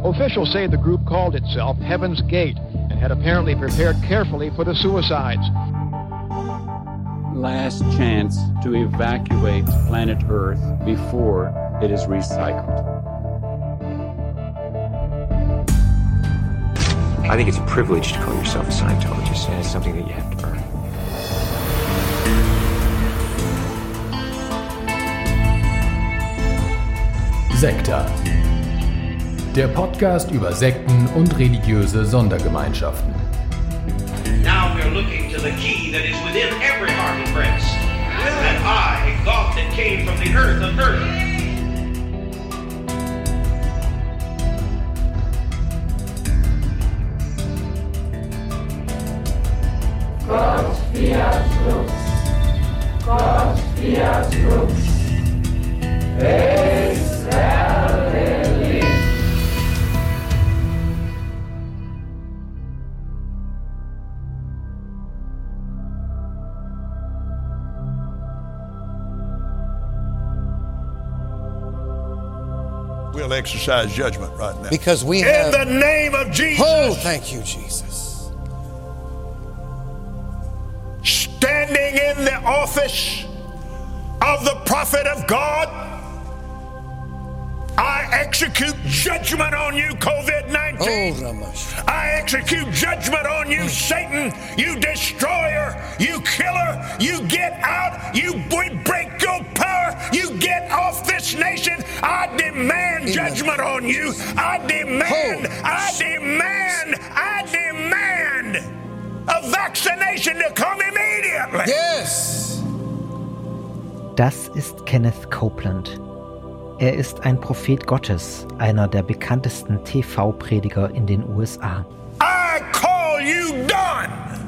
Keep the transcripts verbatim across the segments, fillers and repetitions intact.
Officials say the group called itself Heaven's Gate and had apparently prepared carefully for the suicides. Last chance to evacuate planet Earth before it is recycled. I think it's a privilege to call yourself a Scientologist, and it's something that you have to earn. Sekta. Der Podcast über Sekten und religiöse Sondergemeinschaften. Now we're looking to the key that is within every heart and breast. And I, God that came from the earth of earth. Gott fiat lux. Gott fiat lux. Israel. We'll exercise judgment right now. Because we in have... the name of Jesus. Oh, thank you, Jesus. Standing in the office of the prophet of God, I execute judgment on you, covid nineteen. Oh, Ramash. I execute judgment on you, Satan, you destroyer, you killer. You get out, you break your power, you get off this nation. I demand judgment on you. I demand, I demand, I demand a vaccination to come immediately. Yes. Das ist Kenneth Copeland. Er ist ein Prophet Gottes, einer der bekanntesten T V-Prediger in den U S A. I call you done.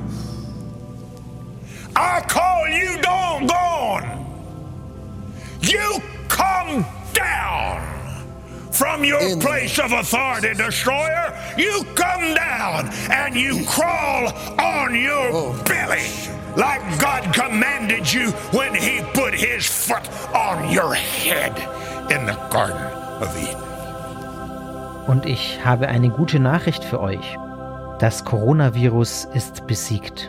I call you done gone. You come down from your in place of authority, destroyer. You come down and you crawl on your oh. belly like God commanded you when he put his foot on your head in the Garden of Eden. Und ich habe eine gute Nachricht für euch. Das Coronavirus ist besiegt.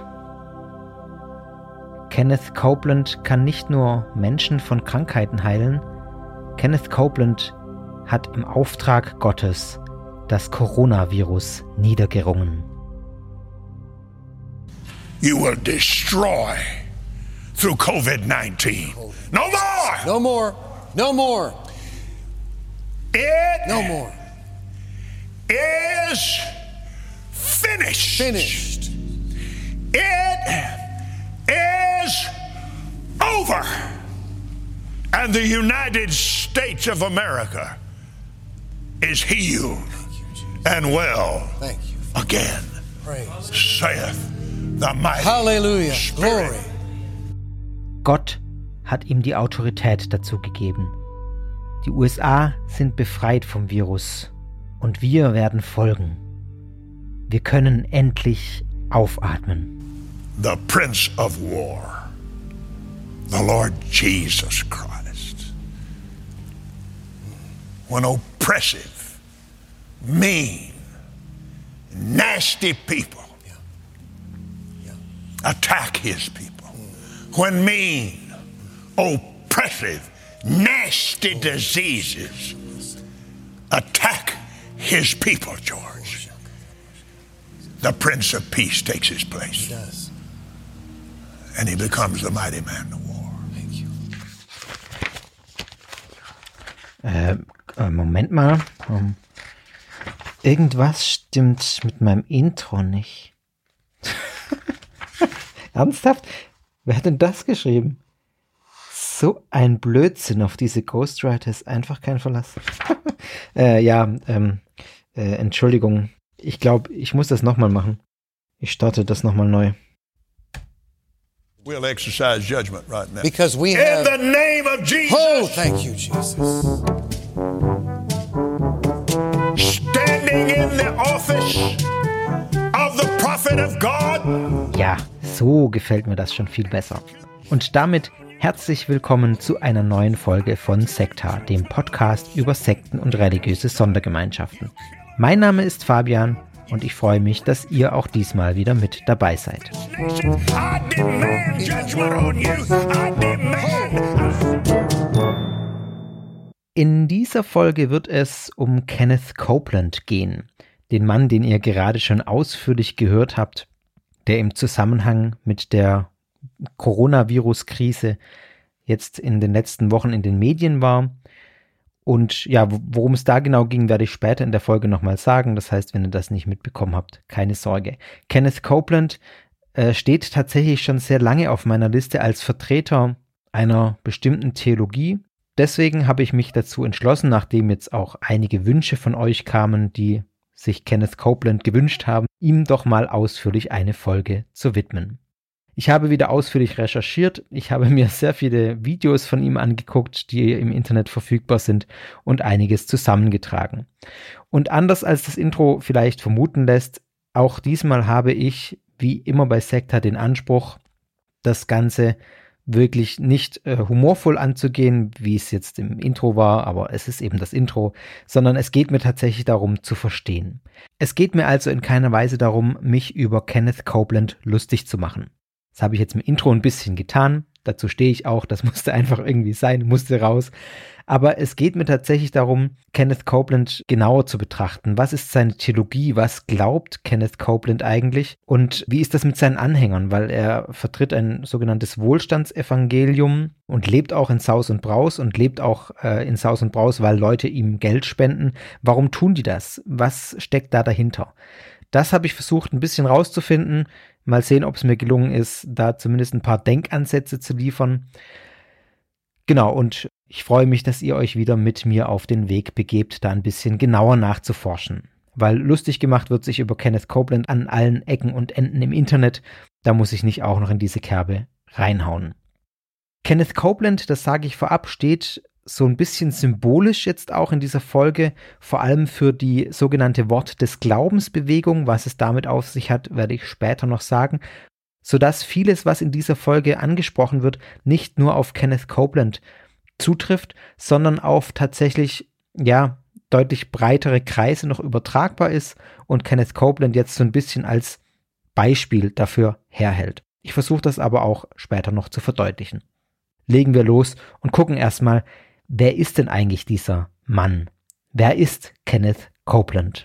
Kenneth Copeland kann nicht nur Menschen von Krankheiten heilen. Kenneth Copeland hat im Auftrag Gottes das Coronavirus niedergerungen. You will destroy through covid nineteen. No more! No more! No more! It no more. is finished. Finished. It is over. And the United States of America is healed and well Thank you. again. Praise. Saith the mighty Hallelujah. Spirit. Glory. Gott hat ihm die Autorität dazu gegeben. Die U S A sind befreit vom Virus und wir werden folgen. Wir können endlich aufatmen. The Prince of War, the Lord Jesus Christ, when oppressive, mean, nasty people yeah. Yeah. attack his people, mm. when mean, oppressive, nasty diseases attack his people, George, the Prince of Peace takes his place. He does. And he becomes the mighty man of war. Thank you. Äh, äh, Moment mal. Um, irgendwas stimmt mit meinem Intro nicht. Ernsthaft? Wer hat denn das geschrieben? So ein Blödsinn, auf diese Ghostwriter ist einfach kein Verlass. äh, ja, ähm, äh, Entschuldigung. Ich glaube, ich muss das nochmal machen. Ich starte das nochmal neu. We'll exercise judgment right now. Because we in have... the name of Jesus. Oh, thank you, Jesus. Standing in the office of the prophet of God. Ja, so gefällt mir das schon viel besser. Und damit herzlich willkommen zu einer neuen Folge von Sekta, dem Podcast über Sekten und religiöse Sondergemeinschaften. Mein Name ist Fabian und ich freue mich, dass ihr auch diesmal wieder mit dabei seid. In dieser Folge wird es um Kenneth Copeland gehen, den Mann, den ihr gerade schon ausführlich gehört habt, der im Zusammenhang mit der Coronavirus-Krise jetzt in den letzten Wochen in den Medien war. Und ja, worum es da genau ging, werde ich später in der Folge nochmal sagen. Das heißt, wenn ihr das nicht mitbekommen habt, keine Sorge. Kenneth Copeland äh, steht tatsächlich schon sehr lange auf meiner Liste als Vertreter einer bestimmten Theologie. Deswegen habe ich mich dazu entschlossen, nachdem jetzt auch einige Wünsche von euch kamen, die sich Kenneth Copeland gewünscht haben, ihm doch mal ausführlich eine Folge zu widmen. Ich habe wieder ausführlich recherchiert, ich habe mir sehr viele Videos von ihm angeguckt, die im Internet verfügbar sind und einiges zusammengetragen. Und anders als das Intro vielleicht vermuten lässt, auch diesmal habe ich, wie immer bei Sekta, den Anspruch, das Ganze wirklich nicht äh, humorvoll anzugehen, wie es jetzt im Intro war, aber es ist eben das Intro, sondern es geht mir tatsächlich darum zu verstehen. Es geht mir also in keiner Weise darum, mich über Kenneth Copeland lustig zu machen. Das habe ich jetzt im Intro ein bisschen getan, dazu stehe ich auch, das musste einfach irgendwie sein, musste raus. Aber es geht mir tatsächlich darum, Kenneth Copeland genauer zu betrachten. Was ist seine Theologie? Was glaubt Kenneth Copeland eigentlich? Und wie ist das mit seinen Anhängern? Weil er vertritt ein sogenanntes Wohlstandsevangelium und lebt auch in Saus und Braus und lebt auch äh, in Saus und Braus, weil Leute ihm Geld spenden. Warum tun die das? Was steckt da dahinter? Das habe ich versucht, ein bisschen rauszufinden. Mal sehen, ob es mir gelungen ist, da zumindest ein paar Denkansätze zu liefern. Genau, und ich freue mich, dass ihr euch wieder mit mir auf den Weg begebt, da ein bisschen genauer nachzuforschen. Weil lustig gemacht wird sich über Kenneth Copeland an allen Ecken und Enden im Internet. Da muss ich nicht auch noch in diese Kerbe reinhauen. Kenneth Copeland, das sage ich vorab, steht so ein bisschen symbolisch jetzt auch in dieser Folge, vor allem für die sogenannte Wort des Glaubens Bewegung. Was es damit auf sich hat, werde ich später noch sagen, sodass vieles, was in dieser Folge angesprochen wird, nicht nur auf Kenneth Copeland zutrifft, sondern auf tatsächlich, ja, deutlich breitere Kreise noch übertragbar ist und Kenneth Copeland jetzt so ein bisschen als Beispiel dafür herhält. Ich versuche das aber auch später noch zu verdeutlichen. Legen wir los und gucken erstmal, wer ist denn eigentlich dieser Mann? Wer ist Kenneth Copeland?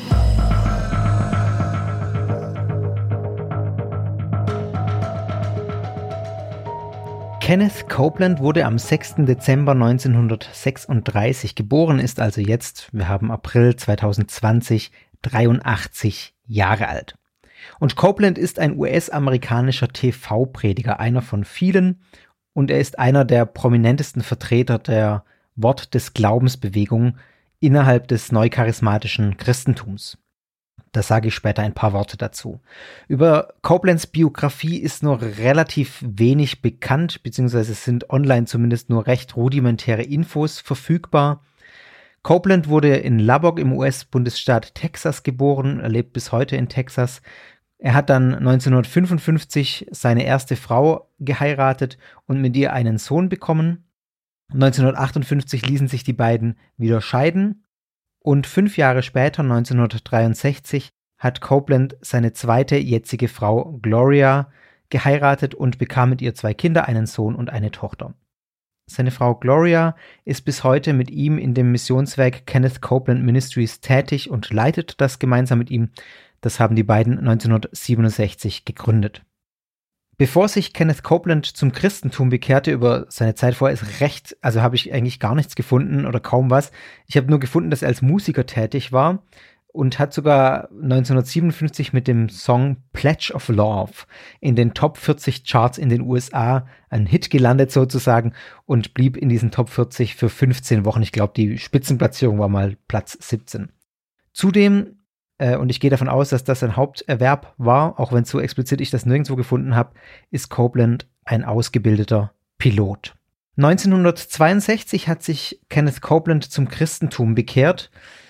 Kenneth Copeland wurde am sechsten Dezember neunzehnhundertsechsunddreißig geboren, ist also jetzt, wir haben April zweitausendzwanzig, dreiundachtzig Jahre alt. Und Copeland ist ein U S-amerikanischer T V-Prediger, einer von vielen, und er ist einer der prominentesten Vertreter der Wort des Glaubensbewegung innerhalb des neucharismatischen Christentums. Da sage ich später ein paar Worte dazu. Über Copelands Biografie ist nur relativ wenig bekannt, beziehungsweise sind online zumindest nur recht rudimentäre Infos verfügbar. Copeland wurde in Lubbock im U S-Bundesstaat Texas geboren, er lebt bis heute in Texas. Er hat dann neunzehnhundertfünfundfünfzig seine erste Frau geheiratet und mit ihr einen Sohn bekommen. neunzehnhundertachtundfünfzig ließen sich die beiden wieder scheiden. Und fünf Jahre später, neunzehnhundertdreiundsechzig, hat Copeland seine zweite jetzige Frau Gloria geheiratet und bekam mit ihr zwei Kinder, einen Sohn und eine Tochter. Seine Frau Gloria ist bis heute mit ihm in dem Missionswerk Kenneth Copeland Ministries tätig und leitet das gemeinsam mit ihm. Das haben die beiden neunzehnhundertsiebenundsechzig gegründet. Bevor sich Kenneth Copeland zum Christentum bekehrte, über seine Zeit vorher ist recht, also habe ich eigentlich gar nichts gefunden oder kaum was. Ich habe nur gefunden, dass er als Musiker tätig war und hat sogar neunzehnhundertsiebenundfünfzig mit dem Song Pledge of Love in den Top vierzig Charts in den U S A einen Hit gelandet sozusagen und blieb in diesen Top vierzig für fünfzehn Wochen. Ich glaube, die Spitzenplatzierung war mal Platz siebzehn. Zudem, äh, und ich gehe davon aus, dass das sein Haupterwerb war, auch wenn so explizit ich das nirgendwo gefunden habe, ist Copeland ein ausgebildeter Pilot. neunzehnhundertzweiundsechzig hat sich Kenneth Copeland zum Christentum bekehrt.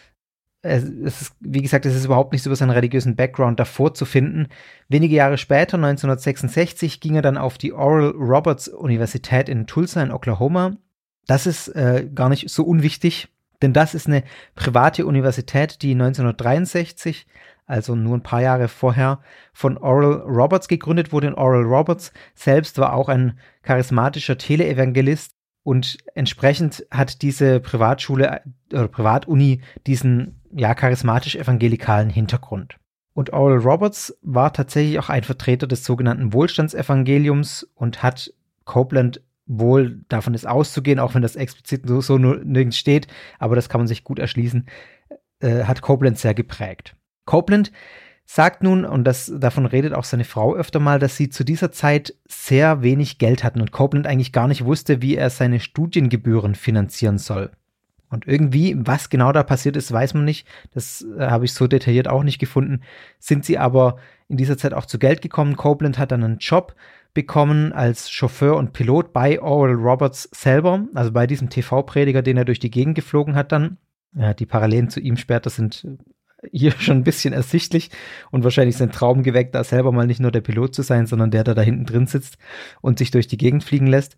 Es ist, wie gesagt, es ist überhaupt nichts über seinen religiösen Background davor zu finden. Wenige Jahre später, neunzehnhundertsechsundsechzig, ging er dann auf die Oral Roberts Universität in Tulsa in Oklahoma. Das ist äh, gar nicht so unwichtig, Denn das ist eine private Universität, die neunzehnhundertdreiundsechzig, also nur ein paar Jahre vorher, von Oral Roberts gegründet wurde. Und Oral Roberts selbst war auch ein charismatischer Teleevangelist und entsprechend hat diese Privatschule oder Privatuni diesen ja charismatisch-evangelikalen Hintergrund. Und Oral Roberts war tatsächlich auch ein Vertreter des sogenannten Wohlstandsevangeliums und hat Copeland wohl, davon ist auszugehen, auch wenn das explizit so, so nirgends steht, aber das kann man sich gut erschließen, äh, hat Copeland sehr geprägt. Copeland sagt nun, und das, davon redet auch seine Frau öfter mal, dass sie zu dieser Zeit sehr wenig Geld hatten und Copeland eigentlich gar nicht wusste, wie er seine Studiengebühren finanzieren soll. Und irgendwie, was genau da passiert ist, weiß man nicht. Das äh, habe ich so detailliert auch nicht gefunden. Sind sie aber in dieser Zeit auch zu Geld gekommen. Copeland hat dann einen Job bekommen als Chauffeur und Pilot bei Oral Roberts selber, also bei diesem T V-Prediger, den er durch die Gegend geflogen hat dann. Ja, die Parallelen zu ihm später sind hier schon ein bisschen ersichtlich und wahrscheinlich sein Traum geweckt, da selber mal nicht nur der Pilot zu sein, sondern der, der da hinten drin sitzt und sich durch die Gegend fliegen lässt.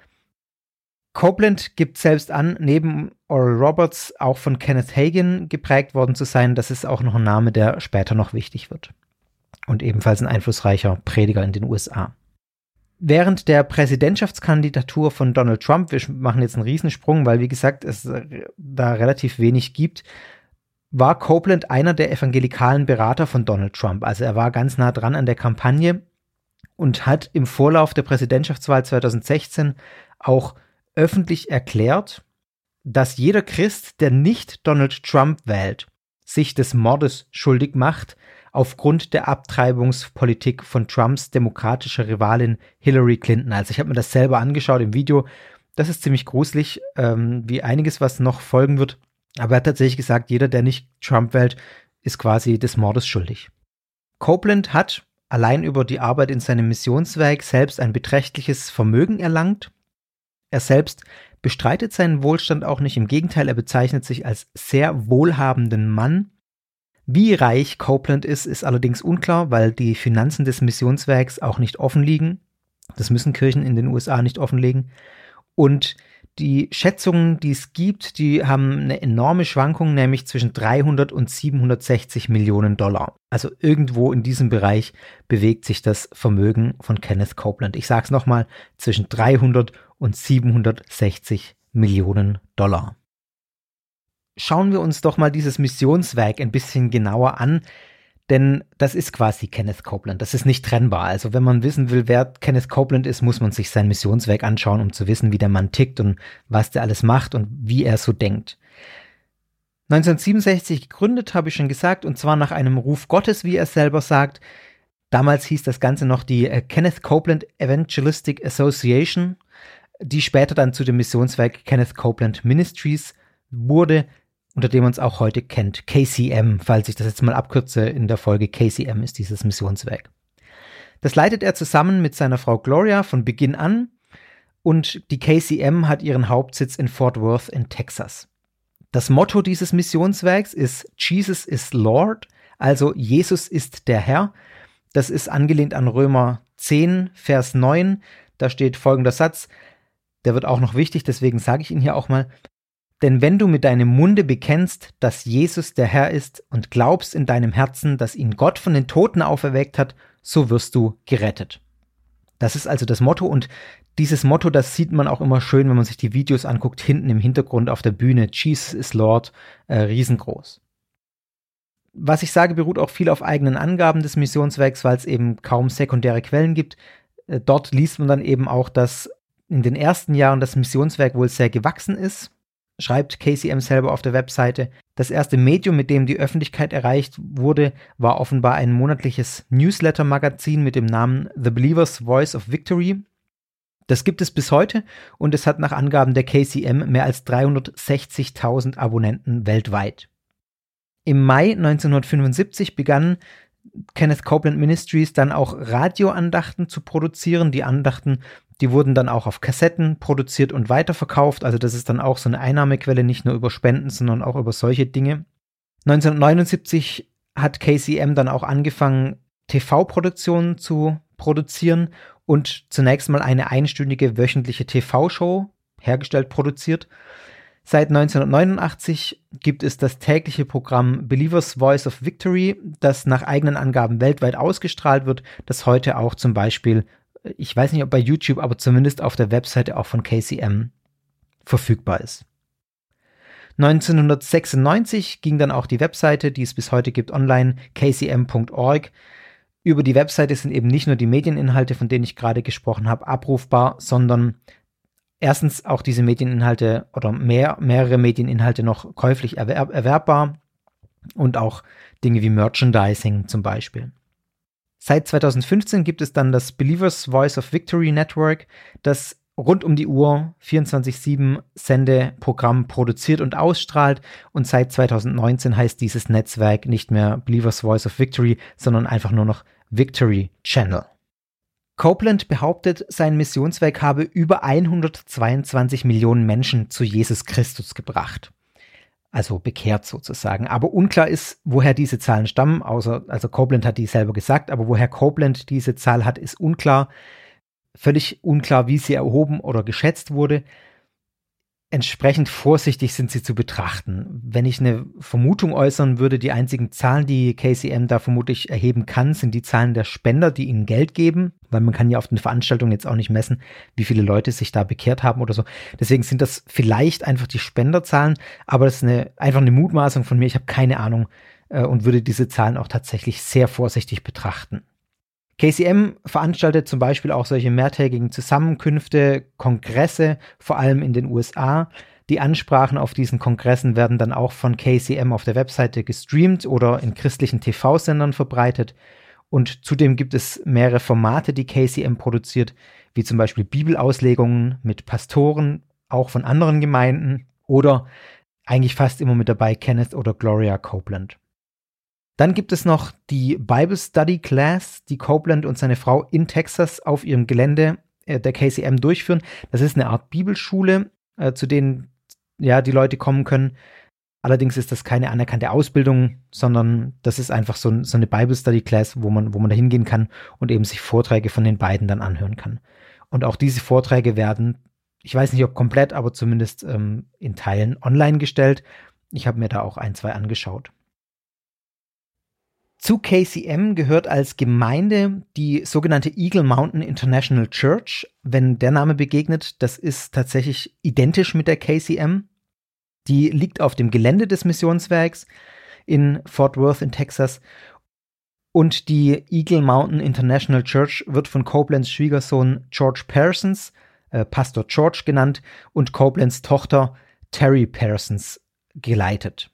Copeland gibt selbst an, neben Oral Roberts auch von Kenneth Hagin geprägt worden zu sein. Das ist auch noch ein Name, der später noch wichtig wird. Und ebenfalls ein einflussreicher Prediger in den U S A. Während der Präsidentschaftskandidatur von Donald Trump, wir machen jetzt einen Riesensprung, weil wie gesagt, es da relativ wenig gibt, war Copeland einer der evangelikalen Berater von Donald Trump. Also er war ganz nah dran an der Kampagne und hat im Vorlauf der Präsidentschaftswahl zweitausendsechzehn auch öffentlich erklärt, dass jeder Christ, der nicht Donald Trump wählt, sich des Mordes schuldig macht, aufgrund der Abtreibungspolitik von Trumps demokratischer Rivalin Hillary Clinton. Also ich habe mir das selber angeschaut im Video. Das ist ziemlich gruselig, ähm, wie einiges, was noch folgen wird. Aber er hat tatsächlich gesagt, jeder, der nicht Trump wählt, ist quasi des Mordes schuldig. Copeland hat allein über die Arbeit in seinem Missionswerk selbst ein beträchtliches Vermögen erlangt. Er selbst bestreitet seinen Wohlstand auch nicht. Im Gegenteil, er bezeichnet sich als sehr wohlhabenden Mann. Wie reich Copeland ist, ist allerdings unklar, weil die Finanzen des Missionswerks auch nicht offen liegen. Das müssen Kirchen in den U S A nicht offenlegen. Und die Schätzungen, die es gibt, die haben eine enorme Schwankung, nämlich zwischen dreihundert und siebenhundertsechzig Millionen Dollar. Also irgendwo in diesem Bereich bewegt sich das Vermögen von Kenneth Copeland. Ich sage es nochmal, zwischen dreihundert und siebenhundertsechzig Millionen Dollar. Schauen wir uns doch mal dieses Missionswerk ein bisschen genauer an, denn das ist quasi Kenneth Copeland. Das ist nicht trennbar. Also wenn man wissen will, wer Kenneth Copeland ist, muss man sich sein Missionswerk anschauen, um zu wissen, wie der Mann tickt und was der alles macht und wie er so denkt. neunzehnhundertsiebenundsechzig gegründet, habe ich schon gesagt, und zwar nach einem Ruf Gottes, wie er selber sagt. Damals hieß das Ganze noch die äh, Kenneth Copeland Evangelistic Association, die später dann zu dem Missionswerk Kenneth Copeland Ministries wurde, unter dem man es auch heute kennt, K C M, falls ich das jetzt mal abkürze in der Folge. K C M ist dieses Missionswerk. Das leitet er zusammen mit seiner Frau Gloria von Beginn an und die K C M hat ihren Hauptsitz in Fort Worth in Texas. Das Motto dieses Missionswerks ist Jesus is Lord, also Jesus ist der Herr. Das ist angelehnt an Römer zehn, Vers neun. Da steht folgender Satz, der wird auch noch wichtig, deswegen sage ich ihn hier auch mal. Denn wenn du mit deinem Munde bekennst, dass Jesus der Herr ist und glaubst in deinem Herzen, dass ihn Gott von den Toten auferweckt hat, so wirst du gerettet. Das ist also das Motto und dieses Motto, das sieht man auch immer schön, wenn man sich die Videos anguckt, hinten im Hintergrund auf der Bühne, Jesus is Lord, äh, riesengroß. Was ich sage, beruht auch viel auf eigenen Angaben des Missionswerks, weil es eben kaum sekundäre Quellen gibt. Äh, dort liest man dann eben auch, dass in den ersten Jahren das Missionswerk wohl sehr gewachsen ist. Schreibt K C M selber auf der Webseite. Das erste Medium, mit dem die Öffentlichkeit erreicht wurde, war offenbar ein monatliches Newsletter-Magazin mit dem Namen The Believer's Voice of Victory. Das gibt es bis heute und es hat nach Angaben der K C M mehr als dreihundertsechzigtausend Abonnenten weltweit. Im Mai neunzehnhundertfünfundsiebzig begann Kenneth Copeland Ministries dann auch Radioandachten zu produzieren. Die Andachten, die wurden dann auch auf Kassetten produziert und weiterverkauft. Also das ist dann auch so eine Einnahmequelle, nicht nur über Spenden, sondern auch über solche Dinge. neunzehnhundertneunundsiebzig hat K C M dann auch angefangen, T V-Produktionen zu produzieren und zunächst mal eine einstündige wöchentliche T V-Show hergestellt, produziert. Seit neunzehnhundertneunundachtzig gibt es das tägliche Programm Believer's Voice of Victory, das nach eigenen Angaben weltweit ausgestrahlt wird, das heute auch zum Beispiel, ich weiß nicht ob bei YouTube, aber zumindest auf der Webseite auch von K C M verfügbar ist. neunzehnhundertsechsundneunzig ging dann auch die Webseite, die es bis heute gibt, online, k c m punkt org. Über die Webseite sind eben nicht nur die Medieninhalte, von denen ich gerade gesprochen habe, abrufbar, sondern erstens auch diese Medieninhalte oder mehr, mehrere Medieninhalte noch käuflich erwerb, erwerbbar und auch Dinge wie Merchandising zum Beispiel. Seit zweitausendfünfzehn gibt es dann das Believer's Voice of Victory Network, das rund um die Uhr vierundzwanzig sieben Sendeprogramm produziert und ausstrahlt, und seit zweitausendneunzehn heißt dieses Netzwerk nicht mehr Believer's Voice of Victory, sondern einfach nur noch Victory Channel. Copeland behauptet, sein Missionswerk habe über hundertzweiundzwanzig Millionen Menschen zu Jesus Christus gebracht. Also bekehrt sozusagen. Aber unklar ist, woher diese Zahlen stammen, außer, also Copeland hat die selber gesagt, aber woher Copeland diese Zahl hat, ist unklar. Völlig unklar, wie sie erhoben oder geschätzt wurde. Entsprechend vorsichtig sind sie zu betrachten. Wenn ich eine Vermutung äußern würde, die einzigen Zahlen, die K C M da vermutlich erheben kann, sind die Zahlen der Spender, die ihnen Geld geben, weil man kann ja auf den Veranstaltungen jetzt auch nicht messen, wie viele Leute sich da bekehrt haben oder so. Deswegen sind das vielleicht einfach die Spenderzahlen, aber das ist eine, einfach eine Mutmaßung von mir. Ich habe keine Ahnung äh, und würde diese Zahlen auch tatsächlich sehr vorsichtig betrachten. K C M veranstaltet zum Beispiel auch solche mehrtägigen Zusammenkünfte, Kongresse, vor allem in den U S A. Die Ansprachen auf diesen Kongressen werden dann auch von K C M auf der Webseite gestreamt oder in christlichen T V-Sendern verbreitet. Und zudem gibt es mehrere Formate, die K C M produziert, wie zum Beispiel Bibelauslegungen mit Pastoren, auch von anderen Gemeinden, oder eigentlich fast immer mit dabei Kenneth oder Gloria Copeland. Dann gibt es noch die Bible Study Class, die Copeland und seine Frau in Texas auf ihrem Gelände äh, der K C M durchführen. Das ist eine Art Bibelschule, äh, zu denen ja die Leute kommen können. Allerdings ist das keine anerkannte Ausbildung, sondern das ist einfach so, so eine Bible Study Class, wo man, wo man da hingehen kann und eben sich Vorträge von den beiden dann anhören kann. Und auch diese Vorträge werden, ich weiß nicht ob komplett, aber zumindest ähm, in Teilen online gestellt. Ich habe mir da auch ein, zwei angeschaut. Zu K C M gehört als Gemeinde die sogenannte Eagle Mountain International Church. Wenn der Name begegnet, das ist tatsächlich identisch mit der K C M. Die liegt auf dem Gelände des Missionswerks in Fort Worth in Texas. Und die Eagle Mountain International Church wird von Copelands Schwiegersohn George Parsons, äh, Pastor George genannt, und Copelands Tochter Terry Parsons geleitet.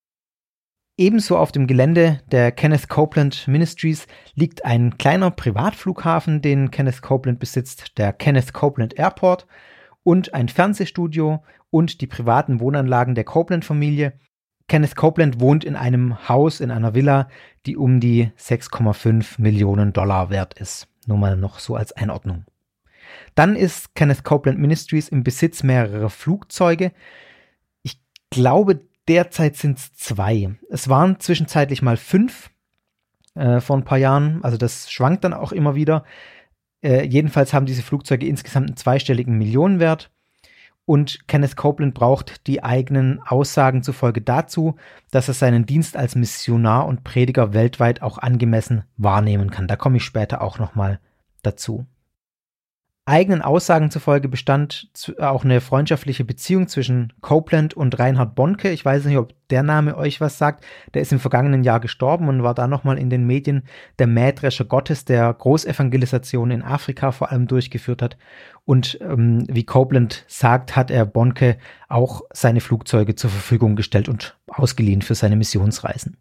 Ebenso auf dem Gelände der Kenneth Copeland Ministries liegt ein kleiner Privatflughafen, den Kenneth Copeland besitzt, der Kenneth Copeland Airport, und ein Fernsehstudio und die privaten Wohnanlagen der Copeland-Familie. Kenneth Copeland wohnt in einem Haus, in einer Villa, die um die sechs Komma fünf Millionen Dollar wert ist. Nur mal noch so als Einordnung. Dann ist Kenneth Copeland Ministries im Besitz mehrerer Flugzeuge. Ich glaube, derzeit sind es zwei. Es waren zwischenzeitlich mal fünf äh, vor ein paar Jahren. Also das schwankt dann auch immer wieder. Äh, jedenfalls haben diese Flugzeuge insgesamt einen zweistelligen Millionenwert. Und Kenneth Copeland braucht die eigenen Aussagen zufolge dazu, dass er seinen Dienst als Missionar und Prediger weltweit auch angemessen wahrnehmen kann. Da komme ich später auch nochmal dazu. Eigenen Aussagen zufolge bestand auch eine freundschaftliche Beziehung zwischen Copeland und Reinhard Bonnke. Ich weiß nicht, ob der Name euch was sagt. Der ist im vergangenen Jahr gestorben und war da nochmal in den Medien der Mähdrescher Gottes, der Großevangelisation in Afrika vor allem durchgeführt hat. Und ähm, wie Copeland sagt, hat er Bonnke auch seine Flugzeuge zur Verfügung gestellt und ausgeliehen für seine Missionsreisen.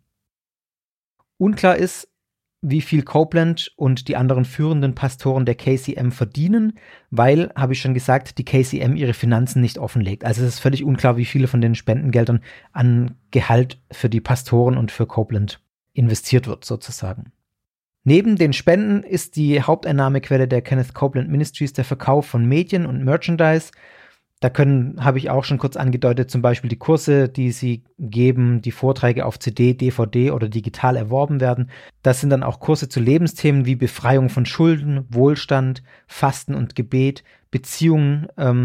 Unklar ist, wie viel Copeland und die anderen führenden Pastoren der K C M verdienen, weil, habe ich schon gesagt, die K C M ihre Finanzen nicht offenlegt. Also es ist völlig unklar, wie viele von den Spendengeldern an Gehalt für die Pastoren und für Copeland investiert wird, sozusagen. Neben den Spenden ist die Haupteinnahmequelle der Kenneth Copeland Ministries der Verkauf von Medien und Merchandise. Da können, habe ich auch schon kurz angedeutet, zum Beispiel die Kurse, die sie geben, die Vorträge auf C D, D V D oder digital erworben werden. Das sind dann auch Kurse zu Lebensthemen wie Befreiung von Schulden, Wohlstand, Fasten und Gebet, Beziehungen. Ähm,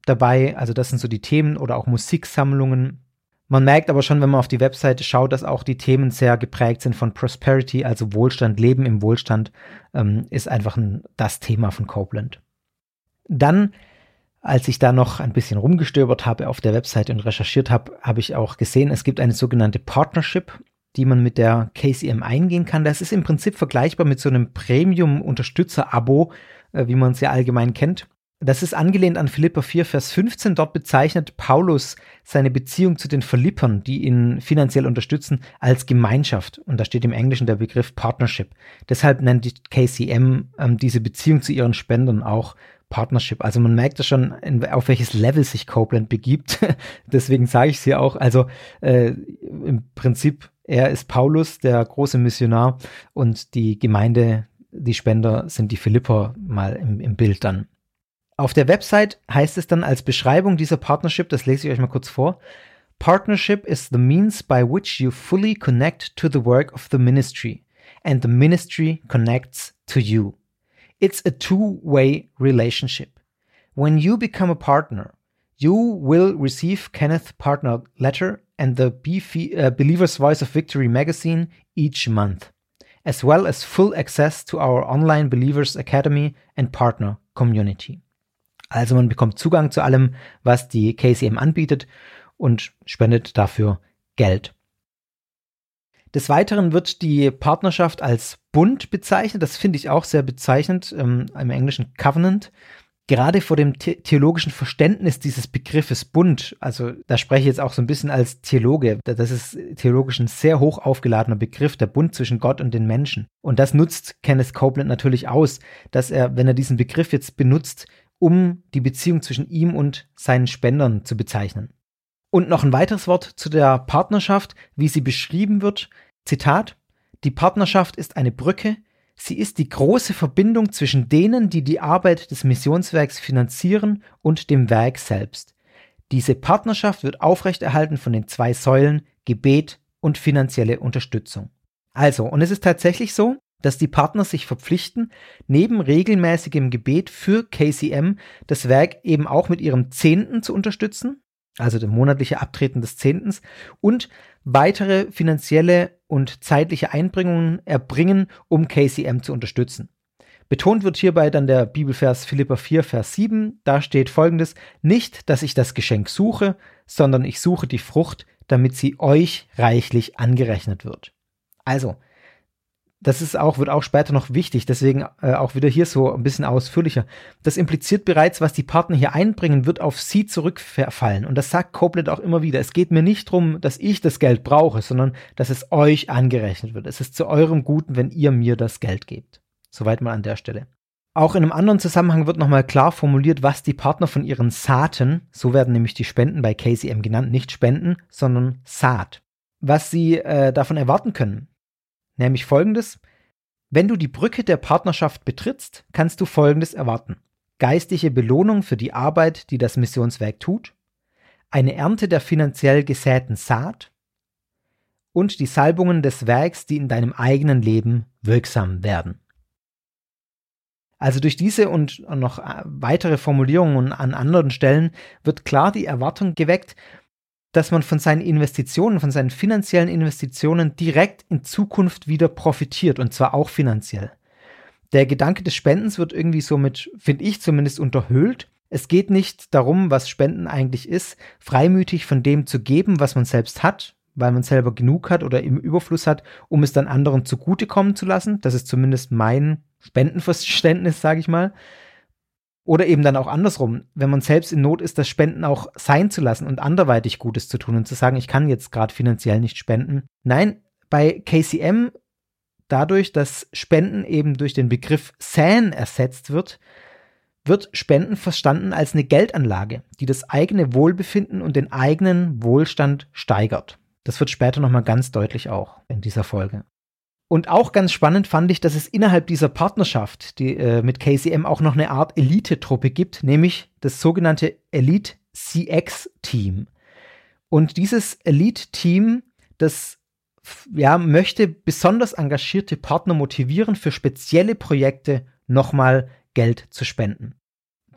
dabei. Also das sind so die Themen oder auch Musiksammlungen. Man merkt aber schon, wenn man auf die Webseite schaut, dass auch die Themen sehr geprägt sind von Prosperity, also Wohlstand, Leben im Wohlstand, ähm, ist einfach ein, das Thema von Copeland. Dann, als ich da noch ein bisschen rumgestöbert habe auf der Webseite und recherchiert habe, habe ich auch gesehen, es gibt eine sogenannte Partnership, die man mit der K C M eingehen kann. Das ist im Prinzip vergleichbar mit so einem Premium-Unterstützer-Abo, äh, wie man es ja allgemein kennt. Das ist angelehnt an Philipper vier, Vers fünfzehn. Dort bezeichnet Paulus seine Beziehung zu den Philippern, die ihn finanziell unterstützen, als Gemeinschaft. Und da steht im Englischen der Begriff Partnership. Deshalb nennt die K C M ähm, diese Beziehung zu ihren Spendern auch Partnership. Also man merkt ja schon, in, auf welches Level sich Copeland begibt. Deswegen sage ich es hier auch. Also äh, im Prinzip, er ist Paulus, der große Missionar, und die Gemeinde, die Spender sind die Philipper mal im, im Bild dann. Auf der Website heißt es dann als Beschreibung dieser Partnership, das lese ich euch mal kurz vor: Partnership is the means by which you fully connect to the work of the ministry and the ministry connects to you. It's a two-way relationship. When you become a partner, you will receive Kenneth Partner Letter and the Be- uh, Believer's Voice of Victory magazine each month, as well as full access to our online Believers Academy and Partner Community. Also man bekommt Zugang zu allem, was die K C M anbietet, und spendet dafür Geld. Des Weiteren wird die Partnerschaft als Bund bezeichnet. Das finde ich auch sehr bezeichnend, ähm, im Englischen Covenant. Gerade vor dem the- theologischen Verständnis dieses Begriffes Bund, also da spreche ich jetzt auch so ein bisschen als Theologe, das ist theologisch ein sehr hoch aufgeladener Begriff, der Bund zwischen Gott und den Menschen. Und das nutzt Kenneth Copeland natürlich aus, dass er, wenn er diesen Begriff jetzt benutzt, um die Beziehung zwischen ihm und seinen Spendern zu bezeichnen. Und noch ein weiteres Wort zu der Partnerschaft, wie sie beschrieben wird. Zitat: Die Partnerschaft ist eine Brücke. Sie ist die große Verbindung zwischen denen, die die Arbeit des Missionswerks finanzieren, und dem Werk selbst. Diese Partnerschaft wird aufrechterhalten von den zwei Säulen Gebet und finanzielle Unterstützung. Also, und es ist tatsächlich so, dass die Partner sich verpflichten, neben regelmäßigem Gebet für K C M das Werk eben auch mit ihrem Zehnten zu unterstützen, also das monatliche Abtreten des Zehntens, und weitere finanzielle und zeitliche Einbringungen erbringen, um K C M zu unterstützen. Betont wird hierbei dann der Bibelvers Philipper vier, Vers sieben. Da steht Folgendes: Nicht, dass ich das Geschenk suche, sondern ich suche die Frucht, damit sie euch reichlich angerechnet wird. Also, das ist auch, wird auch später noch wichtig, deswegen äh, auch wieder hier so ein bisschen ausführlicher. Das impliziert bereits, was die Partner hier einbringen, wird auf sie zurückfallen. Und das sagt Copeland auch immer wieder. Es geht mir nicht darum, dass ich das Geld brauche, sondern dass es euch angerechnet wird. Es ist zu eurem Guten, wenn ihr mir das Geld gebt. Soweit mal an der Stelle. Auch in einem anderen Zusammenhang wird nochmal klar formuliert, was die Partner von ihren Saaten, so werden nämlich die Spenden bei K C M genannt, nicht Spenden, sondern Saat, was sie äh, davon erwarten können. Nämlich Folgendes: Wenn du die Brücke der Partnerschaft betrittst, kannst du Folgendes erwarten: Geistliche Belohnung für die Arbeit, die das Missionswerk tut, eine Ernte der finanziell gesäten Saat und die Salbungen des Werks, die in deinem eigenen Leben wirksam werden. Also durch diese und noch weitere Formulierungen an anderen Stellen wird klar die Erwartung geweckt, dass man von seinen Investitionen, von seinen finanziellen Investitionen direkt in Zukunft wieder profitiert, und zwar auch finanziell. Der Gedanke des Spendens wird irgendwie somit, finde ich zumindest, unterhöhlt. Es geht nicht darum, was Spenden eigentlich ist, freimütig von dem zu geben, was man selbst hat, weil man selber genug hat oder im Überfluss hat, um es dann anderen zugutekommen zu lassen. Das ist zumindest mein Spendenverständnis, sage ich mal. Oder eben dann auch andersrum, wenn man selbst in Not ist, das Spenden auch sein zu lassen und anderweitig Gutes zu tun und zu sagen, ich kann jetzt gerade finanziell nicht spenden. Nein, bei K C M, dadurch, dass Spenden eben durch den Begriff Säen ersetzt wird, wird Spenden verstanden als eine Geldanlage, die das eigene Wohlbefinden und den eigenen Wohlstand steigert. Das wird später nochmal ganz deutlich auch in dieser Folge. Und auch ganz spannend fand ich, dass es innerhalb dieser Partnerschaft, die äh, mit K C M, auch noch eine Art Elite-Truppe gibt, nämlich das sogenannte Elite C X-Team. Und dieses Elite-Team, das ja, möchte besonders engagierte Partner motivieren, für spezielle Projekte nochmal Geld zu spenden.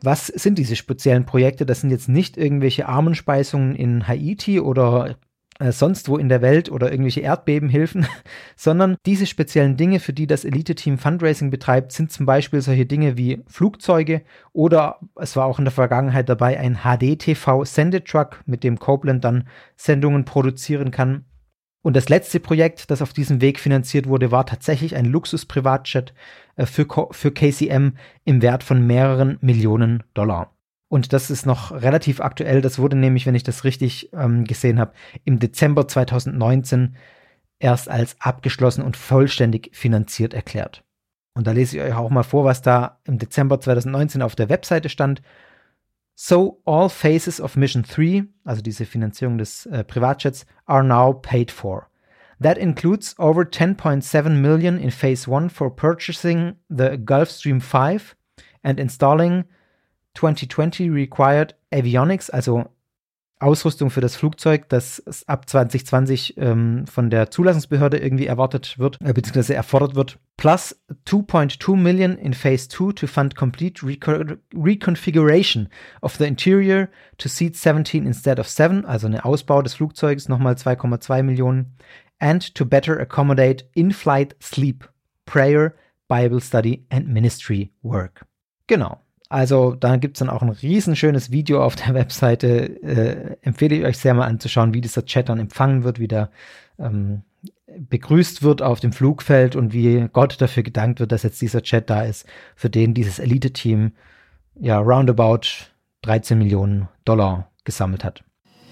Was sind diese speziellen Projekte? Das sind jetzt nicht irgendwelche Armenspeisungen in Haiti oder äh, sonst wo in der Welt oder irgendwelche Erdbebenhilfen, sondern diese speziellen Dinge, für die das Elite-Team Fundraising betreibt, sind zum Beispiel solche Dinge wie Flugzeuge oder es war auch in der Vergangenheit dabei ein H D T V-Sendetruck, mit dem Copeland dann Sendungen produzieren kann. Und das letzte Projekt, das auf diesem Weg finanziert wurde, war tatsächlich ein Luxus-Privatjet äh, für, für K C M im Wert von mehreren Millionen Dollar. Und das ist noch relativ aktuell. Das wurde nämlich, wenn ich das richtig ähm, gesehen habe, im Dezember zweitausendneunzehn erst als abgeschlossen und vollständig finanziert erklärt. Und da lese ich euch auch mal vor, was da im Dezember zweitausendneunzehn auf der Webseite stand. So, all phases of Mission three, also diese Finanzierung des äh, Privatjets, are now paid for. That includes over ten point seven million in Phase one for purchasing the Gulfstream five and installing twenty twenty required avionics, also Ausrüstung für das Flugzeug, das ab zwanzig zwanzig ähm, von der Zulassungsbehörde irgendwie erwartet wird, äh, beziehungsweise erfordert wird. Plus two point two million in Phase two to fund complete reco- reconfiguration of the interior to seat seventeen instead of seven, also eine Ausbau des Flugzeugs, nochmal zwei Komma zwei Millionen. And to better accommodate in-flight sleep, prayer, Bible study and ministry work. Genau. Also da gibt es dann auch ein riesenschönes Video auf der Webseite. Äh, empfehle ich euch sehr mal anzuschauen, wie dieser Chat dann empfangen wird, wie der ähm, begrüßt wird auf dem Flugfeld und wie Gott dafür gedankt wird, dass jetzt dieser Chat da ist, für den dieses Elite-Team ja roundabout dreizehn Millionen Dollar gesammelt hat.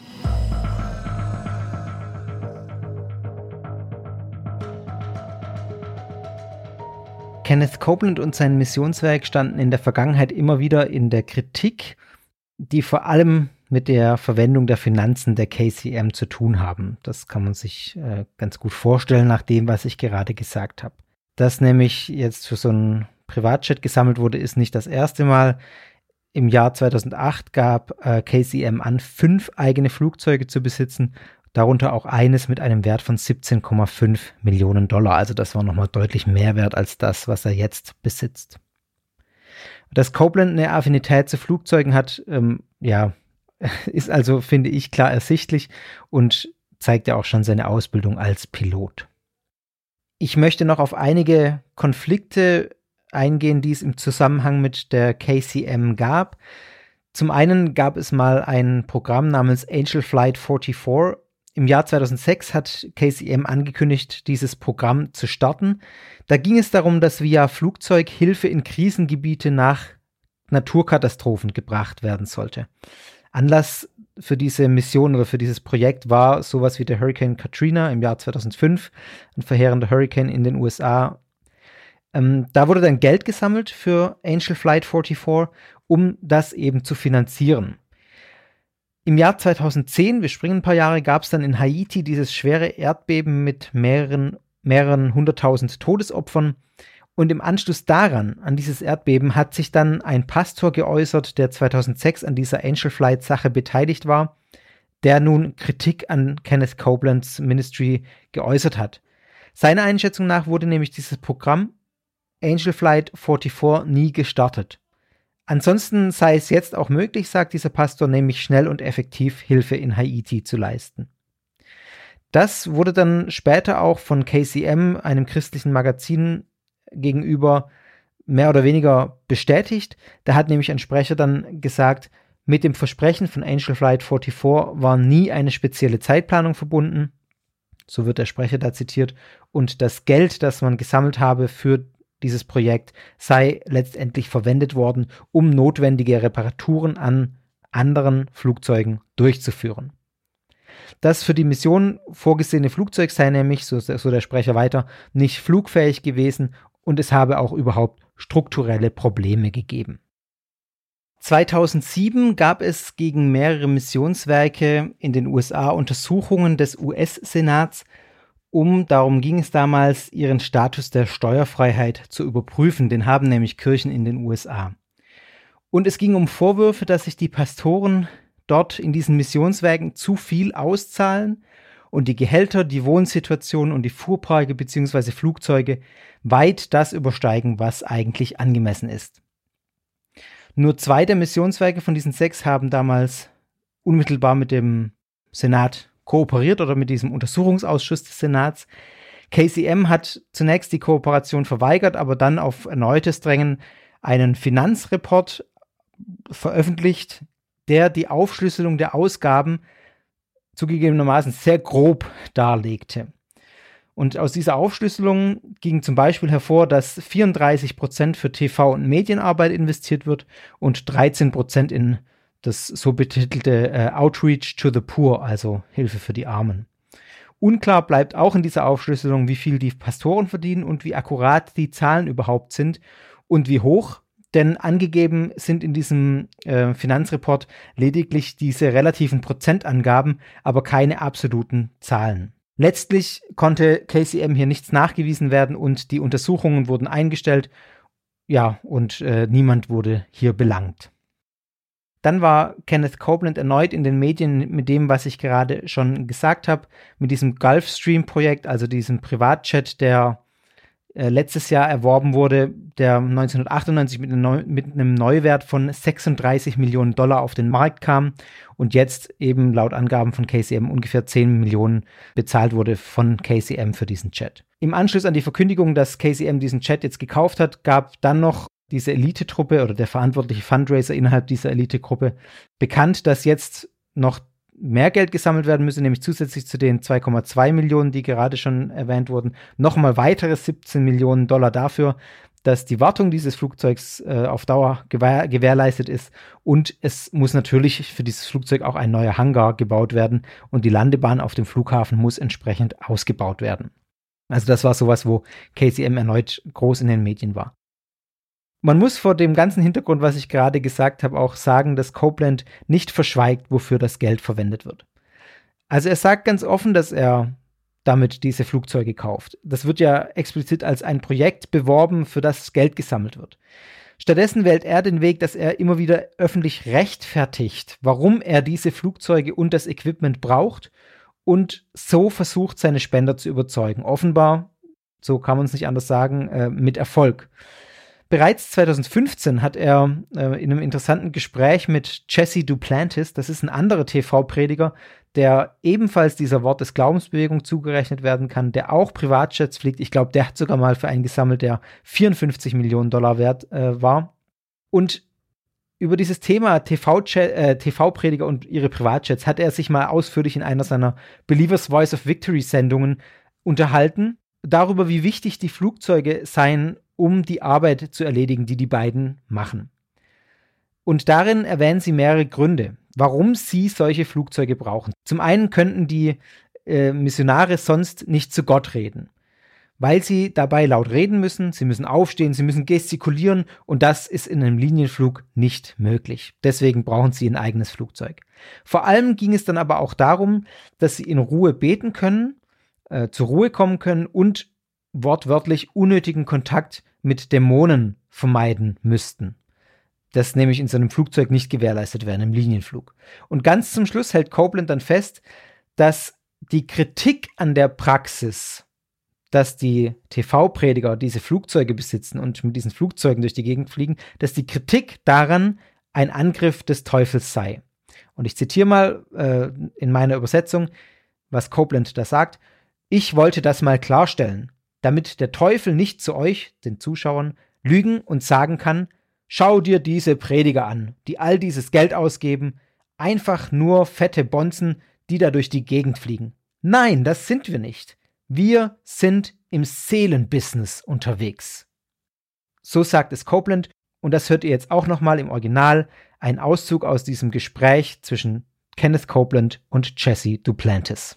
Kenneth Copeland und sein Missionswerk standen in der Vergangenheit immer wieder in der Kritik, die vor allem mit der Verwendung der Finanzen der K C M zu tun haben. Das kann man sich äh, ganz gut vorstellen nach dem, was ich gerade gesagt habe. Dass nämlich jetzt für so einen Privatjet gesammelt wurde, ist nicht das erste Mal. Im Jahr zweitausendacht gab äh, K C M an, fünf eigene Flugzeuge zu besitzen, darunter auch eines mit einem Wert von siebzehn Komma fünf Millionen Dollar. Also das war nochmal deutlich mehr wert als das, was er jetzt besitzt. Dass Copeland eine Affinität zu Flugzeugen hat, ähm, ja, ist also, finde ich, klar ersichtlich und zeigt ja auch schon seine Ausbildung als Pilot. Ich möchte noch auf einige Konflikte eingehen, die es im Zusammenhang mit der K C M gab. Zum einen gab es mal ein Programm namens Angel Flight vierundvierzig. Im Jahr zweitausendsechs hat K C M angekündigt, dieses Programm zu starten. Da ging es darum, dass via Flugzeug Hilfe in Krisengebiete nach Naturkatastrophen gebracht werden sollte. Anlass für diese Mission oder für dieses Projekt war sowas wie der Hurricane Katrina im Jahr zweitausendfünf, ein verheerender Hurricane in den U S A. Ähm, da wurde dann Geld gesammelt für Angel Flight vierundvierzig, um das eben zu finanzieren. Im Jahr zweitausendzehn, wir springen ein paar Jahre, gab es dann in Haiti dieses schwere Erdbeben mit mehreren, mehreren hunderttausend Todesopfern. Und im Anschluss daran, an dieses Erdbeben, hat sich dann ein Pastor geäußert, der zweitausendsechs an dieser Angel Flight-Sache beteiligt war, der nun Kritik an Kenneth Copelands Ministry geäußert hat. Seiner Einschätzung nach wurde nämlich dieses Programm Angel Flight vierundvierzig nie gestartet. Ansonsten sei es jetzt auch möglich, sagt dieser Pastor, nämlich schnell und effektiv Hilfe in Haiti zu leisten. Das wurde dann später auch von K C M, einem christlichen Magazin, gegenüber mehr oder weniger bestätigt. Da hat nämlich ein Sprecher dann gesagt, mit dem Versprechen von Angel Flight vierundvierzig war nie eine spezielle Zeitplanung verbunden. So wird der Sprecher da zitiert. Und das Geld, das man gesammelt habe für dieses Projekt, sei letztendlich verwendet worden, um notwendige Reparaturen an anderen Flugzeugen durchzuführen. Das für die Mission vorgesehene Flugzeug sei nämlich, so, so der Sprecher weiter, nicht flugfähig gewesen und es habe auch überhaupt strukturelle Probleme gegeben. zweitausendsieben gab es gegen mehrere Missionswerke in den U S A Untersuchungen des U S-Senats, um, darum ging es damals, ihren Status der Steuerfreiheit zu überprüfen. Den haben nämlich Kirchen in den U S A. Und es ging um Vorwürfe, dass sich die Pastoren dort in diesen Missionswerken zu viel auszahlen und die Gehälter, die Wohnsituation und die Fuhrparke bzw. Flugzeuge weit das übersteigen, was eigentlich angemessen ist. Nur zwei der Missionswerke von diesen sechs haben damals unmittelbar mit dem Senat kooperiert oder mit diesem Untersuchungsausschuss des Senats. K C M hat zunächst die Kooperation verweigert, aber dann auf erneutes Drängen einen Finanzreport veröffentlicht, der die Aufschlüsselung der Ausgaben zugegebenermaßen sehr grob darlegte. Und aus dieser Aufschlüsselung ging zum Beispiel hervor, dass vierunddreißig Prozent für T V- und Medienarbeit investiert wird und dreizehn Prozent in das so betitelte äh, Outreach to the Poor, also Hilfe für die Armen. Unklar bleibt auch in dieser Aufschlüsselung, wie viel die Pastoren verdienen und wie akkurat die Zahlen überhaupt sind und wie hoch, denn angegeben sind in diesem äh, Finanzreport lediglich diese relativen Prozentangaben, aber keine absoluten Zahlen. Letztlich konnte K C M hier nichts nachgewiesen werden und die Untersuchungen wurden eingestellt, ja, und äh, niemand wurde hier belangt. Dann war Kenneth Copeland erneut in den Medien mit dem, was ich gerade schon gesagt habe, mit diesem Gulfstream-Projekt, also diesem Privatjet, der äh, letztes Jahr erworben wurde, der neunzehnhundertachtundneunzig mit, Neu- mit einem Neuwert von sechsunddreißig Millionen Dollar auf den Markt kam und jetzt eben laut Angaben von K C M ungefähr zehn Millionen bezahlt wurde von K C M für diesen Jet. Im Anschluss an die Verkündigung, dass K C M diesen Jet jetzt gekauft hat, gab dann noch diese Elite-Truppe oder der verantwortliche Fundraiser innerhalb dieser Elite-Gruppe bekannt, dass jetzt noch mehr Geld gesammelt werden müsse, nämlich zusätzlich zu den zwei Komma zwei Millionen, die gerade schon erwähnt wurden, nochmal weitere siebzehn Millionen Dollar dafür, dass die Wartung dieses Flugzeugs äh, auf Dauer gewähr- gewährleistet ist und es muss natürlich für dieses Flugzeug auch ein neuer Hangar gebaut werden und die Landebahn auf dem Flughafen muss entsprechend ausgebaut werden. Also das war sowas, wo K C M erneut groß in den Medien war. Man muss vor dem ganzen Hintergrund, was ich gerade gesagt habe, auch sagen, dass Copeland nicht verschweigt, wofür das Geld verwendet wird. Also er sagt ganz offen, dass er damit diese Flugzeuge kauft. Das wird ja explizit als ein Projekt beworben, für das Geld gesammelt wird. Stattdessen wählt er den Weg, dass er immer wieder öffentlich rechtfertigt, warum er diese Flugzeuge und das Equipment braucht und so versucht, seine Spender zu überzeugen. Offenbar, so kann man es nicht anders sagen, äh, mit Erfolg. Bereits zweitausendfünfzehn hat er äh, in einem interessanten Gespräch mit Jesse Duplantis, das ist ein anderer T V-Prediger, der ebenfalls dieser Wort des Glaubensbewegung zugerechnet werden kann, der auch Privatjets fliegt. Ich glaube, der hat sogar mal für einen gesammelt, der vierundfünfzig Millionen Dollar wert äh, war. Und über dieses Thema T V-Prediger und ihre Privatjets hat er sich mal ausführlich in einer seiner Believers Voice of Victory Sendungen unterhalten, darüber, wie wichtig die Flugzeuge seien, um die Arbeit zu erledigen, die die beiden machen. Und darin erwähnen sie mehrere Gründe, warum sie solche Flugzeuge brauchen. Zum einen könnten die äh, Missionare sonst nicht zu Gott reden, weil sie dabei laut reden müssen, sie müssen aufstehen, sie müssen gestikulieren und das ist in einem Linienflug nicht möglich. Deswegen brauchen sie ein eigenes Flugzeug. Vor allem ging es dann aber auch darum, dass sie in Ruhe beten können, äh, zur Ruhe kommen können und wortwörtlich unnötigen Kontakt mit Dämonen vermeiden müssten. Das nämlich in so einem Flugzeug nicht gewährleistet wäre, im Linienflug. Und ganz zum Schluss hält Copeland dann fest, dass die Kritik an der Praxis, dass die T V-Prediger diese Flugzeuge besitzen und mit diesen Flugzeugen durch die Gegend fliegen, dass die Kritik daran ein Angriff des Teufels sei. Und ich zitiere mal äh, in meiner Übersetzung, was Copeland da sagt. Ich wollte das mal klarstellen, damit der Teufel nicht zu euch, den Zuschauern, lügen und sagen kann, schau dir diese Prediger an, die all dieses Geld ausgeben, einfach nur fette Bonzen, die da durch die Gegend fliegen. Nein, das sind wir nicht. Wir sind im Seelenbusiness unterwegs. So sagt es Copeland und das hört ihr jetzt auch nochmal im Original, ein Auszug aus diesem Gespräch zwischen Kenneth Copeland und Jesse Duplantis.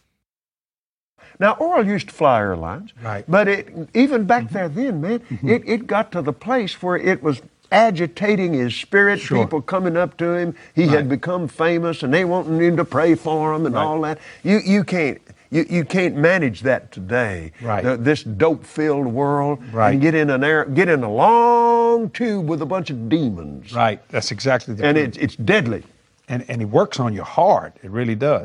Now, Oral used to fly airlines, right. but it, even back there then, man, Mm-hmm. it, it got to the place where it was agitating his spirit, Sure. people coming up to him. He Right. had become famous, and they wanting him to pray for him and Right. all that. You you can't you, you can't manage that today. Right. The- this dope-filled world, Right. and get in an air, get in a long tube with a bunch of demons, Right, that's exactly the and point. it's it's deadly. and and it works on you hard. It really does.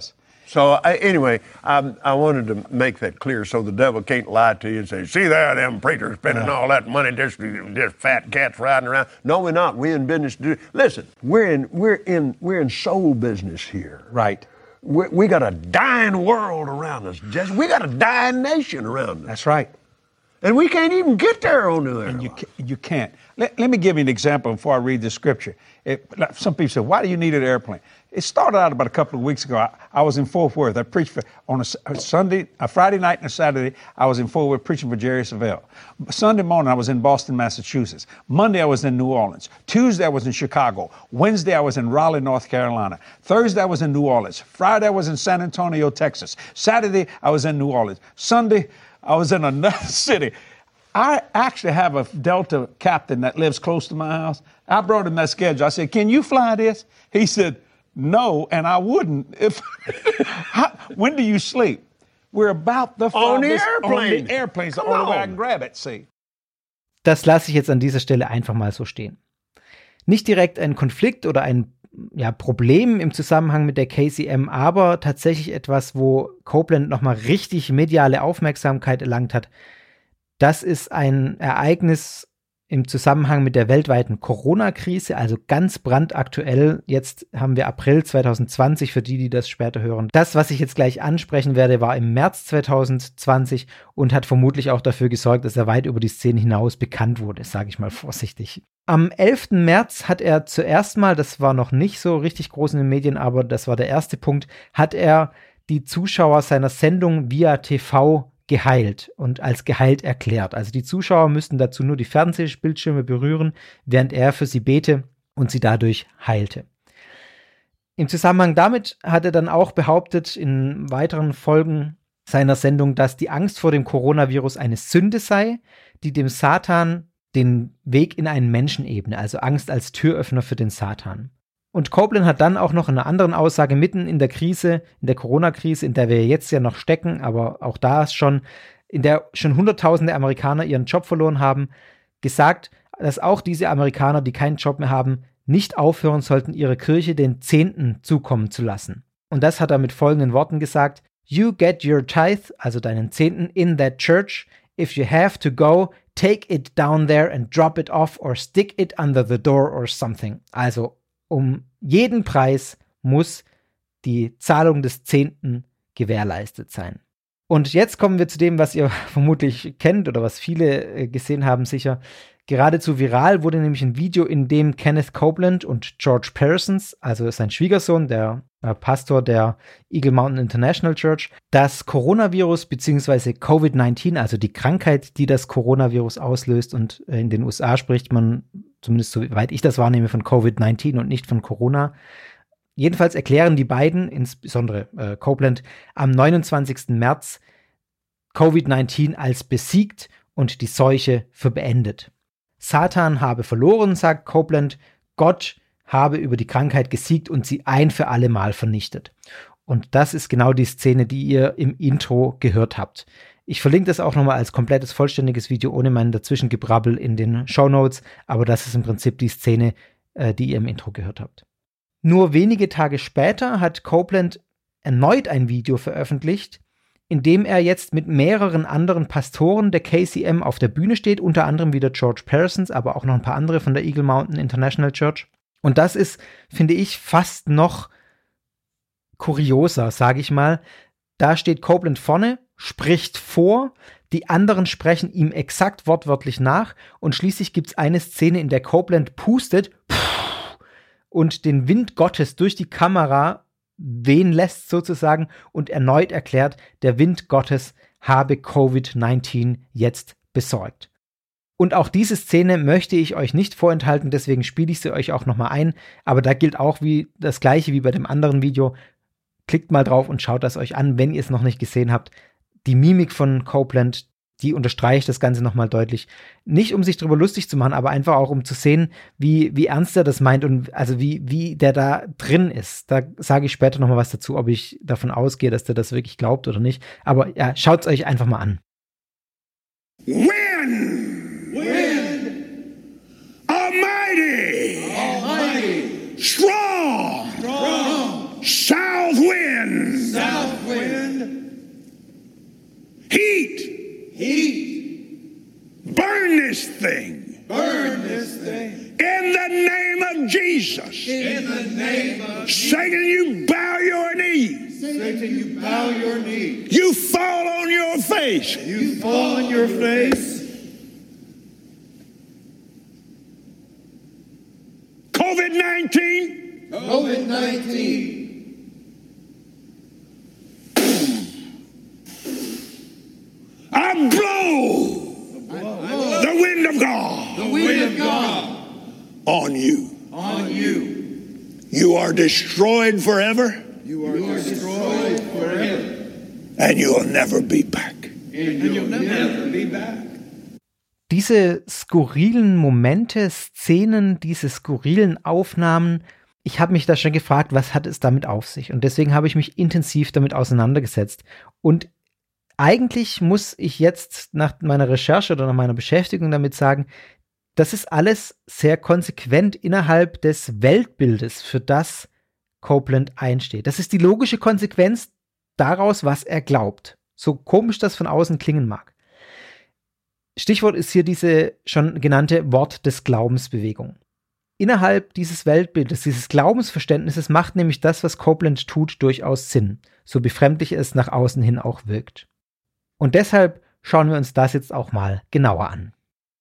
So I, anyway, I, I wanted to make that clear so the devil can't lie to you and say, see there, them preachers spending yeah. all that money, just, just fat cats riding around. No, we're not. We're in business to do. Listen, we're in we're in we're in soul business here. Right. We we got a dying world around us. Just we got a dying nation around us. That's right. And we can't even get there on the air. And you you can't. Let, let me give you an example before I read the scripture. It, some people say, why do you need an airplane? It started out about a couple of weeks ago. I, I was in Fort Worth. I preached for, on a, a Sunday, a Friday night and a Saturday. I was in Fort Worth preaching for Jerry Savelle. Sunday morning, I was in Boston, Massachusetts. Monday, I was in New Orleans. Tuesday, I was in Chicago. Wednesday, I was in Raleigh, North Carolina. Thursday, I was in New Orleans. Friday, I was in San Antonio, Texas. Saturday, I was in New Orleans. Sunday, I was in another city. I actually have a Delta captain that lives close to my house. I brought him that schedule. I said, can you fly this? He said, no, and I wouldn't. If How, when do you sleep? We're about the on the farthest airplane. On the airplanes, the Come only way I on. can grab it, see. Das lasse ich jetzt an dieser Stelle einfach mal so stehen. Nicht direkt ein Konflikt oder ein ja, Problem im Zusammenhang mit der K C M, aber tatsächlich etwas, wo Copeland nochmal richtig mediale Aufmerksamkeit erlangt hat. Das ist ein Ereignis im Zusammenhang mit der weltweiten Corona-Krise, also ganz brandaktuell. Jetzt haben wir April zwanzig zwanzig, für die, die das später hören. Das, was ich jetzt gleich ansprechen werde, war im März zwanzig zwanzig und hat vermutlich auch dafür gesorgt, dass er weit über die Szene hinaus bekannt wurde, sage ich mal vorsichtig. Am elften März hat er zuerst mal, das war noch nicht so richtig groß in den Medien, aber das war der erste Punkt, hat er die Zuschauer seiner Sendung via T V geheilt und als geheilt erklärt. Also die Zuschauer müssten dazu nur die Fernsehbildschirme berühren, während er für sie bete und sie dadurch heilte. Im Zusammenhang damit hat er dann auch behauptet in weiteren Folgen seiner Sendung, dass die Angst vor dem Coronavirus eine Sünde sei, die dem Satan den Weg in einen Menschen ebne, also Angst als Türöffner für den Satan. Und Copeland hat dann auch noch in einer anderen Aussage mitten in der Krise, in der Corona-Krise, in der wir jetzt ja noch stecken, aber auch da ist schon, in der schon Hunderttausende Amerikaner ihren Job verloren haben, gesagt, dass auch diese Amerikaner, die keinen Job mehr haben, nicht aufhören sollten, ihrer Kirche den Zehnten zukommen zu lassen. Und das hat er mit folgenden Worten gesagt: You get your tithe, also deinen Zehnten, in that church. If you have to go, take it down there and drop it off or stick it under the door or something. Also um jeden Preis muss die Zahlung des Zehnten gewährleistet sein. Und jetzt kommen wir zu dem, was ihr vermutlich kennt oder was viele gesehen haben sicher. Geradezu viral wurde nämlich ein Video, in dem Kenneth Copeland und George Parsons, also sein Schwiegersohn, der äh, Pastor der Eagle Mountain International Church, das Coronavirus bzw. Covid neunzehn, also die Krankheit, die das Coronavirus auslöst, und äh, in den U S A spricht man, zumindest soweit ich das wahrnehme, von Covid neunzehn und nicht von Corona. Jedenfalls erklären die beiden, insbesondere äh, Copeland, am neunundzwanzigsten März Covid neunzehn als besiegt und die Seuche für beendet. Satan habe verloren, sagt Copeland, Gott habe über die Krankheit gesiegt und sie ein für alle Mal vernichtet. Und das ist genau die Szene, die ihr im Intro gehört habt. Ich verlinke das auch nochmal als komplettes, vollständiges Video ohne mein Dazwischengebrabbel in den Shownotes, aber das ist im Prinzip die Szene, äh, die ihr im Intro gehört habt. Nur wenige Tage später hat Copeland erneut ein Video veröffentlicht, in dem er jetzt mit mehreren anderen Pastoren der K C M auf der Bühne steht, unter anderem wieder George Parsons, aber auch noch ein paar andere von der Eagle Mountain International Church. Und das ist, finde ich, fast noch kurioser, sage ich mal. Da steht Copeland vorne, spricht vor, die anderen sprechen ihm exakt wortwörtlich nach und schließlich gibt es eine Szene, in der Copeland pustet und den Wind Gottes durch die Kamera wehen lässt sozusagen und erneut erklärt, der Wind Gottes habe Covid neunzehn jetzt besorgt. Und auch diese Szene möchte ich euch nicht vorenthalten, deswegen spiele ich sie euch auch nochmal ein, aber da gilt auch wie das gleiche wie bei dem anderen Video. Klickt mal drauf und schaut das euch an, wenn ihr es noch nicht gesehen habt. Die Mimik von Copeland, die unterstreicht das Ganze nochmal deutlich. Nicht, um sich drüber lustig zu machen, aber einfach auch, um zu sehen, wie, wie ernst er das meint und also wie, wie der da drin ist. Da sage ich später nochmal was dazu, ob ich davon ausgehe, dass der das wirklich glaubt oder nicht. Aber ja, schaut es euch einfach mal an. Win! Win! Almighty! Almighty! Strong! Strong! South wind! South the name of Jesus. Satan, you bow your knee. Satan, you bow your knee. You fall on your face. You fall on your face. COVID nineteen. COVID nineteen. I blow, I blow the wind of God. The wind of God on you. On you. You are destroyed forever. You are, you are destroyed forever. And you'll never be back. And you'll never be back. Diese skurrilen Momente, Szenen, diese skurrilen Aufnahmen, ich habe mich da schon gefragt, was hat es damit auf sich? Und deswegen habe ich mich intensiv damit auseinandergesetzt. Und eigentlich muss ich jetzt nach meiner Recherche oder nach meiner Beschäftigung damit sagen, das ist alles sehr konsequent innerhalb des Weltbildes, für das Copeland einsteht. Das ist die logische Konsequenz daraus, was er glaubt. So komisch das von außen klingen mag. Stichwort ist hier diese schon genannte Wort des Glaubensbewegung. Innerhalb dieses Weltbildes, dieses Glaubensverständnisses macht nämlich das, was Copeland tut, durchaus Sinn, so befremdlich es nach außen hin auch wirkt. Und deshalb schauen wir uns das jetzt auch mal genauer an.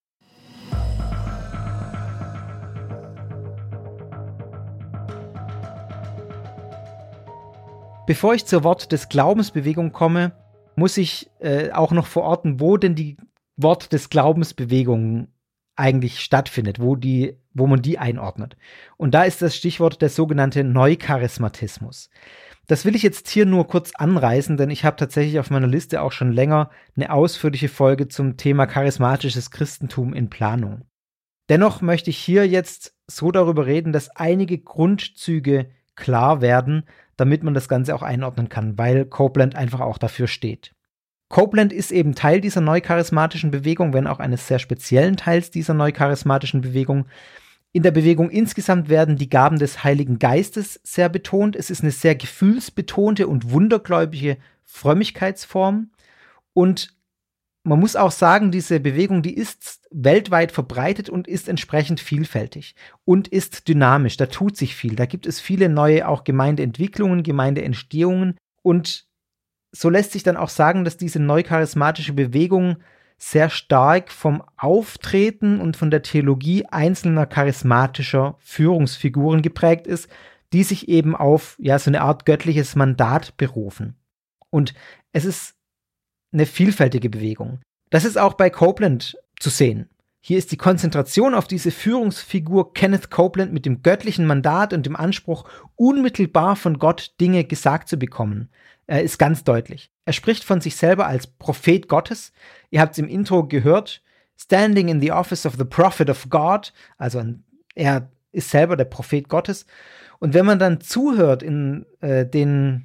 Bevor ich zur Wort des Glaubensbewegung komme, muss ich äh, auch noch verorten, wo denn die Wort des Glaubensbewegung eigentlich stattfindet, wo, die, wo man die einordnet. Und da ist das Stichwort der sogenannte Neucharismatismus. Das will ich jetzt hier nur kurz anreißen, denn ich habe tatsächlich auf meiner Liste auch schon länger eine ausführliche Folge zum Thema charismatisches Christentum in Planung. Dennoch möchte ich hier jetzt so darüber reden, dass einige Grundzüge klar werden, damit man das Ganze auch einordnen kann, weil Copeland einfach auch dafür steht. Copeland ist eben Teil dieser neucharismatischen Bewegung, wenn auch eines sehr speziellen Teils dieser neucharismatischen Bewegung. In der Bewegung insgesamt werden die Gaben des Heiligen Geistes sehr betont. Es ist eine sehr gefühlsbetonte und wundergläubige Frömmigkeitsform. Und man muss auch sagen, diese Bewegung, die ist weltweit verbreitet und ist entsprechend vielfältig und ist dynamisch. Da tut sich viel. Da gibt es viele neue auch Gemeindeentwicklungen, Gemeindeentstehungen. Und so lässt sich dann auch sagen, dass diese neucharismatische Bewegung sehr stark vom Auftreten und von der Theologie einzelner charismatischer Führungsfiguren geprägt ist, die sich eben auf ja so eine Art göttliches Mandat berufen. Und es ist eine vielfältige Bewegung. Das ist auch bei Copeland zu sehen. Hier ist die Konzentration auf diese Führungsfigur Kenneth Copeland mit dem göttlichen Mandat und dem Anspruch, unmittelbar von Gott Dinge gesagt zu bekommen, äh, ist ganz deutlich. Er spricht von sich selber als Prophet Gottes. Ihr habt es im Intro gehört. Standing in the office of the prophet of God. Also er ist selber der Prophet Gottes. Und wenn man dann zuhört in äh, den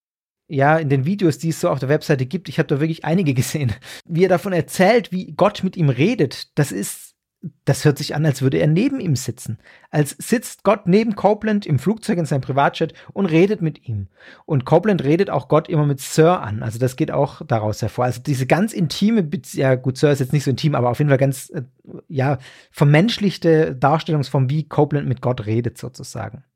ja, in den Videos, die es so auf der Webseite gibt, ich habe da wirklich einige gesehen, wie er davon erzählt, wie Gott mit ihm redet, das ist, das hört sich an, als würde er neben ihm sitzen. Als sitzt Gott neben Copeland im Flugzeug in seinem Privatjet und redet mit ihm. Und Copeland redet auch Gott immer mit Sir an, also das geht auch daraus hervor. Also diese ganz intime, Bezie- ja gut, Sir ist jetzt nicht so intim, aber auf jeden Fall ganz, äh, ja, vermenschlichte Darstellungsform, wie Copeland mit Gott redet sozusagen.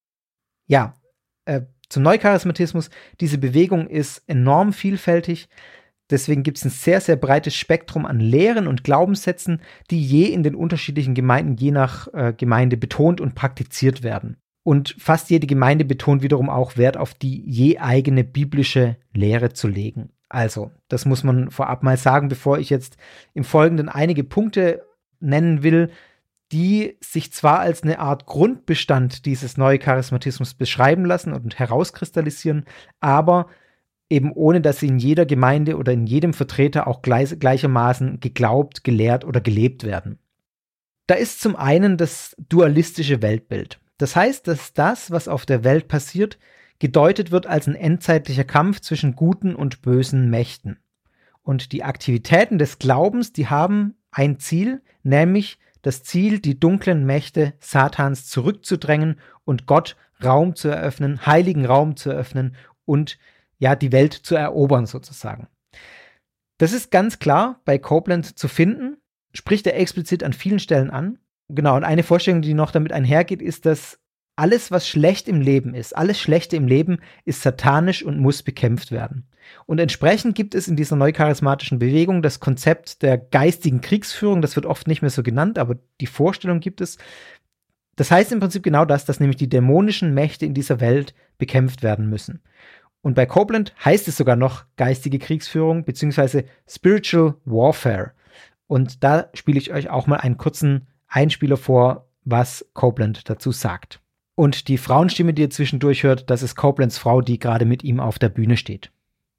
Ja, äh, Zum Neucharismatismus, diese Bewegung ist enorm vielfältig, deswegen gibt es ein sehr, sehr breites Spektrum an Lehren und Glaubenssätzen, die je in den unterschiedlichen Gemeinden, je nach äh, Gemeinde betont und praktiziert werden. Und fast jede Gemeinde betont wiederum auch Wert auf die je eigene biblische Lehre zu legen. Also, das muss man vorab mal sagen, bevor ich jetzt im Folgenden einige Punkte nennen will, die sich zwar als eine Art Grundbestand dieses Neucharismatismus beschreiben lassen und herauskristallisieren, aber eben ohne, dass sie in jeder Gemeinde oder in jedem Vertreter auch gleich, gleichermaßen geglaubt, gelehrt oder gelebt werden. Da ist zum einen das dualistische Weltbild. Das heißt, dass das, was auf der Welt passiert, gedeutet wird als ein endzeitlicher Kampf zwischen guten und bösen Mächten. Und die Aktivitäten des Glaubens, die haben ein Ziel, nämlich das Ziel, die dunklen Mächte Satans zurückzudrängen und Gott Raum zu eröffnen, heiligen Raum zu eröffnen und ja, die Welt zu erobern sozusagen. Das ist ganz klar bei Copeland zu finden, spricht er explizit an vielen Stellen an. Genau, und eine Vorstellung, die noch damit einhergeht, ist, dass alles, was schlecht im Leben ist, alles Schlechte im Leben ist satanisch und muss bekämpft werden. Und entsprechend gibt es in dieser neucharismatischen Bewegung das Konzept der geistigen Kriegsführung. Das wird oft nicht mehr so genannt, aber die Vorstellung gibt es. Das heißt im Prinzip genau das, dass nämlich die dämonischen Mächte in dieser Welt bekämpft werden müssen. Und bei Copeland heißt es sogar noch geistige Kriegsführung bzw. Spiritual Warfare. Und da spiele ich euch auch mal einen kurzen Einspieler vor, was Copeland dazu sagt. Und die Frauenstimme, die ihr zwischendurch hört, das ist Copelands Frau, die gerade mit ihm auf der Bühne steht.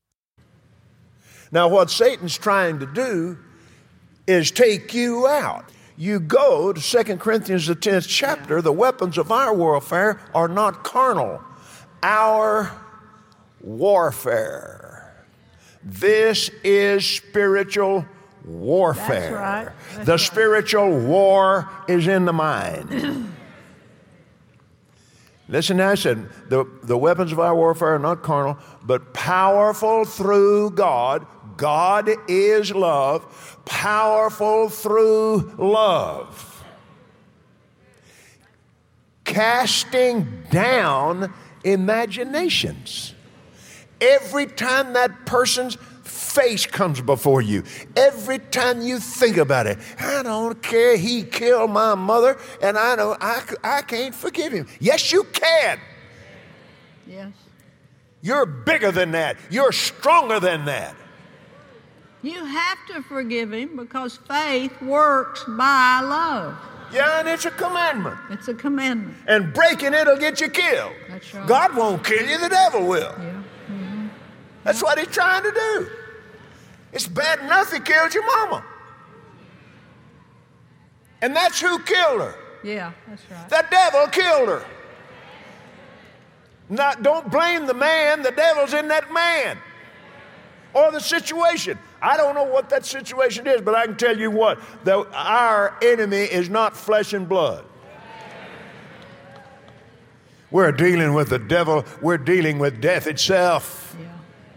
Now what Satan's trying to do is take you out. You go to Second Corinthians, the tenth chapter, the weapons of our warfare are not carnal. Our warfare. This is spiritual warfare. That's right. That's the right. spiritual war is in the mind. Listen now, I said, the, the weapons of our warfare are not carnal, but powerful through God. God is love, powerful through love. Casting down imaginations. Every time that person's face comes before you, every time you think about it, I don't care, he killed my mother, and I know I, I can't forgive him. Yes, you can. Yes. You're bigger than that. You're stronger than that. You have to forgive him because faith works by love. Yeah, and it's a commandment. It's a commandment. And breaking it'll get you killed. That's right. God won't kill you, the devil will. Yeah. Mm-hmm. That's what he's trying to do. It's bad enough he killed your mama. And that's who killed her. Yeah, that's right. The devil killed her. Not, don't blame the man, the devil's in that man. Or the situation. I don't know what that situation is, but I can tell you what, that our enemy is not flesh and blood. We're dealing with the devil, we're dealing with death itself. Yeah.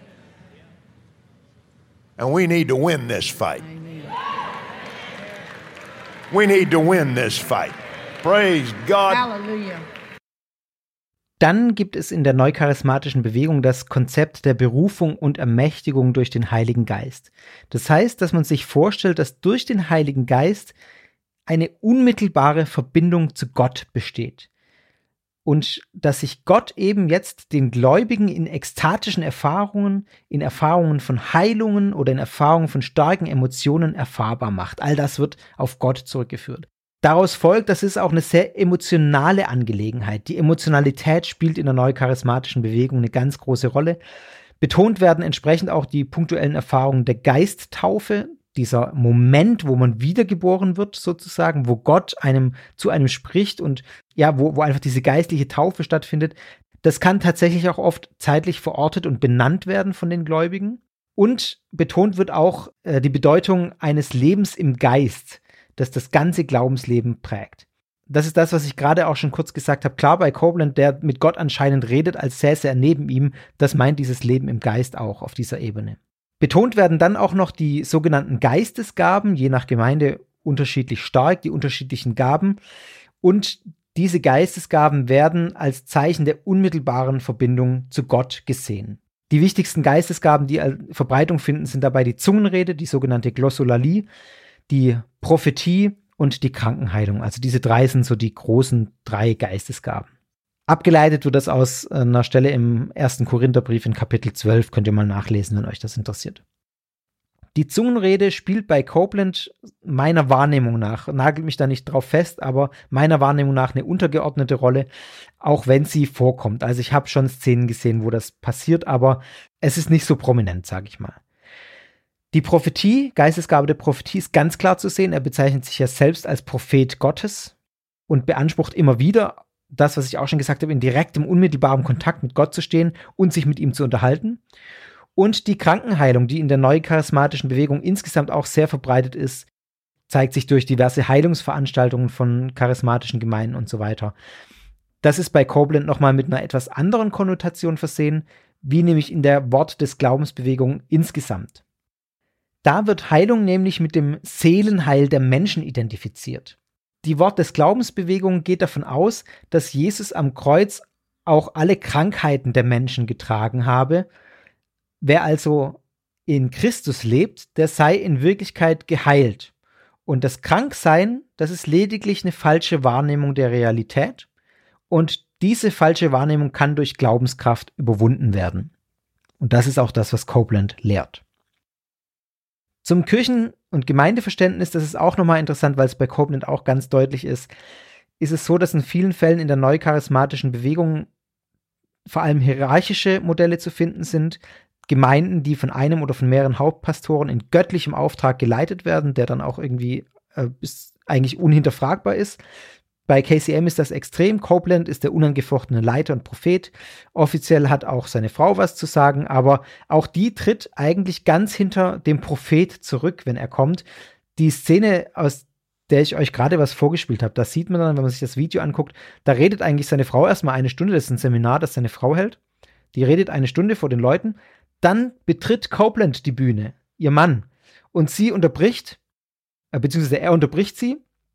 And we need to win this fight. We need to win this fight. Praise God. Hallelujah. Dann gibt es in der neucharismatischen Bewegung das Konzept der Berufung und Ermächtigung durch den Heiligen Geist. Das heißt, dass man sich vorstellt, dass durch den Heiligen Geist eine unmittelbare Verbindung zu Gott besteht. Und dass sich Gott eben jetzt den Gläubigen in ekstatischen Erfahrungen, in Erfahrungen von Heilungen oder in Erfahrungen von starken Emotionen erfahrbar macht. All das wird auf Gott zurückgeführt. Daraus folgt, das ist auch eine sehr emotionale Angelegenheit. Die Emotionalität spielt in der neucharismatischen Bewegung eine ganz große Rolle. Betont werden entsprechend auch die punktuellen Erfahrungen der Geisttaufe, dieser Moment, wo man wiedergeboren wird sozusagen, wo Gott einem zu einem spricht und ja, wo, wo einfach diese geistliche Taufe stattfindet. Das kann tatsächlich auch oft zeitlich verortet und benannt werden von den Gläubigen. Und betont wird auch äh, die Bedeutung eines Lebens im Geist, das das ganze Glaubensleben prägt. Das ist das, was ich gerade auch schon kurz gesagt habe. Klar, bei Copeland, der mit Gott anscheinend redet, als säße er neben ihm, das meint dieses Leben im Geist auch auf dieser Ebene. Betont werden dann auch noch die sogenannten Geistesgaben, je nach Gemeinde unterschiedlich stark, die unterschiedlichen Gaben. Und diese Geistesgaben werden als Zeichen der unmittelbaren Verbindung zu Gott gesehen. Die wichtigsten Geistesgaben, die Verbreitung finden, sind dabei die Zungenrede, die sogenannte Glossolalie, die Prophetie und die Krankenheilung. Also diese drei sind so die großen drei Geistesgaben. Abgeleitet wird das aus einer Stelle im ersten Korintherbrief in Kapitel zwölf, könnt ihr mal nachlesen, wenn euch das interessiert. Die Zungenrede spielt bei Copeland meiner Wahrnehmung nach, nagelt mich da nicht drauf fest, aber meiner Wahrnehmung nach eine untergeordnete Rolle, auch wenn sie vorkommt. Also ich habe schon Szenen gesehen, wo das passiert, aber es ist nicht so prominent, sage ich mal. Die Prophetie, Geistesgabe der Prophetie ist ganz klar zu sehen. Er bezeichnet sich ja selbst als Prophet Gottes und beansprucht immer wieder, das, was ich auch schon gesagt habe, in direktem, unmittelbarem Kontakt mit Gott zu stehen und sich mit ihm zu unterhalten. Und die Krankenheilung, die in der neucharismatischen Bewegung insgesamt auch sehr verbreitet ist, zeigt sich durch diverse Heilungsveranstaltungen von charismatischen Gemeinden und so weiter. Das ist bei Copeland nochmal mit einer etwas anderen Konnotation versehen, wie nämlich in der Wort des Glaubensbewegung insgesamt. Da wird Heilung nämlich mit dem Seelenheil der Menschen identifiziert. Die Wort des Glaubensbewegung geht davon aus, dass Jesus am Kreuz auch alle Krankheiten der Menschen getragen habe. Wer also in Christus lebt, der sei in Wirklichkeit geheilt. Und das Kranksein, das ist lediglich eine falsche Wahrnehmung der Realität. Und diese falsche Wahrnehmung kann durch Glaubenskraft überwunden werden. Und das ist auch das, was Copeland lehrt. Zum Kirchen- und Gemeindeverständnis, das ist auch nochmal interessant, weil es bei Copeland auch ganz deutlich ist, ist es so, dass in vielen Fällen in der neucharismatischen Bewegung vor allem hierarchische Modelle zu finden sind. Gemeinden, die von einem oder von mehreren Hauptpastoren in göttlichem Auftrag geleitet werden, der dann auch irgendwie äh, bis eigentlich unhinterfragbar ist. Bei K C M ist das extrem. Copeland ist der unangefochtene Leiter und Prophet. Offiziell hat auch seine Frau was zu sagen, aber auch die tritt eigentlich ganz hinter dem Prophet zurück, wenn er kommt. Die Szene, aus der ich euch gerade was vorgespielt habe, das sieht man dann, wenn man sich das Video anguckt, da redet eigentlich seine Frau erstmal eine Stunde, das ist ein Seminar, das seine Frau hält. Die redet eine Stunde vor den Leuten, dann betritt Copeland die Bühne, ihr Mann, und sie unterbricht, äh, beziehungsweise er unterbricht sie,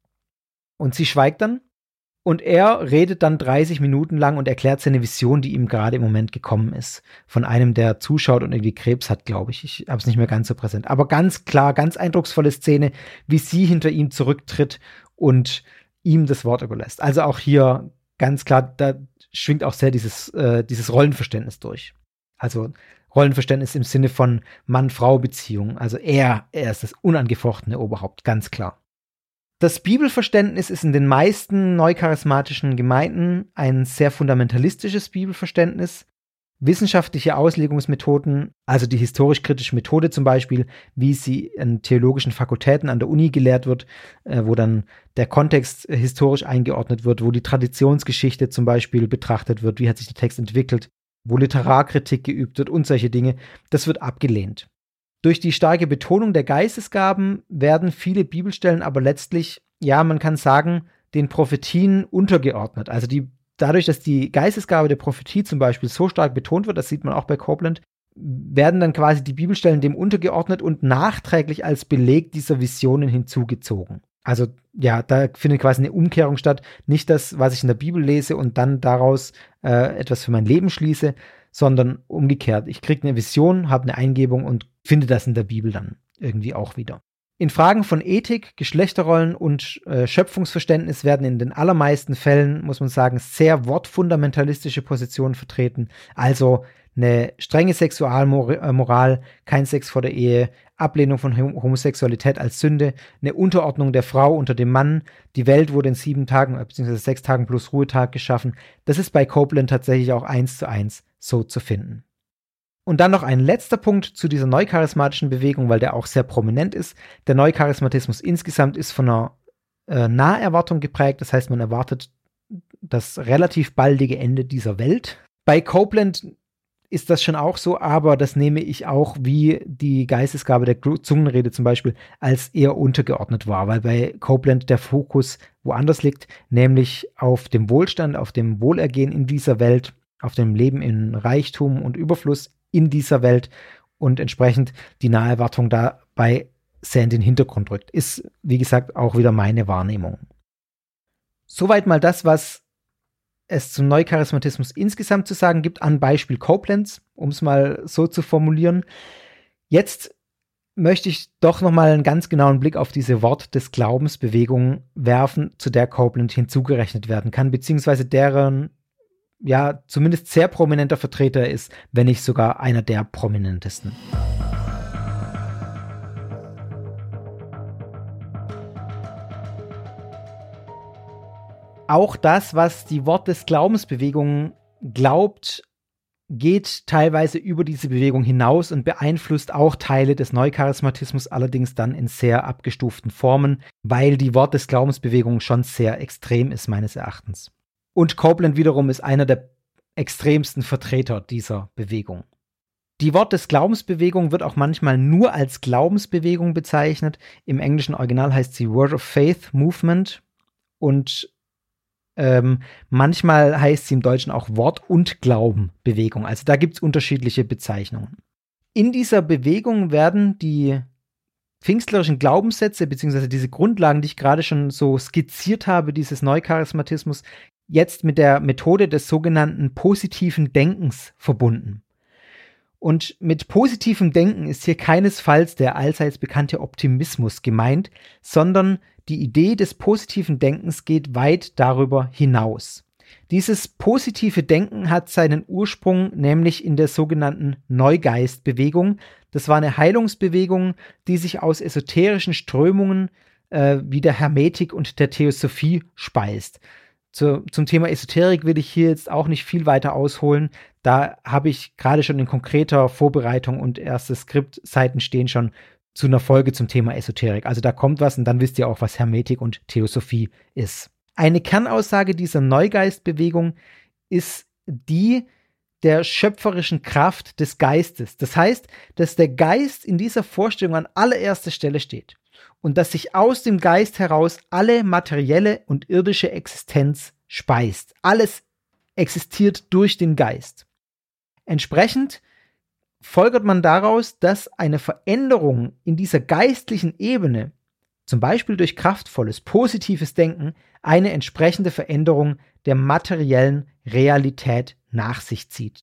und sie schweigt dann und er redet dann dreißig Minuten lang und erklärt seine Vision, die ihm gerade im Moment gekommen ist. Von einem, der zuschaut und irgendwie Krebs hat, glaube ich. Ich habe es nicht mehr ganz so präsent. Aber ganz klar, ganz eindrucksvolle Szene, wie sie hinter ihm zurücktritt und ihm das Wort überlässt. Also auch hier ganz klar, da schwingt auch sehr dieses, äh, dieses Rollenverständnis durch. Also Rollenverständnis im Sinne von Mann-Frau-Beziehung. Also er, er ist das unangefochtene Oberhaupt, ganz klar. Das Bibelverständnis ist in den meisten neucharismatischen Gemeinden ein sehr fundamentalistisches Bibelverständnis. Wissenschaftliche Auslegungsmethoden, also die historisch-kritische Methode zum Beispiel, wie sie in theologischen Fakultäten an der Uni gelehrt wird, äh, wo dann der Kontext äh, historisch eingeordnet wird, wo die Traditionsgeschichte zum Beispiel betrachtet wird, wie hat sich der Text entwickelt, wo Literarkritik geübt wird und solche Dinge, das wird abgelehnt. Durch die starke Betonung der Geistesgaben werden viele Bibelstellen aber letztlich, ja, man kann sagen, den Prophetien untergeordnet. Also die, dadurch, dass die Geistesgabe der Prophetie zum Beispiel so stark betont wird, das sieht man auch bei Copeland, werden dann quasi die Bibelstellen dem untergeordnet und nachträglich als Beleg dieser Visionen hinzugezogen. Also ja, da findet quasi eine Umkehrung statt. Nicht das, was ich in der Bibel lese und dann daraus äh, etwas für mein Leben schließe, sondern umgekehrt. Ich kriege eine Vision, habe eine Eingebung und finde das in der Bibel dann irgendwie auch wieder. In Fragen von Ethik, Geschlechterrollen und äh, Schöpfungsverständnis werden in den allermeisten Fällen, muss man sagen, sehr wortfundamentalistische Positionen vertreten. Also eine strenge Sexualmoral, kein Sex vor der Ehe, Ablehnung von Homosexualität als Sünde, eine Unterordnung der Frau unter dem Mann. Die Welt wurde in sieben Tagen bzw. sechs Tagen plus Ruhetag geschaffen. Das ist bei Copeland tatsächlich auch eins zu eins so zu finden. Und dann noch ein letzter Punkt zu dieser neucharismatischen Bewegung, weil der auch sehr prominent ist. Der Neucharismatismus insgesamt ist von einer äh, Naherwartung geprägt. Das heißt, man erwartet das relativ baldige Ende dieser Welt. Bei Copeland ist das schon auch so, aber das nehme ich auch wie die Geistesgabe der Zungenrede zum Beispiel als eher untergeordnet wahr, weil bei Copeland der Fokus woanders liegt, nämlich auf dem Wohlstand, auf dem Wohlergehen in dieser Welt, auf dem Leben in Reichtum und Überfluss in dieser Welt und entsprechend die Naherwartung dabei sehr in den Hintergrund rückt. Ist, wie gesagt, auch wieder meine Wahrnehmung. Soweit mal das, was es zum Neucharismatismus insgesamt zu sagen gibt, an Beispiel Copelands, um es mal so zu formulieren. Jetzt möchte ich doch nochmal einen ganz genauen Blick auf diese Wort des Glaubensbewegung werfen, zu der Copeland hinzugerechnet werden kann, beziehungsweise deren ja zumindest sehr prominenter Vertreter ist, wenn nicht sogar einer der prominentesten. Auch das, was die Wort des Glaubensbewegung glaubt, geht teilweise über diese Bewegung hinaus und beeinflusst auch Teile des Neucharismatismus, allerdings dann in sehr abgestuften Formen, weil die Wort des Glaubensbewegung schon sehr extrem ist, meines Erachtens. Und Copeland wiederum ist einer der extremsten Vertreter dieser Bewegung. Die Wort des Glaubensbewegung wird auch manchmal nur als Glaubensbewegung bezeichnet. Im englischen Original heißt sie Word of Faith Movement und ähm, manchmal heißt sie im Deutschen auch Wort- und Glauben-Bewegung. Also da gibt es unterschiedliche Bezeichnungen. In dieser Bewegung werden die pfingstlerischen Glaubenssätze, beziehungsweise diese Grundlagen, die ich gerade schon so skizziert habe, dieses Neucharismatismus, jetzt mit der Methode des sogenannten positiven Denkens verbunden. Und mit positivem Denken ist hier keinesfalls der allseits bekannte Optimismus gemeint, sondern die Idee des positiven Denkens geht weit darüber hinaus. Dieses positive Denken hat seinen Ursprung nämlich in der sogenannten Neugeistbewegung. Das war eine Heilungsbewegung, die sich aus esoterischen Strömungen äh, wie der Hermetik und der Theosophie speist. Zu, zum Thema Esoterik will ich hier jetzt auch nicht viel weiter ausholen. Da habe ich gerade schon in konkreter Vorbereitung und erste Skriptseiten stehen schon zu einer Folge zum Thema Esoterik. Also da kommt was und dann wisst ihr auch, was Hermetik und Theosophie ist. Eine Kernaussage dieser Neugeistbewegung ist die der schöpferischen Kraft des Geistes. Das heißt, dass der Geist in dieser Vorstellung an allererster Stelle steht und dass sich aus dem Geist heraus alle materielle und irdische Existenz speist. Alles existiert durch den Geist. Entsprechend folgert man daraus, dass eine Veränderung in dieser geistlichen Ebene, zum Beispiel durch kraftvolles, positives Denken, eine entsprechende Veränderung der materiellen Realität nach sich zieht.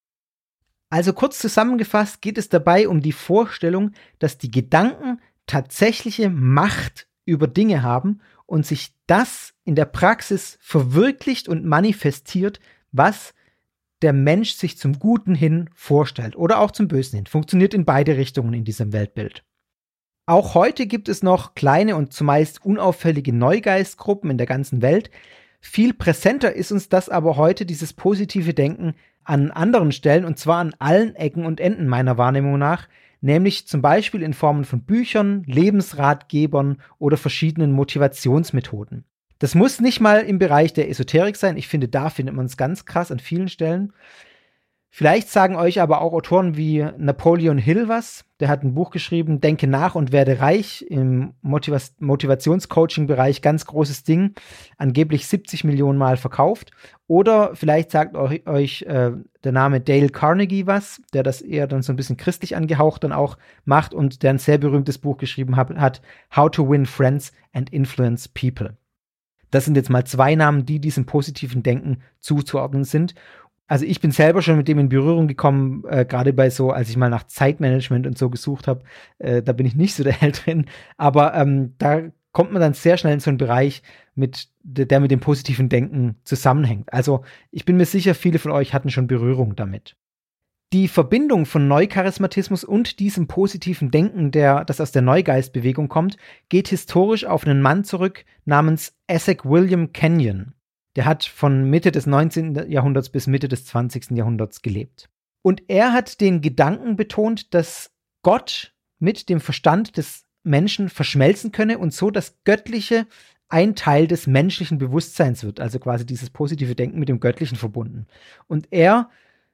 Also kurz zusammengefasst geht es dabei um die Vorstellung, dass die Gedanken tatsächliche Macht über Dinge haben und sich das in der Praxis verwirklicht und manifestiert, was der Mensch sich zum Guten hin vorstellt oder auch zum Bösen hin. Funktioniert in beide Richtungen in diesem Weltbild. Auch heute gibt es noch kleine und zumeist unauffällige Neugeistgruppen in der ganzen Welt. Viel präsenter ist uns das aber heute, dieses positive Denken, an anderen Stellen, und zwar an allen Ecken und Enden meiner Wahrnehmung nach, nämlich zum Beispiel in Formen von Büchern, Lebensratgebern oder verschiedenen Motivationsmethoden. Das muss nicht mal im Bereich der Esoterik sein. Ich finde, da findet man es ganz krass an vielen Stellen. Vielleicht sagen euch aber auch Autoren wie Napoleon Hill was. Der hat ein Buch geschrieben, Denke nach und werde reich, im Motiva- Motivationscoaching-Bereich, ganz großes Ding, angeblich siebzig Millionen Mal verkauft. Oder vielleicht sagt euch, euch äh, der Name Dale Carnegie was, der das eher dann so ein bisschen christlich angehaucht dann auch macht und der ein sehr berühmtes Buch geschrieben hat, hat How to Win Friends and Influence People. Das sind jetzt mal zwei Namen, die diesem positiven Denken zuzuordnen sind. Also ich bin selber schon mit dem in Berührung gekommen, äh, gerade bei so, als ich mal nach Zeitmanagement und so gesucht habe, äh, da bin ich nicht so der Held drin, aber ähm, da kommt man dann sehr schnell in so einen Bereich, mit, der mit dem positiven Denken zusammenhängt. Also ich bin mir sicher, viele von euch hatten schon Berührung damit. Die Verbindung von Neucharismatismus und diesem positiven Denken, der, das aus der Neugeistbewegung kommt, geht historisch auf einen Mann zurück namens Isaac William Kenyon. Der hat von Mitte des neunzehnten Jahrhunderts bis Mitte des zwanzigsten Jahrhunderts gelebt. Und er hat den Gedanken betont, dass Gott mit dem Verstand des Menschen verschmelzen könne und so das Göttliche ein Teil des menschlichen Bewusstseins wird. Also quasi dieses positive Denken mit dem Göttlichen verbunden. Und er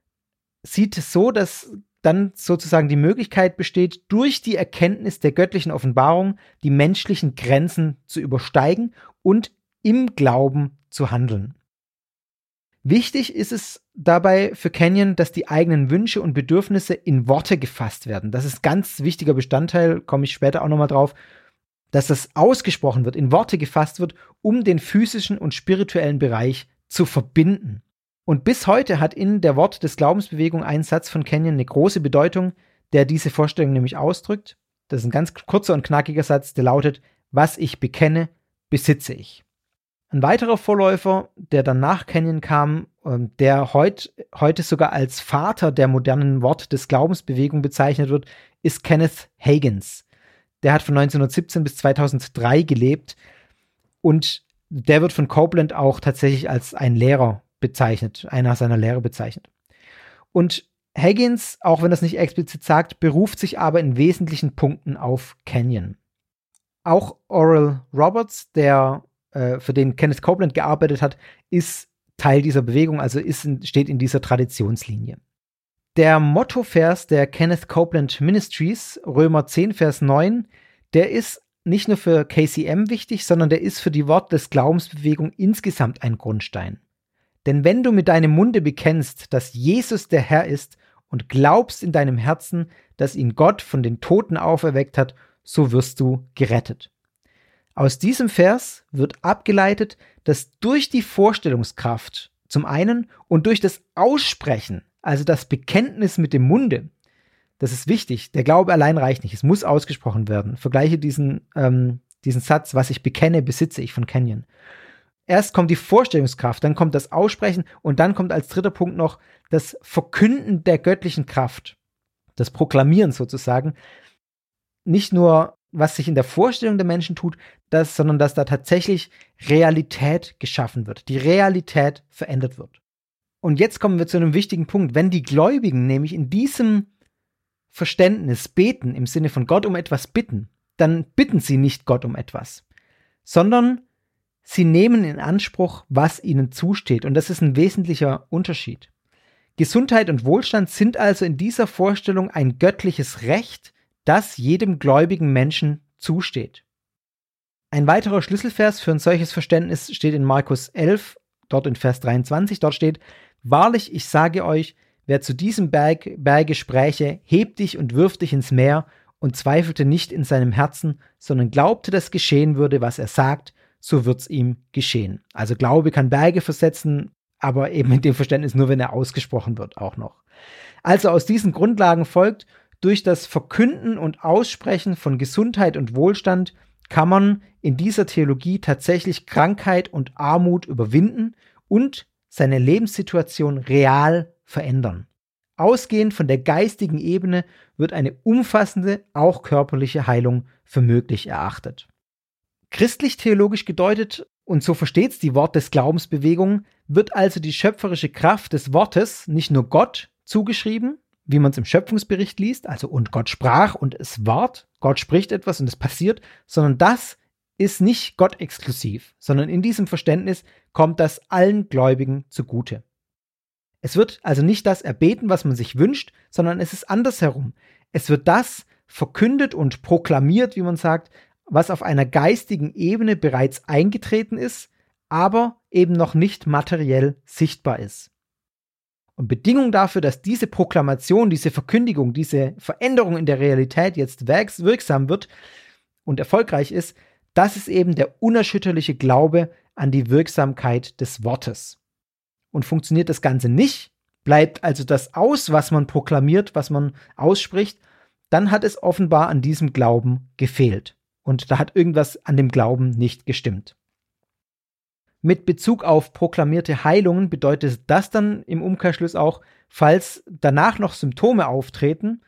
sieht es so, dass dann sozusagen die Möglichkeit besteht, durch die Erkenntnis der göttlichen Offenbarung die menschlichen Grenzen zu übersteigen und im Glauben zu handeln. Wichtig ist es dabei für Kenyon, dass die eigenen Wünsche und Bedürfnisse in Worte gefasst werden. Das ist ein ganz wichtiger Bestandteil, komme ich später auch nochmal drauf, dass das ausgesprochen wird, in Worte gefasst wird, um den physischen und spirituellen Bereich zu verbinden. Und bis heute hat in der Wort des Glaubensbewegung ein Satz von Kenyon eine große Bedeutung, der diese Vorstellung nämlich ausdrückt. Das ist ein ganz kurzer und knackiger Satz, der lautet: Was ich bekenne, besitze ich. Ein weiterer Vorläufer, der dann nach Kenyon kam, der heut, heute sogar als Vater der modernen Wort des Glaubensbewegung bezeichnet wird, ist Kenneth Hagins. Der hat von neunzehnhundertsiebzehn bis zweitausenddrei gelebt und der wird von Copeland auch tatsächlich als ein Lehrer bezeichnet, einer seiner Lehrer bezeichnet. Und Hagins, auch wenn das nicht explizit sagt, beruft sich aber in wesentlichen Punkten auf Kenyon. Auch Oral Roberts, der für den Kenneth Copeland gearbeitet hat, ist Teil dieser Bewegung, also ist, steht in dieser Traditionslinie. Der Mottovers der Kenneth Copeland Ministries, Römer zehn, Vers neun, der ist nicht nur für K C M wichtig, sondern der ist für die Wort des Glaubensbewegung insgesamt ein Grundstein. Denn wenn du mit deinem Munde bekennst, dass Jesus der Herr ist und glaubst in deinem Herzen, dass ihn Gott von den Toten auferweckt hat, so wirst du gerettet. Aus diesem Vers wird abgeleitet, dass durch die Vorstellungskraft zum einen und durch das Aussprechen, also das Bekenntnis mit dem Munde, das ist wichtig, der Glaube allein reicht nicht, es muss ausgesprochen werden. Vergleiche diesen, ähm, diesen Satz, was ich bekenne, besitze ich von Kenyon. Erst kommt die Vorstellungskraft, dann kommt das Aussprechen und dann kommt als dritter Punkt noch das Verkünden der göttlichen Kraft, das Proklamieren sozusagen. Nicht nur, was sich in der Vorstellung der Menschen tut, das, sondern dass da tatsächlich Realität geschaffen wird, die Realität verändert wird. Und jetzt kommen wir zu einem wichtigen Punkt. Wenn die Gläubigen nämlich in diesem Verständnis beten, im Sinne von Gott um etwas bitten, dann bitten sie nicht Gott um etwas, sondern sie nehmen in Anspruch, was ihnen zusteht. Und das ist ein wesentlicher Unterschied. Gesundheit und Wohlstand sind also in dieser Vorstellung ein göttliches Recht, das jedem gläubigen Menschen zusteht. Ein weiterer Schlüsselvers für ein solches Verständnis steht in Markus elf, dort in Vers dreiundzwanzig. Dort steht: Wahrlich, ich sage euch, wer zu diesem Berg, Berge spräche, heb dich und wirf dich ins Meer, und zweifelte nicht in seinem Herzen, sondern glaubte, dass geschehen würde, was er sagt, so wird's ihm geschehen. Also Glaube kann Berge versetzen, aber eben in dem Verständnis nur, wenn er ausgesprochen wird, auch noch. Also aus diesen Grundlagen folgt, durch das Verkünden und Aussprechen von Gesundheit und Wohlstand kann man in dieser Theologie tatsächlich Krankheit und Armut überwinden und seine Lebenssituation real verändern. Ausgehend von der geistigen Ebene wird eine umfassende, auch körperliche Heilung für möglich erachtet. Christlich-theologisch gedeutet, und so versteht's die Wort des Glaubensbewegung, wird also die schöpferische Kraft des Wortes nicht nur Gott zugeschrieben, wie man es im Schöpfungsbericht liest, also und Gott sprach und es ward, Gott spricht etwas und es passiert, sondern das ist nicht Gott exklusiv, sondern in diesem Verständnis kommt das allen Gläubigen zugute. Es wird also nicht das erbeten, was man sich wünscht, sondern es ist andersherum. Es wird das verkündet und proklamiert, wie man sagt, was auf einer geistigen Ebene bereits eingetreten ist, aber eben noch nicht materiell sichtbar ist. Und Bedingung dafür, dass diese Proklamation, diese Verkündigung, diese Veränderung in der Realität jetzt wirksam wird und erfolgreich ist, das ist eben der unerschütterliche Glaube an die Wirksamkeit des Wortes. Und funktioniert das Ganze nicht, bleibt also das aus, was man proklamiert, was man ausspricht, dann hat es offenbar an diesem Glauben gefehlt. Und da hat irgendwas an dem Glauben nicht gestimmt. Mit Bezug auf proklamierte Heilungen bedeutet das dann im Umkehrschluss auch, falls danach noch Symptome auftreten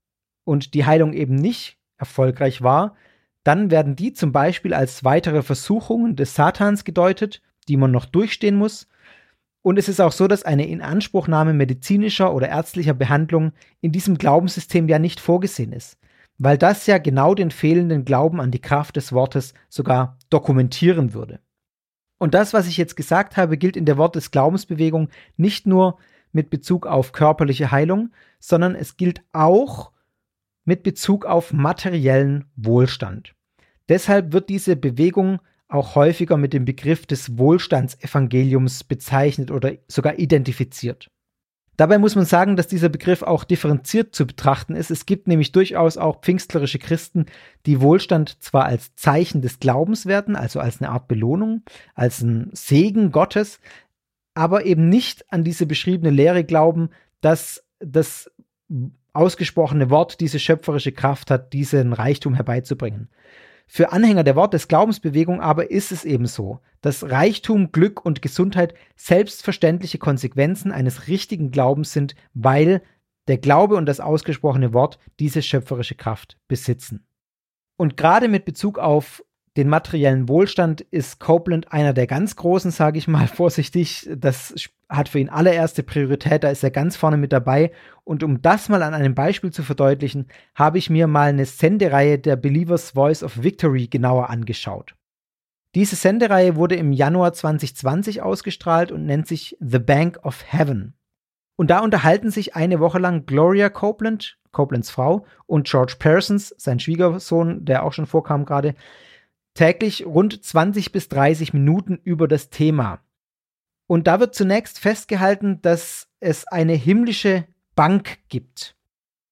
und die Heilung eben nicht erfolgreich war, dann werden die zum Beispiel als weitere Versuchungen des Satans gedeutet, die man noch durchstehen muss. Und es ist auch so, dass eine Inanspruchnahme medizinischer oder ärztlicher Behandlung in diesem Glaubenssystem ja nicht vorgesehen ist, weil das ja genau den fehlenden Glauben an die Kraft des Wortes sogar dokumentieren würde. Und das, was ich jetzt gesagt habe, gilt in der Wort des Glaubensbewegung nicht nur mit Bezug auf körperliche Heilung, sondern es gilt auch mit Bezug auf materiellen Wohlstand. Deshalb wird diese Bewegung auch häufiger mit dem Begriff des Wohlstandsevangeliums bezeichnet oder sogar identifiziert. Dabei muss man sagen, dass dieser Begriff auch differenziert zu betrachten ist. Es gibt nämlich durchaus auch pfingstlerische Christen, die Wohlstand zwar als Zeichen des Glaubens werten, also als eine Art Belohnung, als ein Segen Gottes, aber eben nicht an diese beschriebene Lehre glauben, dass das ausgesprochene Wort diese schöpferische Kraft hat, diesen Reichtum herbeizubringen. Für Anhänger der Wort des Glaubensbewegung aber ist es eben so, dass Reichtum, Glück und Gesundheit selbstverständliche Konsequenzen eines richtigen Glaubens sind, weil der Glaube und das ausgesprochene Wort diese schöpferische Kraft besitzen. Und gerade mit Bezug auf den materiellen Wohlstand ist Copeland einer der ganz Großen, sage ich mal vorsichtig. Das hat für ihn allererste Priorität, da ist er ganz vorne mit dabei. Und um das mal an einem Beispiel zu verdeutlichen, habe ich mir mal eine Sendereihe der Believer's Voice of Victory genauer angeschaut. Diese Sendereihe wurde im Januar zwanzig zwanzig ausgestrahlt und nennt sich The Bank of Heaven. Und da unterhalten sich eine Woche lang Gloria Copeland, Copelands Frau, und George Parsons, sein Schwiegersohn, der auch schon vorkam gerade, täglich rund zwanzig bis dreißig Minuten über das Thema. Und da wird zunächst festgehalten, dass es eine himmlische Bank gibt.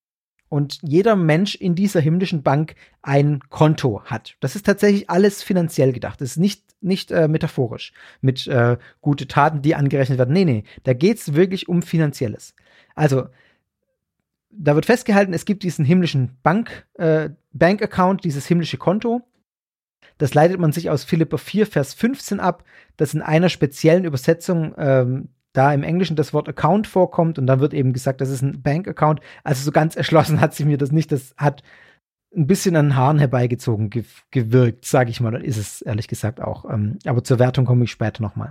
und jeder Mensch in dieser himmlischen Bank ein Konto hat. Das ist tatsächlich alles finanziell gedacht. Das ist nicht, nicht äh, metaphorisch mit äh, gute Taten, die angerechnet werden. Nee, nee, da geht es wirklich um Finanzielles. Also, da wird festgehalten, es gibt diesen himmlischen Bank, äh, Bank-Account, dieses himmlische Konto. Das leitet man sich aus Philipper vier, Vers fünfzehn ab, das in einer speziellen Übersetzung ähm, da im Englischen das Wort Account vorkommt und dann wird eben gesagt, das ist ein Bank-Account. Also so ganz erschlossen hat sich mir das nicht. Das hat ein bisschen an den Haaren herbeigezogen ge- gewirkt, sage ich mal. Dann ist es ehrlich gesagt auch. Ähm, aber zur Wertung komme ich später nochmal.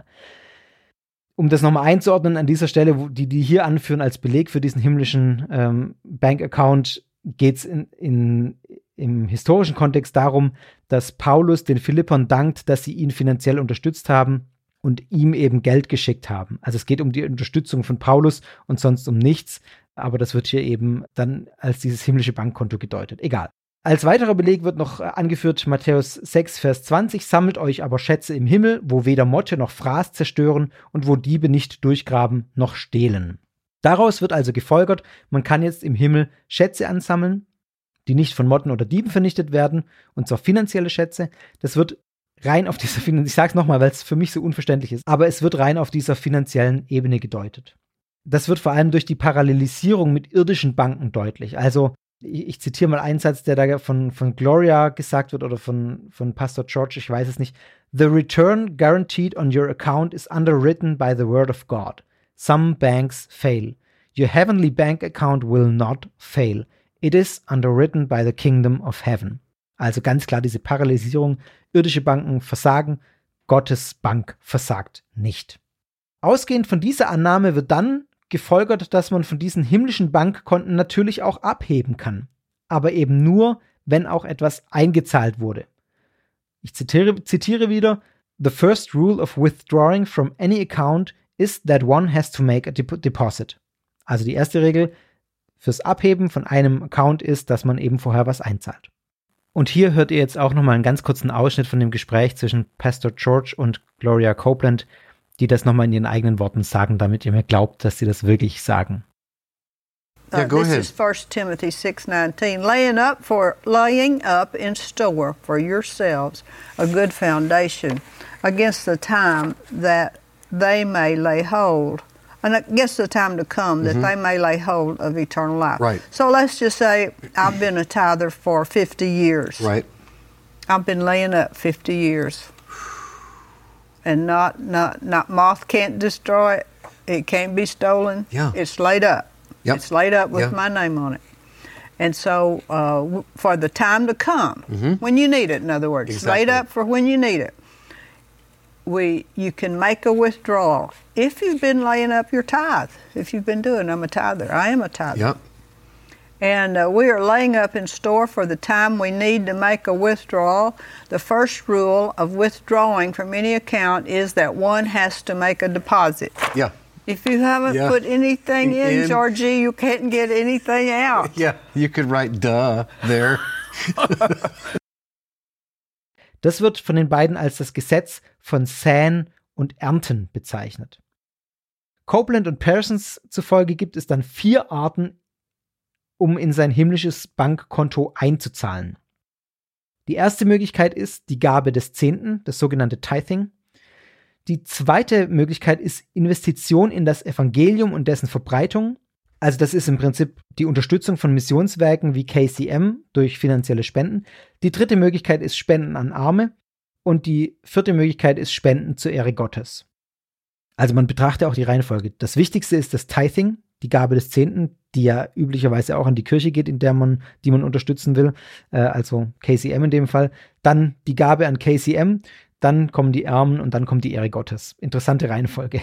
Um das nochmal einzuordnen an dieser Stelle, wo die, die hier anführen als Beleg für diesen himmlischen ähm, Bank-Account, geht es in, in, im historischen Kontext darum, dass Paulus den Philippern dankt, dass sie ihn finanziell unterstützt haben und ihm eben Geld geschickt haben. Also es geht um die Unterstützung von Paulus und sonst um nichts, aber das wird hier eben dann als dieses himmlische Bankkonto gedeutet. Egal. Als weiterer Beleg wird noch angeführt Matthäus sechs, Vers zwanzig, sammelt euch aber Schätze im Himmel, wo weder Motte noch Fraß zerstören und wo Diebe nicht durchgraben noch stehlen. Daraus wird also gefolgert, man kann jetzt im Himmel Schätze ansammeln, die nicht von Motten oder Dieben vernichtet werden, und zwar finanzielle Schätze. Das wird rein auf dieser, ich sage es nochmal, weil es für mich so unverständlich ist, aber es wird rein auf dieser finanziellen Ebene gedeutet. Das wird vor allem durch die Parallelisierung mit irdischen Banken deutlich. Also ich, ich zitiere mal einen Satz, der da von, von Gloria gesagt wird oder von, von Pastor George, ich weiß es nicht. The return guaranteed on your account is underwritten by the word of God. Some banks fail. Your heavenly bank account will not fail. It is underwritten by the kingdom of heaven. Also ganz klar diese Parallelisierung. Irdische Banken versagen, Gottes Bank versagt nicht. Ausgehend von dieser Annahme wird dann gefolgert, dass man von diesen himmlischen Bankkonten natürlich auch abheben kann. Aber eben nur, wenn auch etwas eingezahlt wurde. Ich zitiere, zitiere wieder: The first rule of withdrawing from any account is that one has to make a dep- deposit. Also die erste Regel fürs Abheben von einem Account ist, dass man eben vorher was einzahlt. Und hier hört ihr jetzt auch nochmal einen ganz kurzen Ausschnitt von dem Gespräch zwischen Pastor George und Gloria Copeland, die das nochmal in ihren eigenen Worten sagen, damit ihr mir glaubt, dass sie das wirklich sagen. Uh, yeah, go this ahead. Is First Timothy six nineteen, laying up for laying up in store for yourselves a good foundation against the time that they may lay hold, and against the time to come that mm-hmm. they may lay hold of eternal life. Right. So let's just say I've been a tither for fifty years. Right. I've been laying up fifty years. And not, not, not moth can't destroy it. It can't be stolen. Yeah. It's laid up. Yep. It's laid up with yep. my name on it. And so uh, w- for the time to come, mm-hmm. when you need it, in other words, exactly. it's laid up for when you need it. We, you can make a withdrawal if you've been laying up your tithe. If you've been doing, I'm a tither. I am a tither. Yep. And uh, we are laying up in store for the time we need to make a withdrawal. The first rule of withdrawing from any account is that one has to make a deposit. Yeah. If you haven't yeah. put anything in, in, Georgie, you can't get anything out. Yeah, you could write duh there. Das wird von den beiden als das Gesetz von Säen und Ernten bezeichnet. Copeland und Parsons zufolge gibt es dann vier Arten, um in sein himmlisches Bankkonto einzuzahlen. Die erste Möglichkeit ist die Gabe des Zehnten, das sogenannte Tithing. Die zweite Möglichkeit ist Investition in das Evangelium und dessen Verbreitung. Also das ist im Prinzip die Unterstützung von Missionswerken wie K C M durch finanzielle Spenden. Die dritte Möglichkeit ist Spenden an Arme. Und die vierte Möglichkeit ist Spenden zur Ehre Gottes. Also man betrachte auch die Reihenfolge. Das Wichtigste ist das Tithing, die Gabe des Zehnten, die ja üblicherweise auch an die Kirche geht, in der man, die man unterstützen will, äh, also K C M in dem Fall. Dann die Gabe an K C M, dann kommen die Armen und dann kommt die Ehre Gottes. Interessante Reihenfolge.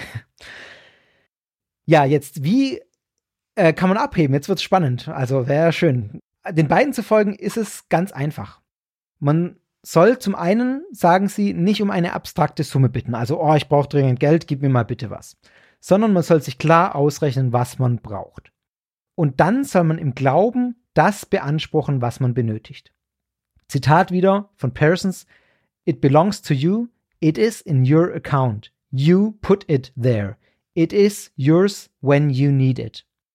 Ja, jetzt, wie äh, kann man abheben? Jetzt wird's spannend. Also wäre schön. Den beiden zu folgen ist es ganz einfach. Man soll zum einen, sagen sie, nicht um eine abstrakte Summe bitten. Also, oh, ich brauche dringend Geld, gib mir mal bitte was. Sondern man soll sich klar ausrechnen, was man braucht. Und dann soll man im Glauben das beanspruchen, was man benötigt. Zitat wieder von Parsons: It belongs to you. It is in your account. You put it there. It is yours when you need it.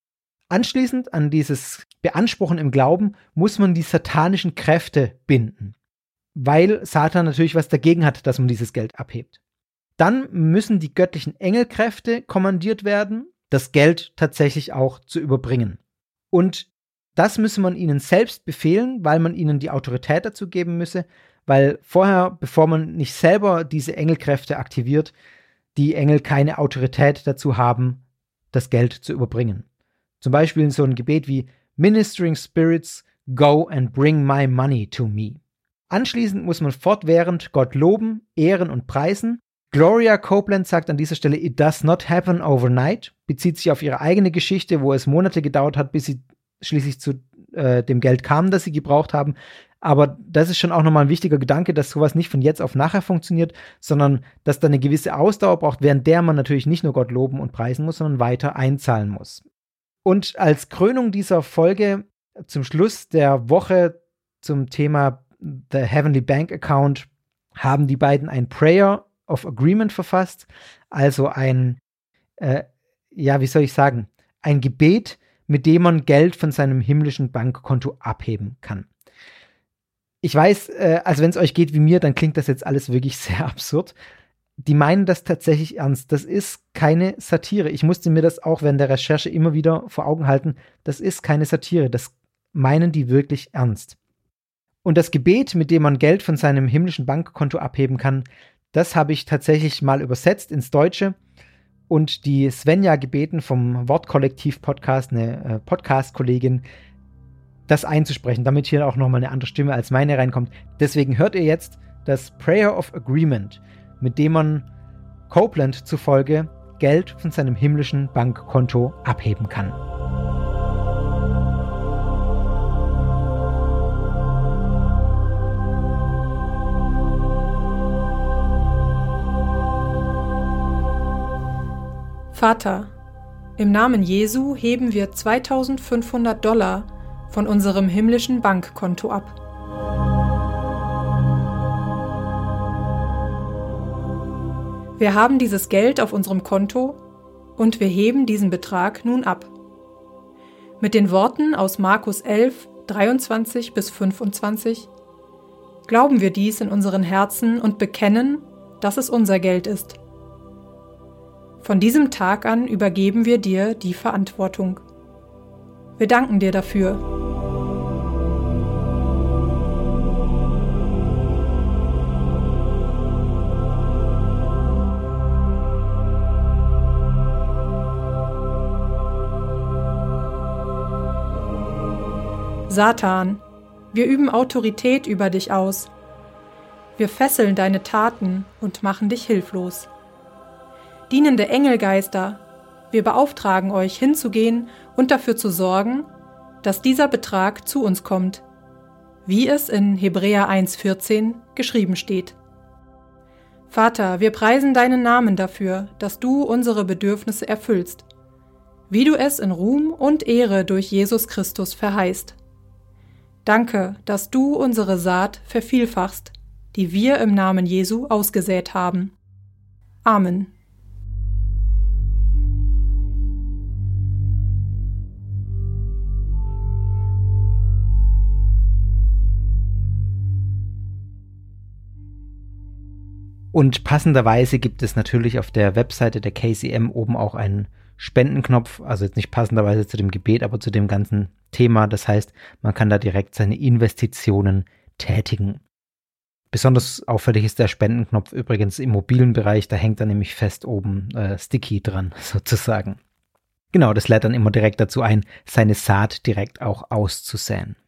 Anschließend an dieses Beanspruchen im Glauben muss man die satanischen Kräfte binden, weil Satan natürlich was dagegen hat, dass man dieses Geld abhebt. Dann müssen die göttlichen Engelkräfte kommandiert werden, das Geld tatsächlich auch zu überbringen. Und das müsse man ihnen selbst befehlen, weil man ihnen die Autorität dazu geben müsse, weil vorher, bevor man nicht selber diese Engelkräfte aktiviert, die Engel keine Autorität dazu haben, das Geld zu überbringen. Zum Beispiel in so ein Gebet wie Ministering Spirits, go and bring my money to me. Anschließend muss man fortwährend Gott loben, ehren und preisen. Gloria Copeland sagt an dieser Stelle, it does not happen overnight, bezieht sich auf ihre eigene Geschichte, wo es Monate gedauert hat, bis sie schließlich zu äh, dem Geld kamen, das sie gebraucht haben. Aber das ist schon auch nochmal ein wichtiger Gedanke, dass sowas nicht von jetzt auf nachher funktioniert, sondern dass da eine gewisse Ausdauer braucht, während der man natürlich nicht nur Gott loben und preisen muss, sondern weiter einzahlen muss. Und als Krönung dieser Folge zum Schluss der Woche zum Thema The Heavenly Bank Account haben die beiden ein Prayer of Agreement verfasst, also ein, äh, ja, wie soll ich sagen, ein Gebet, mit dem man Geld von seinem himmlischen Bankkonto abheben kann. Ich weiß, äh, also wenn es euch geht wie mir, dann klingt das jetzt alles wirklich sehr absurd. Die meinen das tatsächlich ernst. Das ist keine Satire. Ich musste mir das auch während der Recherche immer wieder vor Augen halten. Das ist keine Satire. Das meinen die wirklich ernst. Und das Gebet, mit dem man Geld von seinem himmlischen Bankkonto abheben kann, das habe ich tatsächlich mal übersetzt ins Deutsche und die Svenja gebeten vom Wortkollektiv-Podcast, eine äh, Podcast-Kollegin, das einzusprechen, damit hier auch nochmal eine andere Stimme als meine reinkommt. Deswegen hört ihr jetzt das Prayer of Agreement, mit dem man Copeland zufolge Geld von seinem himmlischen Bankkonto abheben kann. Vater, im Namen Jesu heben wir zweitausendfünfhundert Dollar von unserem himmlischen Bankkonto ab. Wir haben dieses Geld auf unserem Konto und wir heben diesen Betrag nun ab. Mit den Worten aus Markus elf, dreiundzwanzig bis fünfundzwanzig glauben wir dies in unseren Herzen und bekennen, dass es unser Geld ist. Von diesem Tag an übergeben wir dir die Verantwortung. Wir danken dir dafür. Satan, wir üben Autorität über dich aus. Wir fesseln deine Taten und machen dich hilflos. Dienende Engelgeister, wir beauftragen euch hinzugehen und dafür zu sorgen, dass dieser Betrag zu uns kommt, wie es in Hebräer eins vierzehn geschrieben steht. Vater, wir preisen deinen Namen dafür, dass du unsere Bedürfnisse erfüllst, wie du es in Ruhm und Ehre durch Jesus Christus verheißt. Danke, dass du unsere Saat vervielfachst, die wir im Namen Jesu ausgesät haben. Amen. Und passenderweise gibt es natürlich auf der Webseite der K C M oben auch einen Spendenknopf, also jetzt nicht passenderweise zu dem Gebet, aber zu dem ganzen Thema. Das heißt, man kann da direkt seine Investitionen tätigen. Besonders auffällig ist der Spendenknopf übrigens im mobilen Bereich, da hängt dann nämlich fest oben äh, Sticky dran, sozusagen. Genau, das lädt dann immer direkt dazu ein, seine Saat direkt auch auszusäen.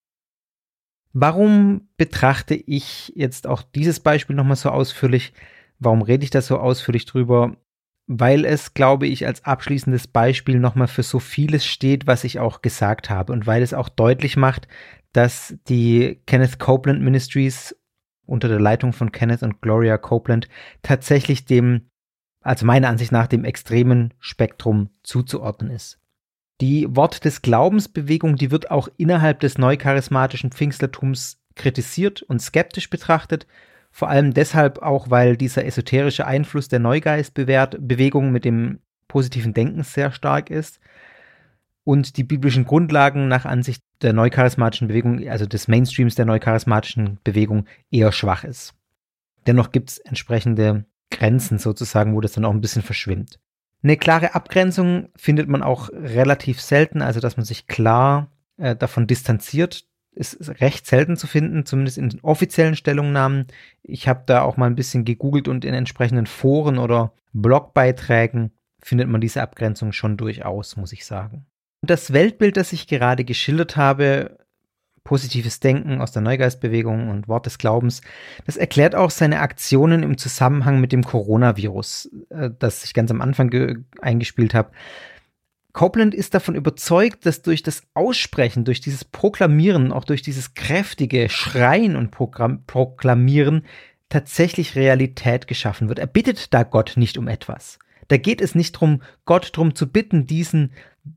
Warum betrachte ich jetzt auch dieses Beispiel nochmal so ausführlich? Warum rede ich da so ausführlich drüber? Weil es, glaube ich, als abschließendes Beispiel nochmal für so vieles steht, was ich auch gesagt habe und weil es auch deutlich macht, dass die Kenneth Copeland Ministries unter der Leitung von Kenneth und Gloria Copeland tatsächlich dem, also meiner Ansicht nach, dem extremen Spektrum zuzuordnen ist. Die Wort des Glaubensbewegung, die wird auch innerhalb des neucharismatischen Pfingstlertums kritisiert und skeptisch betrachtet, vor allem deshalb auch, weil dieser esoterische Einfluss der Neugeistbewegung mit dem positiven Denken sehr stark ist. und die biblischen Grundlagen nach Ansicht der neucharismatischen Bewegung, also des Mainstreams der neucharismatischen Bewegung, eher schwach ist. Dennoch gibt es entsprechende Grenzen sozusagen, wo das dann auch ein bisschen verschwimmt. Eine klare Abgrenzung findet man auch relativ selten, also dass man sich klar äh, davon distanziert, ist recht selten zu finden, zumindest in den offiziellen Stellungnahmen. Ich habe da auch mal ein bisschen gegoogelt und in entsprechenden Foren oder Blogbeiträgen findet man diese Abgrenzung schon durchaus, muss ich sagen. Das Weltbild, das ich gerade geschildert habe, positives Denken aus der Neugeistbewegung und Wort des Glaubens, das erklärt auch seine Aktionen im Zusammenhang mit dem Coronavirus, das ich ganz am Anfang ge- eingespielt habe. Copeland ist davon überzeugt, dass durch das Aussprechen, durch dieses Proklamieren, auch durch dieses kräftige Schreien und Program- Proklamieren tatsächlich Realität geschaffen wird. Er bittet da Gott nicht um etwas. Da geht es nicht darum, Gott darum zu bitten, diesen,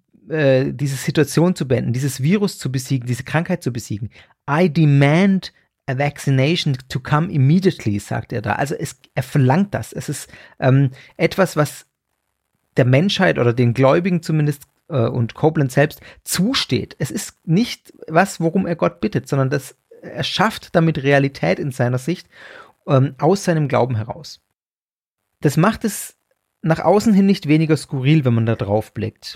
äh, diese Situation zu beenden, dieses Virus zu besiegen, diese Krankheit zu besiegen. I demand a vaccination to come immediately, sagt er da. Also es, er verlangt das. Es ist ähm, etwas, was der Menschheit oder den Gläubigen zumindest äh, und Copeland selbst zusteht. Es ist nicht was, worum er Gott bittet, sondern das, er schafft damit Realität in seiner Sicht ähm, aus seinem Glauben heraus. Das macht es nach außen hin nicht weniger skurril, wenn man da drauf blickt.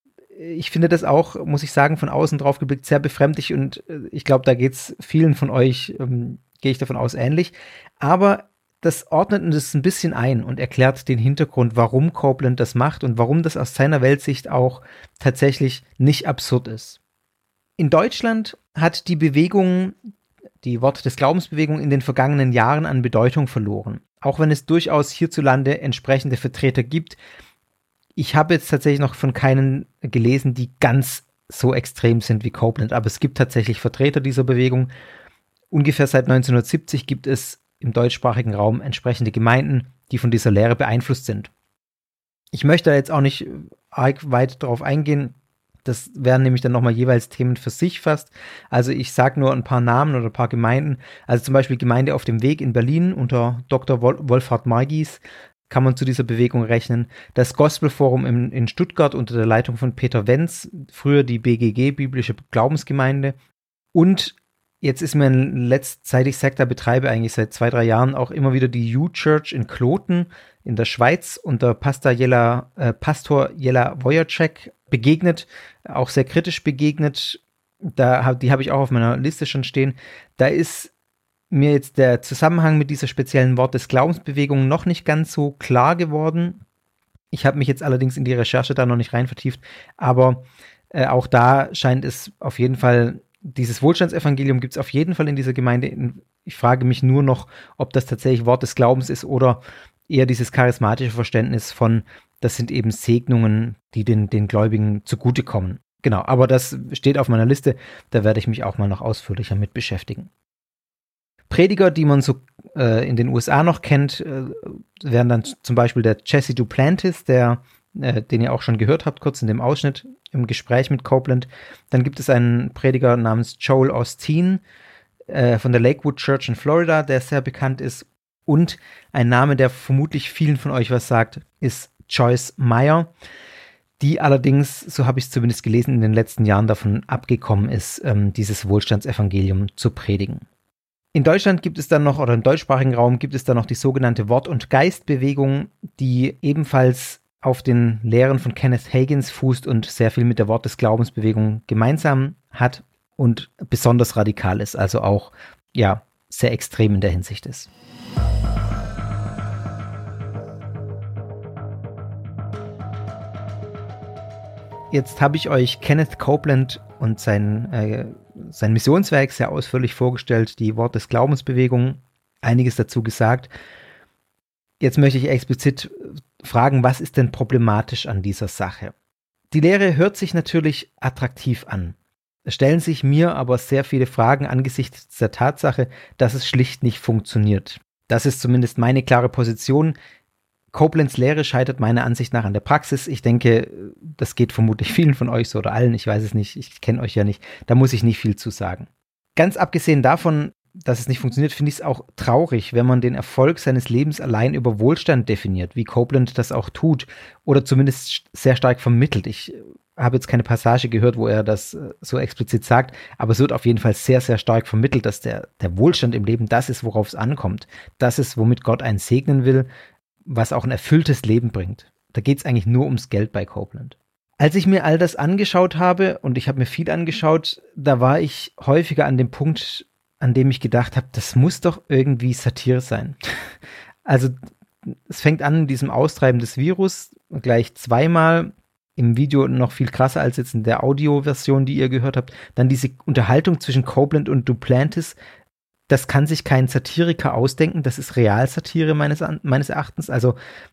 Ich finde das auch, muss ich sagen, von außen drauf geblickt sehr befremdlich und äh, ich glaube, da geht es vielen von euch, ähm, gehe ich davon aus, ähnlich. Aber das ordnet es ein bisschen ein und erklärt den Hintergrund, warum Copeland das macht und warum das aus seiner Weltsicht auch tatsächlich nicht absurd ist. In Deutschland hat die Bewegung, die Wort des Glaubensbewegung in den vergangenen Jahren an Bedeutung verloren. Auch wenn es durchaus hierzulande entsprechende Vertreter gibt. Ich habe jetzt tatsächlich noch von keinen gelesen, die ganz so extrem sind wie Copeland, aber es gibt tatsächlich Vertreter dieser Bewegung. Ungefähr seit neunzehnhundertsiebzig gibt es im deutschsprachigen Raum entsprechende Gemeinden, die von dieser Lehre beeinflusst sind. Ich möchte da jetzt auch nicht arg weit drauf eingehen, das wären nämlich dann nochmal jeweils Themen für sich fast. Also ich sage nur ein paar Namen oder ein paar Gemeinden, also zum Beispiel Gemeinde auf dem Weg in Berlin unter Doktor Wol- Wolfhard Margies kann man zu dieser Bewegung rechnen. Das Gospelforum in, in Stuttgart unter der Leitung von Peter Wenz, früher die B G G, Biblische Glaubensgemeinde, und jetzt ist mir in letzter Zeit, ich sag, da betreibe eigentlich seit zwei, drei Jahren auch immer wieder die U-Church in Kloten in der Schweiz unter Pastor Jella, äh, Pastor Jella Wojacek begegnet, auch sehr kritisch begegnet. Da hab, die habe ich auch auf meiner Liste schon stehen. Da ist mir jetzt der Zusammenhang mit dieser speziellen Wort des Glaubensbewegung noch nicht ganz so klar geworden. Ich habe mich jetzt allerdings in die Recherche da noch nicht rein vertieft, aber äh, auch da scheint es auf jeden Fall, dieses Wohlstandsevangelium gibt es auf jeden Fall in dieser Gemeinde. Ich frage mich nur noch, ob das tatsächlich Wort des Glaubens ist oder eher dieses charismatische Verständnis von, das sind eben Segnungen, die den, den Gläubigen zugutekommen. Genau, aber das steht auf meiner Liste, da werde ich mich auch mal noch ausführlicher mit beschäftigen. Prediger, die man so äh, in den U S A noch kennt, äh, wären dann zum Beispiel der Jesse Duplantis, der, äh, den ihr auch schon gehört habt, kurz in dem Ausschnitt im Gespräch mit Copeland. Dann gibt es einen Prediger namens Joel Osteen äh, von der Lakewood Church in Florida, der sehr bekannt ist. Und ein Name, der vermutlich vielen von euch was sagt, ist Joyce Meyer, die allerdings, so habe ich es zumindest gelesen, in den letzten Jahren davon abgekommen ist, ähm, dieses Wohlstandsevangelium zu predigen. In Deutschland gibt es dann noch, oder im deutschsprachigen Raum gibt es dann noch die sogenannte Wort- und Geistbewegung, die ebenfalls auf den Lehren von Kenneth Hagins fußt und sehr viel mit der Wort des Glaubensbewegung gemeinsam hat und besonders radikal ist, also auch ja sehr extrem in der Hinsicht ist. Jetzt habe ich euch Kenneth Copeland und sein, äh, sein Missionswerk sehr ausführlich vorgestellt, die Wort des Glaubensbewegung, einiges dazu gesagt. Jetzt möchte ich explizit fragen, was ist denn problematisch an dieser Sache? Die Lehre hört sich natürlich attraktiv an. Es stellen sich mir aber sehr viele Fragen angesichts der Tatsache, dass es schlicht nicht funktioniert. Das ist zumindest meine klare Position. Copelands Lehre scheitert meiner Ansicht nach an der Praxis. Ich denke, das geht vermutlich vielen von euch so oder allen. Ich weiß es nicht, ich kenne euch ja nicht. Da muss ich nicht viel zu sagen. Ganz abgesehen davon dass es nicht funktioniert, finde ich es auch traurig, wenn man den Erfolg seines Lebens allein über Wohlstand definiert, wie Copeland das auch tut oder zumindest sehr stark vermittelt. Ich habe jetzt keine Passage gehört, wo er das so explizit sagt, aber es wird auf jeden Fall sehr, sehr stark vermittelt, dass der, der Wohlstand im Leben das ist, worauf es ankommt. Das ist, womit Gott einen segnen will, was auch ein erfülltes Leben bringt. Da geht es eigentlich nur ums Geld bei Copeland. Als ich mir all das angeschaut habe, und ich habe mir viel angeschaut, da war ich häufiger an dem Punkt, an dem ich gedacht habe, das muss doch irgendwie Satire sein. Also es fängt an in diesem Austreiben des Virus, gleich zweimal, im Video noch viel krasser als jetzt in der Audioversion, die ihr gehört habt. Dann diese Unterhaltung zwischen Copeland und Duplantis, das kann sich kein Satiriker ausdenken, das ist Realsatire meines, meines Erachtens. Also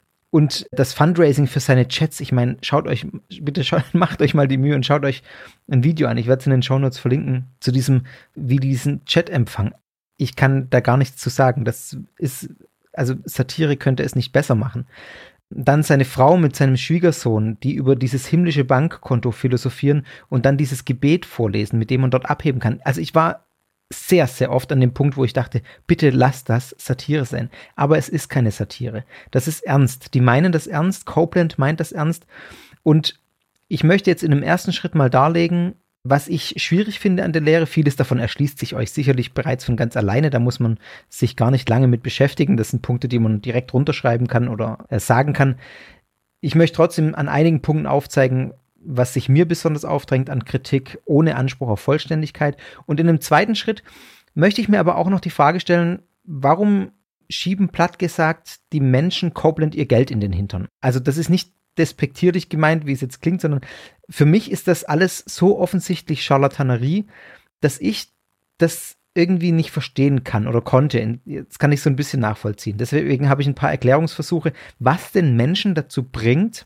und das Fundraising für seine Chats, ich meine, schaut euch, bitte schaut, macht euch mal die Mühe und schaut euch ein Video an. Ich werde es in den Shownotes verlinken, zu diesem, wie diesen Chat-Empfang. Ich kann da gar nichts zu sagen. Das ist, also Satire könnte es nicht besser machen. Dann seine Frau mit seinem Schwiegersohn, die über dieses himmlische Bankkonto philosophieren und dann dieses Gebet vorlesen, mit dem man dort abheben kann. Also ich war sehr, sehr oft an dem Punkt, wo ich dachte, bitte lasst das Satire sein. Aber es ist keine Satire. Das ist ernst. Die meinen das ernst. Copeland meint das ernst. Und ich möchte jetzt in einem ersten Schritt mal darlegen, was ich schwierig finde an der Lehre. Vieles davon erschließt sich euch sicherlich bereits von ganz alleine. Da muss man sich gar nicht lange mit beschäftigen. Das sind Punkte, die man direkt runterschreiben kann oder äh, sagen kann. Ich möchte trotzdem an einigen Punkten aufzeigen, was sich mir besonders aufdrängt an Kritik, ohne Anspruch auf Vollständigkeit. Und in einem zweiten Schritt möchte ich mir aber auch noch die Frage stellen, warum schieben platt gesagt die Menschen Copeland ihr Geld in den Hintern? Also das ist nicht despektierlich gemeint, wie es jetzt klingt, sondern für mich ist das alles so offensichtlich Charlatanerie, dass ich das irgendwie nicht verstehen kann oder konnte. Jetzt kann ich so ein bisschen nachvollziehen. Deswegen habe ich ein paar Erklärungsversuche, was den Menschen dazu bringt,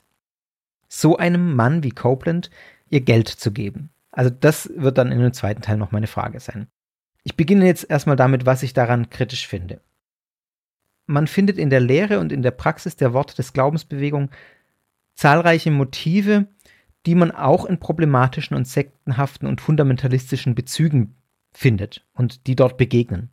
so einem Mann wie Copeland ihr Geld zu geben. Also das wird dann in dem zweiten Teil noch meine Frage sein. Ich beginne jetzt erstmal damit, was ich daran kritisch finde. Man findet in der Lehre und in der Praxis der Worte des Glaubensbewegung zahlreiche Motive, die man auch in problematischen und sektenhaften und fundamentalistischen Bezügen findet und die dort begegnen.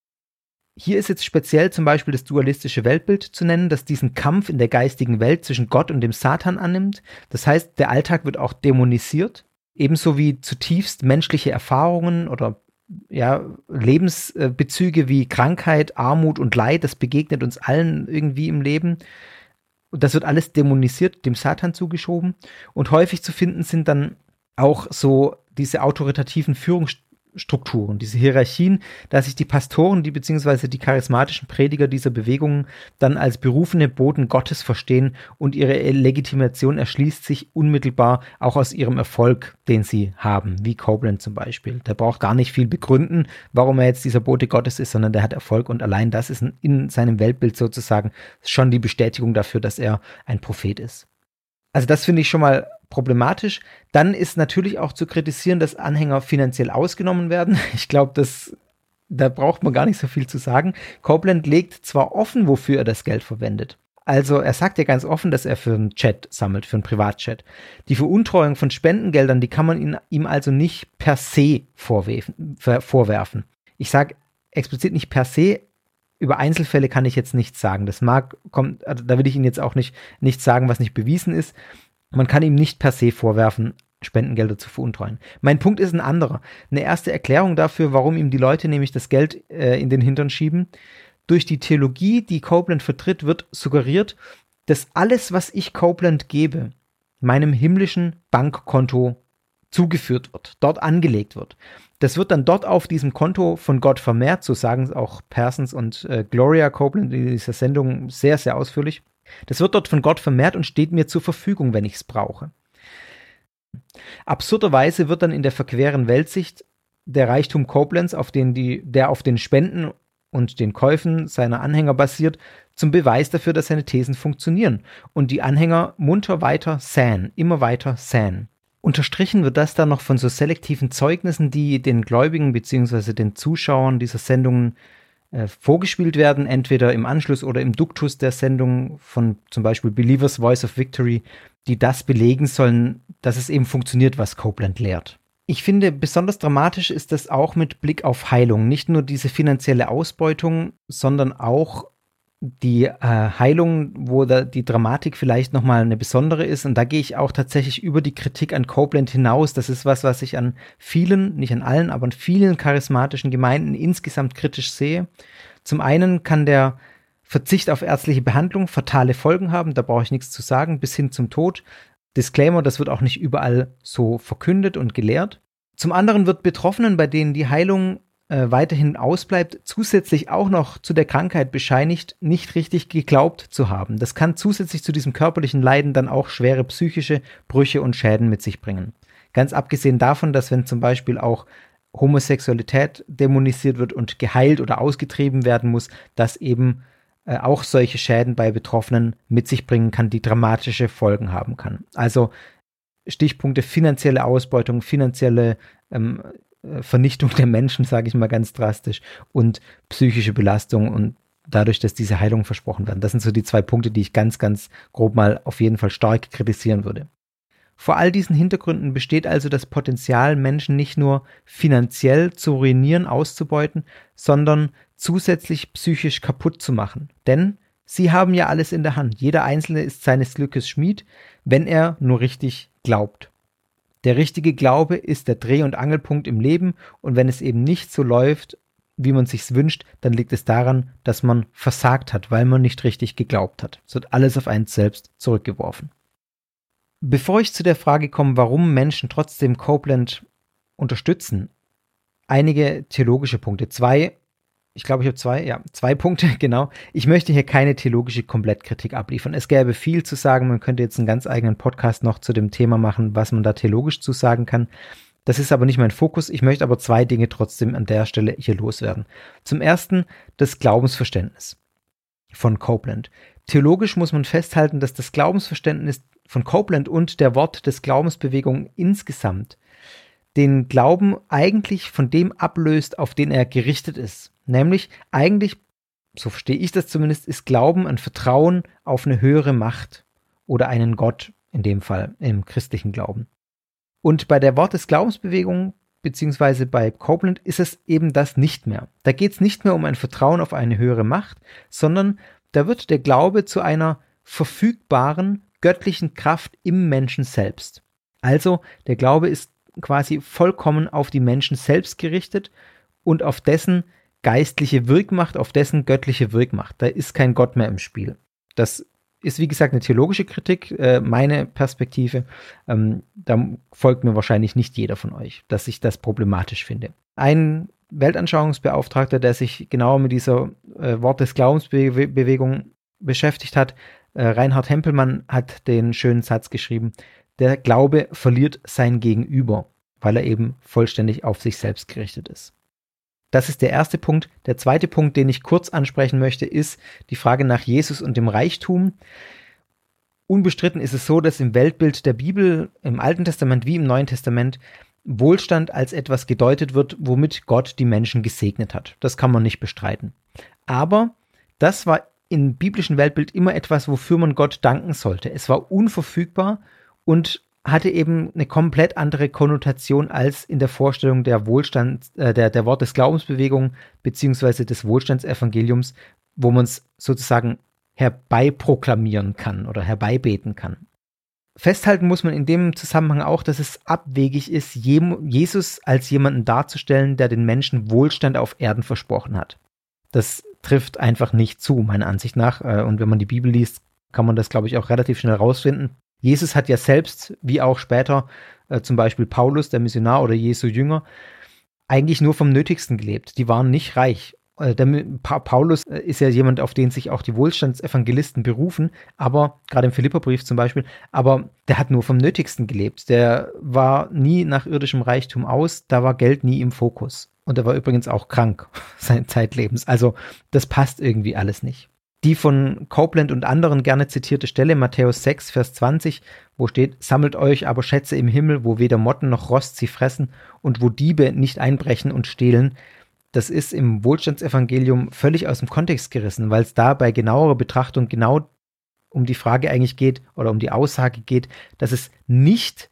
Hier ist jetzt speziell zum Beispiel das dualistische Weltbild zu nennen, das diesen Kampf in der geistigen Welt zwischen Gott und dem Satan annimmt. Das heißt, der Alltag wird auch dämonisiert, ebenso wie zutiefst menschliche Erfahrungen oder ja, Lebensbezüge wie Krankheit, Armut und Leid, das begegnet uns allen irgendwie im Leben. Und das wird alles dämonisiert, dem Satan zugeschoben. Und häufig zu finden sind dann auch so diese autoritativen Führungsstrukturen, Strukturen, diese Hierarchien, dass sich die Pastoren, die beziehungsweise die charismatischen Prediger dieser Bewegungen dann als berufene Boten Gottes verstehen und ihre Legitimation erschließt sich unmittelbar auch aus ihrem Erfolg, den sie haben, wie Copeland zum Beispiel. Der braucht gar nicht viel begründen, warum er jetzt dieser Bote Gottes ist, sondern der hat Erfolg und allein das ist in seinem Weltbild sozusagen schon die Bestätigung dafür, dass er ein Prophet ist. Also das finde ich schon mal problematisch. Dann ist natürlich auch zu kritisieren, dass Anhänger finanziell ausgenommen werden. Ich glaube, das, da braucht man gar nicht so viel zu sagen. Copeland legt zwar offen, wofür er das Geld verwendet. Also er sagt ja ganz offen, dass er für einen Chat sammelt, für einen Privatchat. Die Veruntreuung von Spendengeldern, die kann man ihn, ihm also nicht per se vorwerfen. vorwerfen. Ich sage explizit nicht per se. Über Einzelfälle kann ich jetzt nichts sagen. Das mag, kommt, also da will ich Ihnen jetzt auch nicht nichts sagen, was nicht bewiesen ist. Man kann ihm nicht per se vorwerfen, Spendengelder zu veruntreuen. Mein Punkt ist ein anderer. Eine erste Erklärung dafür, warum ihm die Leute nämlich das Geld äh, in den Hintern schieben. Durch die Theologie, die Copeland vertritt, wird suggeriert, dass alles, was ich Copeland gebe, meinem himmlischen Bankkonto zugeführt wird, dort angelegt wird. Das wird dann dort auf diesem Konto von Gott vermehrt, so sagen es auch Persons und äh, Gloria Copeland in dieser Sendung sehr, sehr ausführlich. Das wird dort von Gott vermehrt und steht mir zur Verfügung, wenn ich es brauche. Absurderweise wird dann in der verqueren Weltsicht der Reichtum Copelands, auf den die, der auf den Spenden und den Käufen seiner Anhänger basiert, zum Beweis dafür, dass seine Thesen funktionieren und die Anhänger munter weiter säen, immer weiter säen. Unterstrichen wird das dann noch von so selektiven Zeugnissen, die den Gläubigen bzw. den Zuschauern dieser Sendungen äh, vorgespielt werden, entweder im Anschluss oder im Duktus der Sendung von zum Beispiel Believer's Voice of Victory, die das belegen sollen, dass es eben funktioniert, was Copeland lehrt. Ich finde, besonders dramatisch ist das auch mit Blick auf Heilung. Nicht nur diese finanzielle Ausbeutung, sondern auch die äh, Heilung, wo da die Dramatik vielleicht nochmal eine besondere ist. Und da gehe ich auch tatsächlich über die Kritik an Copeland hinaus. Das ist was, was ich an vielen, nicht an allen, aber an vielen charismatischen Gemeinden insgesamt kritisch sehe. Zum einen kann der Verzicht auf ärztliche Behandlung fatale Folgen haben. Da brauche ich nichts zu sagen, bis hin zum Tod. Disclaimer, das wird auch nicht überall so verkündet und gelehrt. Zum anderen wird Betroffenen, bei denen die Heilung äh, weiterhin ausbleibt, zusätzlich auch noch zu der Krankheit bescheinigt, nicht richtig geglaubt zu haben. Das kann zusätzlich zu diesem körperlichen Leiden dann auch schwere psychische Brüche und Schäden mit sich bringen. Ganz abgesehen davon, dass wenn zum Beispiel auch Homosexualität dämonisiert wird und geheilt oder ausgetrieben werden muss, dass eben äh, auch solche Schäden bei Betroffenen mit sich bringen kann, die dramatische Folgen haben kann. Also Stichpunkte finanzielle Ausbeutung, finanzielle ähm, Vernichtung der Menschen, sage ich mal ganz drastisch, und psychische Belastung und dadurch, dass diese Heilungen versprochen werden. Das sind so die zwei Punkte, die ich ganz, ganz grob mal auf jeden Fall stark kritisieren würde. Vor all diesen Hintergründen besteht also das Potenzial, Menschen nicht nur finanziell zu ruinieren, auszubeuten, sondern zusätzlich psychisch kaputt zu machen. Denn sie haben ja alles in der Hand. Jeder Einzelne ist seines Glückes Schmied, wenn er nur richtig glaubt. Der richtige Glaube ist der Dreh- und Angelpunkt im Leben, und wenn es eben nicht so läuft, wie man sich's wünscht, dann liegt es daran, dass man versagt hat, weil man nicht richtig geglaubt hat. Es wird alles auf einen selbst zurückgeworfen. Bevor ich zu der Frage komme, warum Menschen trotzdem Copeland unterstützen, einige theologische Punkte. Zwei Ich glaube, ich habe zwei, ja, zwei Punkte, genau. Ich möchte hier keine theologische Komplettkritik abliefern. Es gäbe viel zu sagen. Man könnte jetzt einen ganz eigenen Podcast noch zu dem Thema machen, was man da theologisch zu sagen kann. Das ist aber nicht mein Fokus. Ich möchte aber zwei Dinge trotzdem an der Stelle hier loswerden. Zum ersten das Glaubensverständnis von Copeland. Theologisch muss man festhalten, dass das Glaubensverständnis von Copeland und der Wort des Glaubensbewegung insgesamt den Glauben eigentlich von dem ablöst, auf den er gerichtet ist. Nämlich eigentlich, so verstehe ich das zumindest, ist Glauben ein Vertrauen auf eine höhere Macht oder einen Gott, in dem Fall im christlichen Glauben. Und bei der Wort des Glaubensbewegung beziehungsweise bei Copeland ist es eben das nicht mehr. Da geht es nicht mehr um ein Vertrauen auf eine höhere Macht, sondern da wird der Glaube zu einer verfügbaren göttlichen Kraft im Menschen selbst. Also der Glaube ist quasi vollkommen auf die Menschen selbst gerichtet und auf dessen geistliche Wirkmacht, auf dessen göttliche Wirkmacht. Da ist kein Gott mehr im Spiel. Das ist, wie gesagt, eine theologische Kritik, äh, meine Perspektive. Ähm, da folgt mir wahrscheinlich nicht jeder von euch, dass ich das problematisch finde. Ein Weltanschauungsbeauftragter, der sich genauer mit dieser äh, Wort des Glaubensbewegung beschäftigt hat, äh, Reinhard Hempelmann, hat den schönen Satz geschrieben: Der Glaube verliert sein Gegenüber, weil er eben vollständig auf sich selbst gerichtet ist. Das ist der erste Punkt. Der zweite Punkt, den ich kurz ansprechen möchte, ist die Frage nach Jesus und dem Reichtum. Unbestritten ist es so, dass im Weltbild der Bibel, im Alten Testament wie im Neuen Testament, Wohlstand als etwas gedeutet wird, womit Gott die Menschen gesegnet hat. Das kann man nicht bestreiten. Aber das war im biblischen Weltbild immer etwas, wofür man Gott danken sollte. Es war unverfügbar und hatte eben eine komplett andere Konnotation als in der Vorstellung der Wohlstand, äh, der, der Wort des Glaubensbewegung beziehungsweise des Wohlstandsevangeliums, wo man es sozusagen herbeiproklamieren kann oder herbeibeten kann. Festhalten muss man in dem Zusammenhang auch, dass es abwegig ist, Jesus als jemanden darzustellen, der den Menschen Wohlstand auf Erden versprochen hat. Das trifft einfach nicht zu, meiner Ansicht nach. Und wenn man die Bibel liest, kann man das, glaube ich, auch relativ schnell rausfinden. Jesus hat ja selbst, wie auch später äh, zum Beispiel Paulus, der Missionar oder Jesu Jünger, eigentlich nur vom Nötigsten gelebt. Die waren nicht reich. Äh, der, pa- Paulus äh, ist ja jemand, auf den sich auch die Wohlstandsevangelisten berufen, aber gerade im Philipperbrief zum Beispiel, aber der hat nur vom Nötigsten gelebt. Der war nie nach irdischem Reichtum aus, da war Geld nie im Fokus. Und er war übrigens auch krank seines Zeitlebens. Also das passt irgendwie alles nicht. Die von Copeland und anderen gerne zitierte Stelle, Matthäus sechs, Vers zwanzig, wo steht: Sammelt euch aber Schätze im Himmel, wo weder Motten noch Rost sie fressen und wo Diebe nicht einbrechen und stehlen. Das ist im Wohlstandsevangelium völlig aus dem Kontext gerissen, weil es da bei genauerer Betrachtung genau um die Frage eigentlich geht oder um die Aussage geht, dass es nicht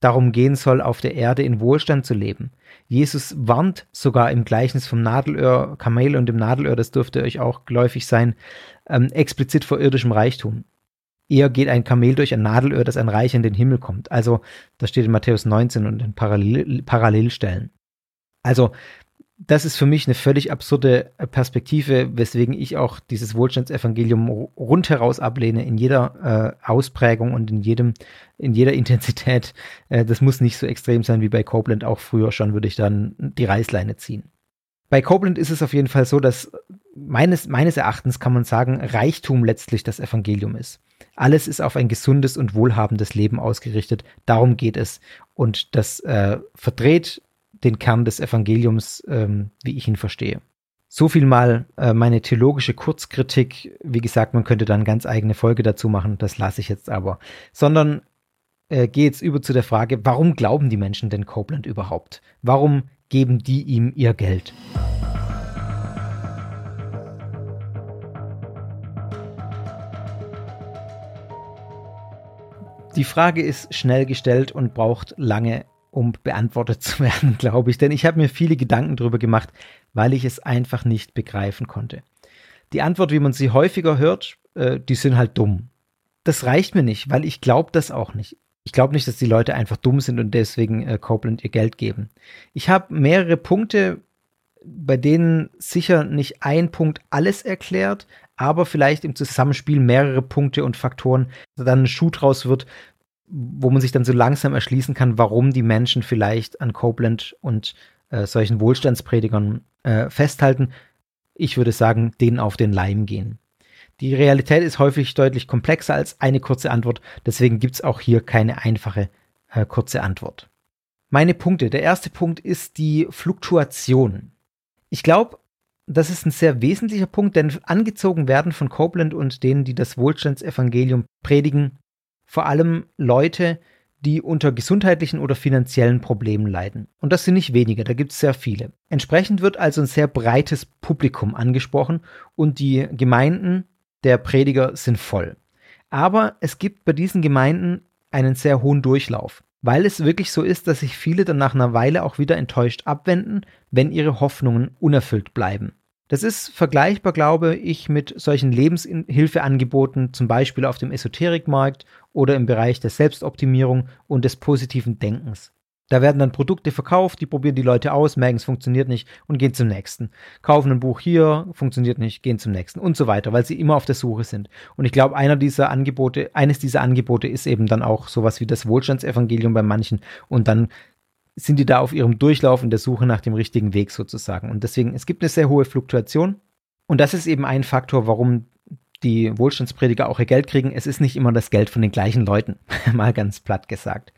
darum gehen soll, auf der Erde in Wohlstand zu leben. Jesus warnt sogar im Gleichnis vom Nadelöhr, Kamel und dem Nadelöhr, das dürfte euch auch geläufig sein, ähm, explizit vor irdischem Reichtum. Eher geht ein Kamel durch ein Nadelöhr, dass ein Reich in den Himmel kommt. Also, das steht in Matthäus neunzehn und in Parallel- Parallelstellen. Also, das ist für mich eine völlig absurde Perspektive, weswegen ich auch dieses Wohlstandsevangelium rundheraus ablehne, in jeder äh, Ausprägung und in jedem, in jeder Intensität. Äh, das muss nicht so extrem sein wie bei Copeland, auch früher schon würde ich dann die Reißleine ziehen. Bei Copeland ist es auf jeden Fall so, dass meines, meines Erachtens kann man sagen, Reichtum letztlich das Evangelium ist. Alles ist auf ein gesundes und wohlhabendes Leben ausgerichtet, darum geht es. Und das äh, verdreht den Kern des Evangeliums, ähm, wie ich ihn verstehe. So viel mal äh, meine theologische Kurzkritik. Wie gesagt, man könnte da eine ganz eigene Folge dazu machen, das lasse ich jetzt aber. Sondern äh, gehe jetzt über zu der Frage, warum glauben die Menschen denn Copeland überhaupt? Warum geben die ihm ihr Geld? Die Frage ist schnell gestellt und braucht lange, um beantwortet zu werden, glaube ich. Denn ich habe mir viele Gedanken darüber gemacht, weil ich es einfach nicht begreifen konnte. Die Antwort, wie man sie häufiger hört, äh, die sind halt dumm. Das reicht mir nicht, weil ich glaube das auch nicht. Ich glaube nicht, dass die Leute einfach dumm sind und deswegen äh, Copeland ihr Geld geben. Ich habe mehrere Punkte, bei denen sicher nicht ein Punkt alles erklärt, aber vielleicht im Zusammenspiel mehrere Punkte und Faktoren, dass dann ein Schuh draus wird, wo man sich dann so langsam erschließen kann, warum die Menschen vielleicht an Copeland und äh, solchen Wohlstandspredigern äh, festhalten. Ich würde sagen, denen auf den Leim gehen. Die Realität ist häufig deutlich komplexer als eine kurze Antwort, deswegen gibt es auch hier keine einfache äh, kurze Antwort. Meine Punkte. Der erste Punkt ist die Fluktuation. Ich glaube, das ist ein sehr wesentlicher Punkt, denn angezogen werden von Copeland und denen, die das Wohlstandsevangelium predigen, vor allem Leute, die unter gesundheitlichen oder finanziellen Problemen leiden. Und das sind nicht wenige, da gibt es sehr viele. Entsprechend wird also ein sehr breites Publikum angesprochen und die Gemeinden der Prediger sind voll. Aber es gibt bei diesen Gemeinden einen sehr hohen Durchlauf, weil es wirklich so ist, dass sich viele dann nach einer Weile auch wieder enttäuscht abwenden, wenn ihre Hoffnungen unerfüllt bleiben. Das ist vergleichbar, glaube ich, mit solchen Lebenshilfeangeboten, zum Beispiel auf dem Esoterikmarkt oder im Bereich der Selbstoptimierung und des positiven Denkens. Da werden dann Produkte verkauft, die probieren die Leute aus, merken, es funktioniert nicht und gehen zum nächsten. Kaufen ein Buch hier, funktioniert nicht, gehen zum nächsten und so weiter, weil sie immer auf der Suche sind. Und ich glaube, einer dieser Angebote, eines dieser Angebote ist eben dann auch sowas wie das Wohlstandsevangelium bei manchen und dann sind die da auf ihrem Durchlauf in der Suche nach dem richtigen Weg sozusagen. Und deswegen, es gibt eine sehr hohe Fluktuation und das ist eben ein Faktor, warum die Wohlstandsprediger auch ihr Geld kriegen. Es ist nicht immer das Geld von den gleichen Leuten, mal ganz platt gesagt.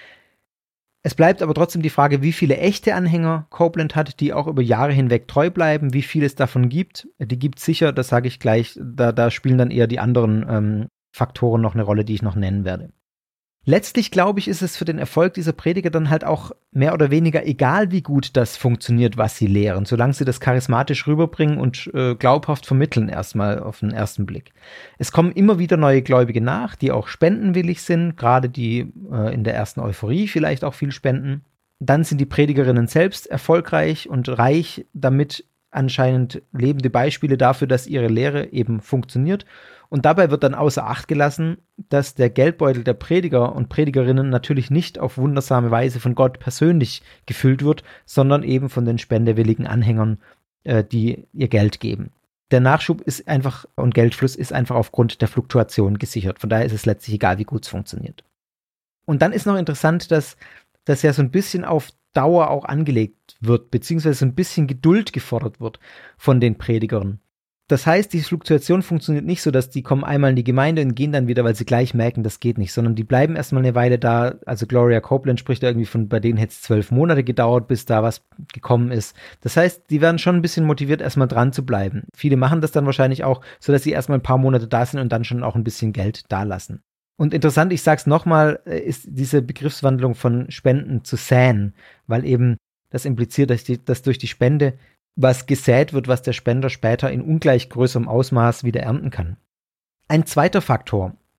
Es bleibt aber trotzdem die Frage, wie viele echte Anhänger Copeland hat, die auch über Jahre hinweg treu bleiben, wie viel es davon gibt. Die gibt es sicher, das sage ich gleich, da, da spielen dann eher die anderen ähm, Faktoren noch eine Rolle, die ich noch nennen werde. Letztlich, glaube ich, ist es für den Erfolg dieser Prediger dann halt auch mehr oder weniger egal, wie gut das funktioniert, was sie lehren, solange sie das charismatisch rüberbringen und äh, glaubhaft vermitteln, erstmal auf den ersten Blick. Es kommen immer wieder neue Gläubige nach, die auch spendenwillig sind, gerade die äh, in der ersten Euphorie vielleicht auch viel spenden. Dann sind die Predigerinnen selbst erfolgreich und reich, damit anscheinend lebende Beispiele dafür, dass ihre Lehre eben funktioniert. Und dabei wird dann außer Acht gelassen, dass der Geldbeutel der Prediger und Predigerinnen natürlich nicht auf wundersame Weise von Gott persönlich gefüllt wird, sondern eben von den spendewilligen Anhängern, äh, die ihr Geld geben. Der Nachschub ist einfach und Geldfluss ist einfach aufgrund der Fluktuation gesichert. Von daher ist es letztlich egal, wie gut es funktioniert. Und dann ist noch interessant, dass das ja so ein bisschen auf Dauer auch angelegt wird, beziehungsweise so ein bisschen Geduld gefordert wird von den Predigern. Das heißt, die Fluktuation funktioniert nicht so, dass die kommen einmal in die Gemeinde und gehen dann wieder, weil sie gleich merken, das geht nicht, sondern die bleiben erstmal eine Weile da. Also Gloria Copeland spricht da irgendwie von, bei denen hätte es zwölf Monate gedauert, bis da was gekommen ist. Das heißt, die werden schon ein bisschen motiviert, erstmal dran zu bleiben. Viele machen das dann wahrscheinlich auch, sodass sie erstmal ein paar Monate da sind und dann schon auch ein bisschen Geld dalassen. Und interessant, ich sag's nochmal, ist diese Begriffswandlung von Spenden zu säen, weil eben das impliziert, dass, die, dass durch die Spende was gesät wird, was der Spender später in ungleich größerem Ausmaß wieder ernten kann. Ein zweiter Faktor,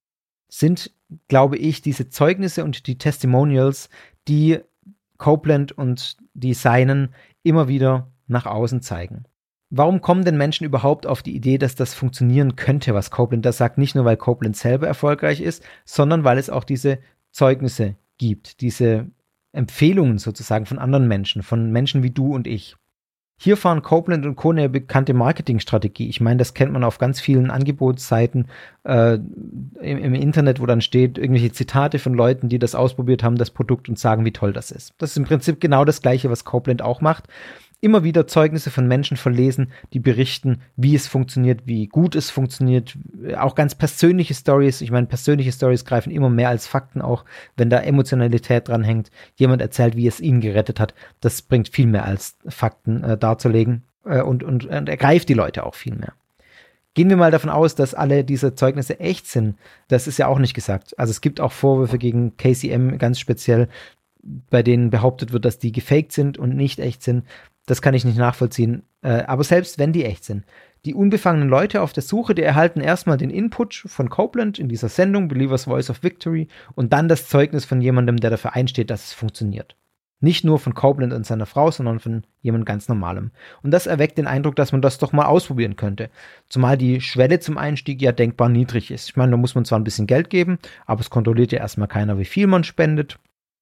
sind, glaube ich, diese Zeugnisse und die Testimonials, die Copeland und die Seinen immer wieder nach außen zeigen. Warum kommen denn Menschen überhaupt auf die Idee, dass das funktionieren könnte, was Copeland da sagt? Nicht nur, weil Copeland selber erfolgreich ist, sondern weil es auch diese Zeugnisse gibt, diese Empfehlungen sozusagen von anderen Menschen, von Menschen wie du und ich. Hier fahren Copeland und Co. eine bekannte Marketingstrategie. Ich meine, das kennt man auf ganz vielen Angebotsseiten äh, im, im Internet, wo dann steht, irgendwelche Zitate von Leuten, die das ausprobiert haben, das Produkt, und sagen, wie toll das ist. Das ist im Prinzip genau das Gleiche, was Copeland auch macht. Immer wieder Zeugnisse von Menschen verlesen, die berichten, wie es funktioniert, wie gut es funktioniert. Auch ganz persönliche Stories. Ich meine, persönliche Stories greifen immer mehr als Fakten, auch wenn da Emotionalität dran hängt. Jemand erzählt, wie es ihn gerettet hat. Das bringt viel mehr als Fakten äh, darzulegen äh, und, und, und ergreift die Leute auch viel mehr. Gehen wir mal davon aus, dass alle diese Zeugnisse echt sind. Das ist ja auch nicht gesagt. Also es gibt auch Vorwürfe gegen K C M ganz speziell, bei denen behauptet wird, dass die gefaked sind und nicht echt sind. Das kann ich nicht nachvollziehen. Äh, aber selbst wenn die echt sind, die unbefangenen Leute auf der Suche, die erhalten erstmal den Input von Copeland in dieser Sendung, Believer's Voice of Victory, und dann das Zeugnis von jemandem, der dafür einsteht, dass es funktioniert. Nicht nur von Copeland und seiner Frau, sondern von jemandem ganz Normalem. Und das erweckt den Eindruck, dass man das doch mal ausprobieren könnte. Zumal die Schwelle zum Einstieg ja denkbar niedrig ist. Ich meine, da muss man zwar ein bisschen Geld geben, aber es kontrolliert ja erstmal keiner, wie viel man spendet.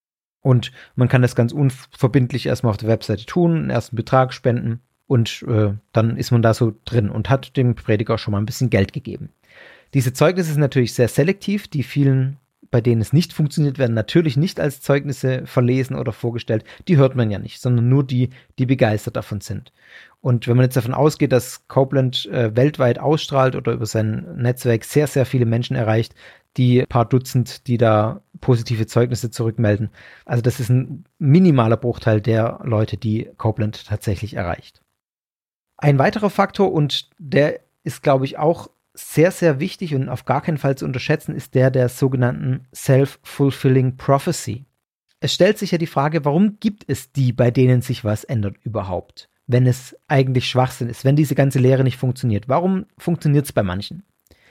Und man kann das ganz unverbindlich erstmal auf der Webseite tun, einen ersten Betrag spenden, und äh, dann ist man da so drin und hat dem Prediger schon mal ein bisschen Geld gegeben. Diese Zeugnisse sind natürlich sehr selektiv. Die vielen, bei denen es nicht funktioniert, werden natürlich nicht als Zeugnisse verlesen oder vorgestellt. Die hört man ja nicht, sondern nur die, die begeistert davon sind. Und wenn man jetzt davon ausgeht, dass Copeland äh, weltweit ausstrahlt oder über sein Netzwerk sehr, sehr viele Menschen erreicht, die paar Dutzend, die da positive Zeugnisse zurückmelden. Also das ist ein minimaler Bruchteil der Leute, die Copeland tatsächlich erreicht. Ein weiterer Faktor, und der ist, glaube ich, auch sehr, sehr wichtig und auf gar keinen Fall zu unterschätzen, ist der der sogenannten Self-Fulfilling Prophecy. Es stellt sich ja die Frage, warum gibt es die, bei denen sich was ändert überhaupt, wenn es eigentlich Schwachsinn ist, wenn diese ganze Lehre nicht funktioniert? Warum funktioniert es bei manchen?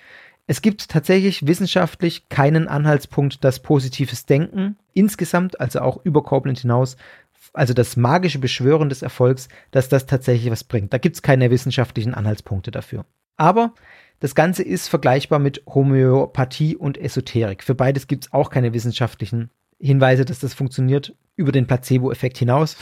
Es gibt tatsächlich wissenschaftlich keinen Anhaltspunkt, dass positives Denken insgesamt, also auch über Copeland hinaus, also das magische Beschwören des Erfolgs, dass das tatsächlich was bringt. Da gibt es keine wissenschaftlichen Anhaltspunkte dafür. Aber das Ganze ist vergleichbar mit Homöopathie und Esoterik. Für beides gibt es auch keine wissenschaftlichen Hinweise, dass das funktioniert, über den Placebo-Effekt hinaus.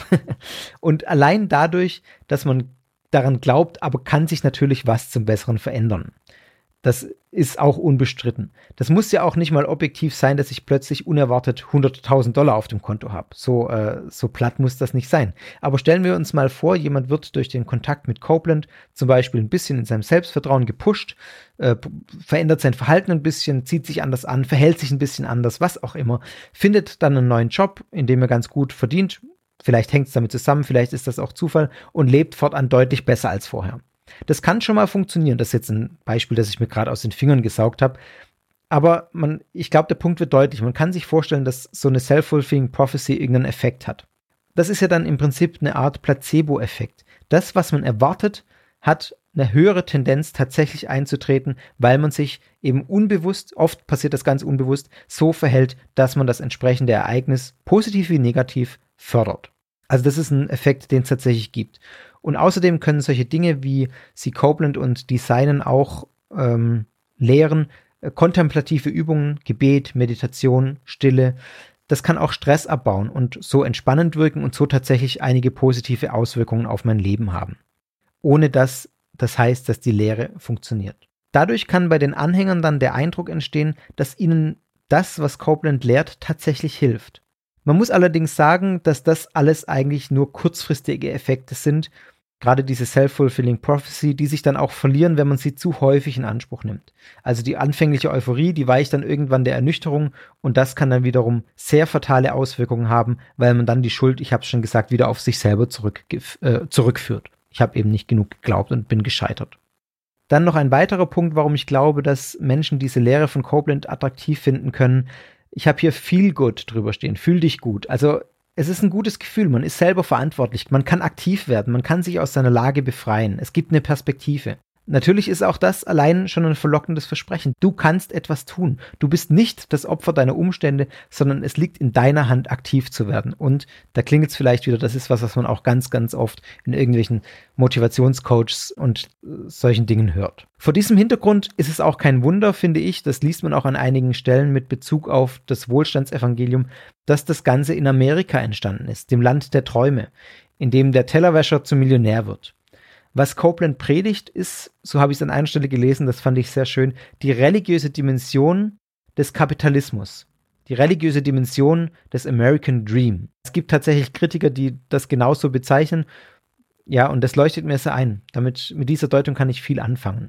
Und allein dadurch, dass man daran glaubt, aber kann sich natürlich was zum Besseren verändern. Das ist auch unbestritten. Das muss ja auch nicht mal objektiv sein, dass ich plötzlich unerwartet hunderttausend Dollar auf dem Konto habe. So, äh, so platt muss das nicht sein. Aber stellen wir uns mal vor, jemand wird durch den Kontakt mit Copeland zum Beispiel ein bisschen in seinem Selbstvertrauen gepusht, äh, verändert sein Verhalten ein bisschen, zieht sich anders an, verhält sich ein bisschen anders, was auch immer, findet dann einen neuen Job, in dem er ganz gut verdient. Vielleicht hängt es damit zusammen, vielleicht ist das auch Zufall, und lebt fortan deutlich besser als vorher. Das kann schon mal funktionieren. Das ist jetzt ein Beispiel, das ich mir gerade aus den Fingern gesaugt habe. Aber man, ich glaube, der Punkt wird deutlich. Man kann sich vorstellen, dass so eine Self-Fulfilling Prophecy irgendeinen Effekt hat. Das ist ja dann im Prinzip eine Art Placebo-Effekt. Das, was man erwartet, hat eine höhere Tendenz tatsächlich einzutreten, weil man sich eben unbewusst, oft passiert das ganz unbewusst, so verhält, dass man das entsprechende Ereignis, positiv wie negativ, fördert. Also das ist ein Effekt, den es tatsächlich gibt. Und außerdem können solche Dinge, wie sie Copeland und die Seinen auch ähm, lehren, äh, kontemplative Übungen, Gebet, Meditation, Stille, das kann auch Stress abbauen und so entspannend wirken und so tatsächlich einige positive Auswirkungen auf mein Leben haben. Ohne dass das heißt, dass die Lehre funktioniert. Dadurch kann bei den Anhängern dann der Eindruck entstehen, dass ihnen das, was Copeland lehrt, tatsächlich hilft. Man muss allerdings sagen, dass das alles eigentlich nur kurzfristige Effekte sind, gerade diese Self-Fulfilling Prophecy, die sich dann auch verlieren, wenn man sie zu häufig in Anspruch nimmt. Also die anfängliche Euphorie, die weicht dann irgendwann der Ernüchterung, und das kann dann wiederum sehr fatale Auswirkungen haben, weil man dann die Schuld, ich habe es schon gesagt, wieder auf sich selber zurück, äh, zurückführt. Ich habe eben nicht genug geglaubt und bin gescheitert. Dann noch ein weiterer Punkt, warum ich glaube, dass Menschen diese Lehre von Copeland attraktiv finden können. Ich habe hier Feel Good drüber stehen, fühl dich gut. Also es ist ein gutes Gefühl, man ist selber verantwortlich, man kann aktiv werden, man kann sich aus seiner Lage befreien. Es gibt eine Perspektive. Natürlich ist auch das allein schon ein verlockendes Versprechen. Du kannst etwas tun. Du bist nicht das Opfer deiner Umstände, sondern es liegt in deiner Hand, aktiv zu werden. Und da klingt es vielleicht wieder, das ist was, was man auch ganz, ganz oft in irgendwelchen Motivationscoaches und solchen Dingen hört. Vor diesem Hintergrund ist es auch kein Wunder, finde ich, das liest man auch an einigen Stellen mit Bezug auf das Wohlstandsevangelium, dass das Ganze in Amerika entstanden ist, dem Land der Träume, in dem der Tellerwäscher zum Millionär wird. Was Copeland predigt, ist, so habe ich es an einer Stelle gelesen, das fand ich sehr schön, die religiöse Dimension des Kapitalismus, die religiöse Dimension des American Dream. Es gibt tatsächlich Kritiker, die das genauso bezeichnen. Ja, und das leuchtet mir sehr ein. Damit, mit dieser Deutung kann ich viel anfangen.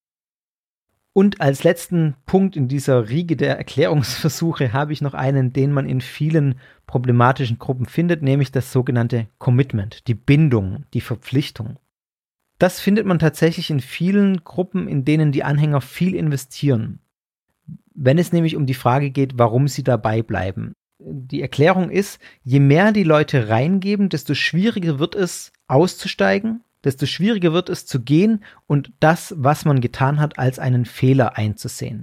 Und als letzten Punkt in dieser Riege der Erklärungsversuche habe ich noch einen, den man in vielen problematischen Gruppen findet, nämlich das sogenannte Commitment, die Bindung, die Verpflichtung. Das findet man tatsächlich in vielen Gruppen, in denen die Anhänger viel investieren, wenn es nämlich um die Frage geht, warum sie dabei bleiben. Die Erklärung ist, je mehr die Leute reingeben, desto schwieriger wird es auszusteigen, desto schwieriger wird es zu gehen und das, was man getan hat, als einen Fehler einzusehen.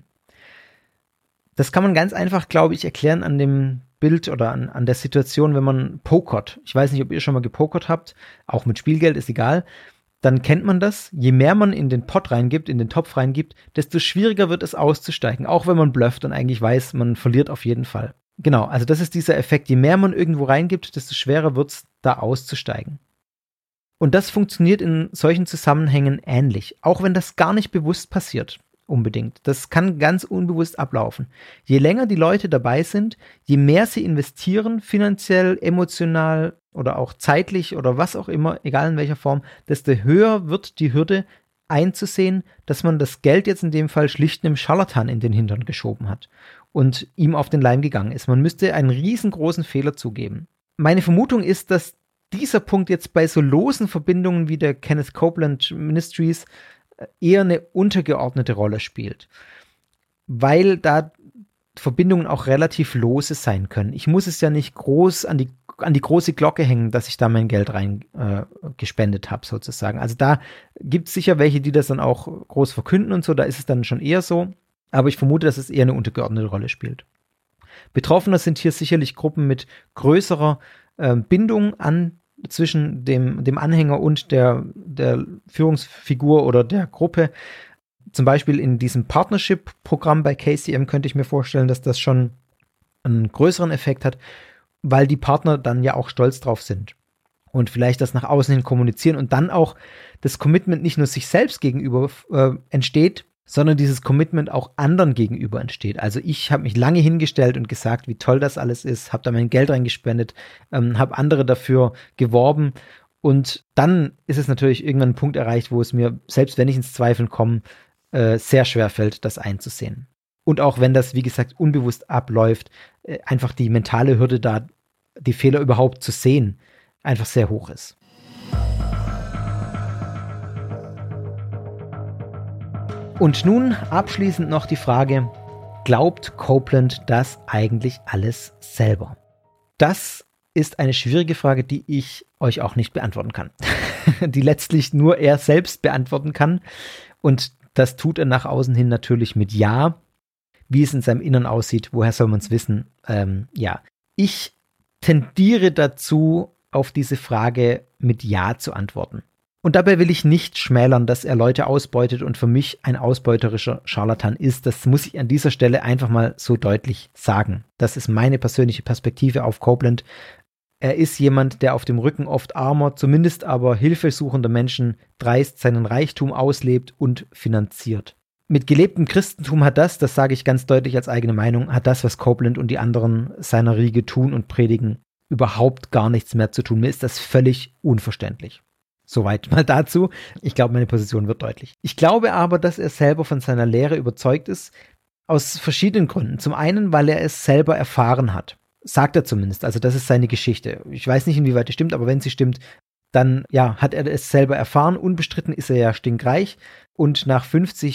Das kann man ganz einfach, glaube ich, erklären an dem Bild oder an, an der Situation, wenn man pokert. Ich weiß nicht, ob ihr schon mal gepokert habt, auch mit Spielgeld, ist egal. Dann kennt man das, je mehr man in den Pot reingibt, in den Topf reingibt, desto schwieriger wird es auszusteigen, auch wenn man blufft und eigentlich weiß, man verliert auf jeden Fall. Genau, also das ist dieser Effekt, je mehr man irgendwo reingibt, desto schwerer wird es, da auszusteigen. Und das funktioniert in solchen Zusammenhängen ähnlich, auch wenn das gar nicht bewusst passiert, unbedingt. Das kann ganz unbewusst ablaufen. Je länger die Leute dabei sind, je mehr sie investieren, finanziell, emotional oder auch zeitlich oder was auch immer, egal in welcher Form, desto höher wird die Hürde einzusehen, dass man das Geld jetzt in dem Fall schlicht einem Scharlatan in den Hintern geschoben hat und ihm auf den Leim gegangen ist. Man müsste einen riesengroßen Fehler zugeben. Meine Vermutung ist, dass dieser Punkt jetzt bei so losen Verbindungen wie der Kenneth Copeland Ministries eher eine untergeordnete Rolle spielt, weil da Verbindungen auch relativ lose sein können. Ich muss es ja nicht groß an die, an die große Glocke hängen, dass ich da mein Geld rein äh, gespendet habe, sozusagen. Also da gibt es sicher welche, die das dann auch groß verkünden und so, da ist es dann schon eher so, aber ich vermute, dass es eher eine untergeordnete Rolle spielt. Betroffener sind hier sicherlich Gruppen mit größerer äh, Bindung an zwischen dem, dem Anhänger und der, der Führungsfigur oder der Gruppe. Zum Beispiel in diesem Partnership-Programm bei K C M könnte ich mir vorstellen, dass das schon einen größeren Effekt hat, weil die Partner dann ja auch stolz drauf sind und vielleicht das nach außen hin kommunizieren und dann auch das Commitment nicht nur sich selbst gegenüber äh, entsteht, sondern dieses Commitment auch anderen gegenüber entsteht. Also ich habe mich lange hingestellt und gesagt, wie toll das alles ist, habe da mein Geld reingespendet, ähm, habe andere dafür geworben und dann ist es natürlich irgendwann ein Punkt erreicht, wo es mir, selbst wenn ich ins Zweifeln komme, äh, sehr schwer fällt, das einzusehen. Und auch wenn das, wie gesagt, unbewusst abläuft, äh, einfach die mentale Hürde da, die Fehler überhaupt zu sehen, einfach sehr hoch ist. Und nun abschließend noch die Frage, glaubt Copeland das eigentlich alles selber? Das ist eine schwierige Frage, die ich euch auch nicht beantworten kann. Die letztlich nur er selbst beantworten kann. Und das tut er nach außen hin natürlich mit Ja. Wie es in seinem Innern aussieht, woher soll man es wissen? Ähm, ja, ich tendiere dazu, auf diese Frage mit Ja zu antworten. Und dabei will ich nicht schmälern, dass er Leute ausbeutet und für mich ein ausbeuterischer Scharlatan ist. Das muss ich an dieser Stelle einfach mal so deutlich sagen. Das ist meine persönliche Perspektive auf Copeland. Er ist jemand, der auf dem Rücken oft armer, zumindest aber hilfesuchender Menschen dreist seinen Reichtum auslebt und finanziert. Mit gelebtem Christentum hat das, das sage ich ganz deutlich als eigene Meinung, hat das, was Copeland und die anderen seiner Riege tun und predigen, überhaupt gar nichts mehr zu tun. Mir ist das völlig unverständlich. Soweit mal dazu. Ich glaube, meine Position wird deutlich. Ich glaube aber, dass er selber von seiner Lehre überzeugt ist, aus verschiedenen Gründen. Zum einen, weil er es selber erfahren hat. Sagt er zumindest. Also das ist seine Geschichte. Ich weiß nicht, inwieweit die stimmt, aber wenn sie stimmt, dann ja, hat er es selber erfahren. Unbestritten ist er ja stinkreich. Und nach fünfzig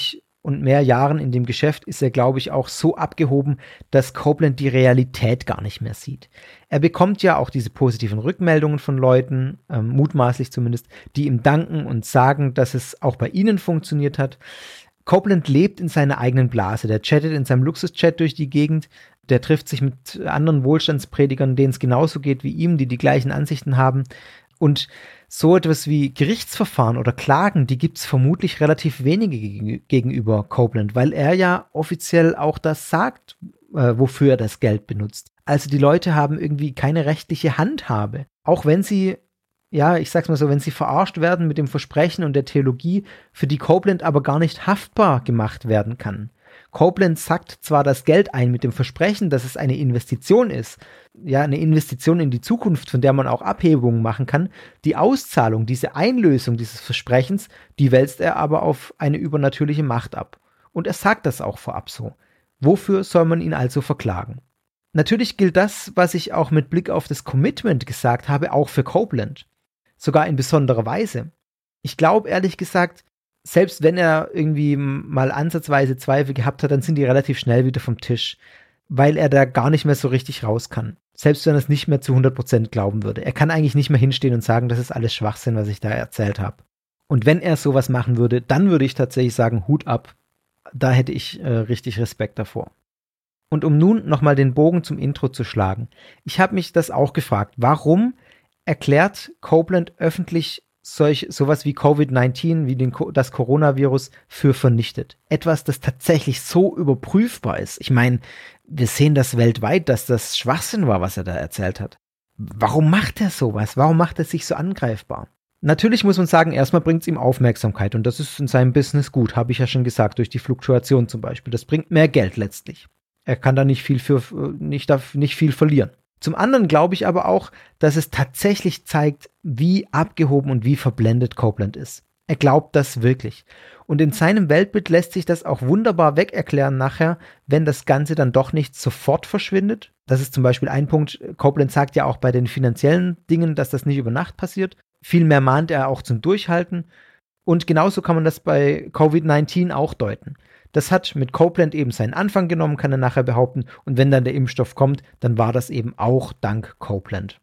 und mehr Jahren in dem Geschäft ist er, glaube ich, auch so abgehoben, dass Copeland die Realität gar nicht mehr sieht. Er bekommt ja auch diese positiven Rückmeldungen von Leuten, ähm, mutmaßlich zumindest, die ihm danken und sagen, dass es auch bei ihnen funktioniert hat. Copeland lebt in seiner eigenen Blase. Der chattet in seinem Luxuschat durch die Gegend. Der trifft sich mit anderen Wohlstandspredigern, denen es genauso geht wie ihm, die die gleichen Ansichten haben. Und so etwas wie Gerichtsverfahren oder Klagen, die gibt es vermutlich relativ wenige gegenüber Copeland, weil er ja offiziell auch das sagt, äh, wofür er das Geld benutzt. Also die Leute haben irgendwie keine rechtliche Handhabe. Auch wenn sie, ja, ich sag's mal so, wenn sie verarscht werden mit dem Versprechen und der Theologie, für die Copeland aber gar nicht haftbar gemacht werden kann. Copeland sackt zwar das Geld ein mit dem Versprechen, dass es eine Investition ist, ja, eine Investition in die Zukunft, von der man auch Abhebungen machen kann. Die Auszahlung, diese Einlösung dieses Versprechens, die wälzt er aber auf eine übernatürliche Macht ab. Und er sagt das auch vorab so. Wofür soll man ihn also verklagen? Natürlich gilt das, was ich auch mit Blick auf das Commitment gesagt habe, auch für Copeland. Sogar in besonderer Weise. Ich glaube ehrlich gesagt, selbst wenn er irgendwie mal ansatzweise Zweifel gehabt hat, dann sind die relativ schnell wieder vom Tisch, weil er da gar nicht mehr so richtig raus kann. Selbst wenn er es nicht mehr zu hundert Prozent glauben würde. Er kann eigentlich nicht mehr hinstehen und sagen, das ist alles Schwachsinn, was ich da erzählt habe. Und wenn er sowas machen würde, dann würde ich tatsächlich sagen, Hut ab. Da hätte ich äh, richtig Respekt davor. Und um nun nochmal den Bogen zum Intro zu schlagen. Ich habe mich das auch gefragt. Warum erklärt Copeland öffentlich solch sowas wie Covid neunzehn, wie den, das Coronavirus, für vernichtet? Etwas, das tatsächlich so überprüfbar ist. Ich meine, wir sehen das weltweit, dass das Schwachsinn war, was er da erzählt hat. Warum macht er sowas? Warum macht er sich so angreifbar? Natürlich muss man sagen, erstmal bringt es ihm Aufmerksamkeit und das ist in seinem Business gut, habe ich ja schon gesagt, durch die Fluktuation zum Beispiel. Das bringt mehr Geld letztlich. Er kann da nicht viel für, nicht, nicht viel verlieren. Zum anderen glaube ich aber auch, dass es tatsächlich zeigt, wie abgehoben und wie verblendet Copeland ist. Er glaubt das wirklich. Und in seinem Weltbild lässt sich das auch wunderbar wegerklären nachher, wenn das Ganze dann doch nicht sofort verschwindet. Das ist zum Beispiel ein Punkt. Copeland sagt ja auch bei den finanziellen Dingen, dass das nicht über Nacht passiert. Vielmehr mahnt er auch zum Durchhalten. Und genauso kann man das bei Covid neunzehn auch deuten. Das hat mit Copeland eben seinen Anfang genommen, kann er nachher behaupten. Und wenn dann der Impfstoff kommt, dann war das eben auch dank Copeland.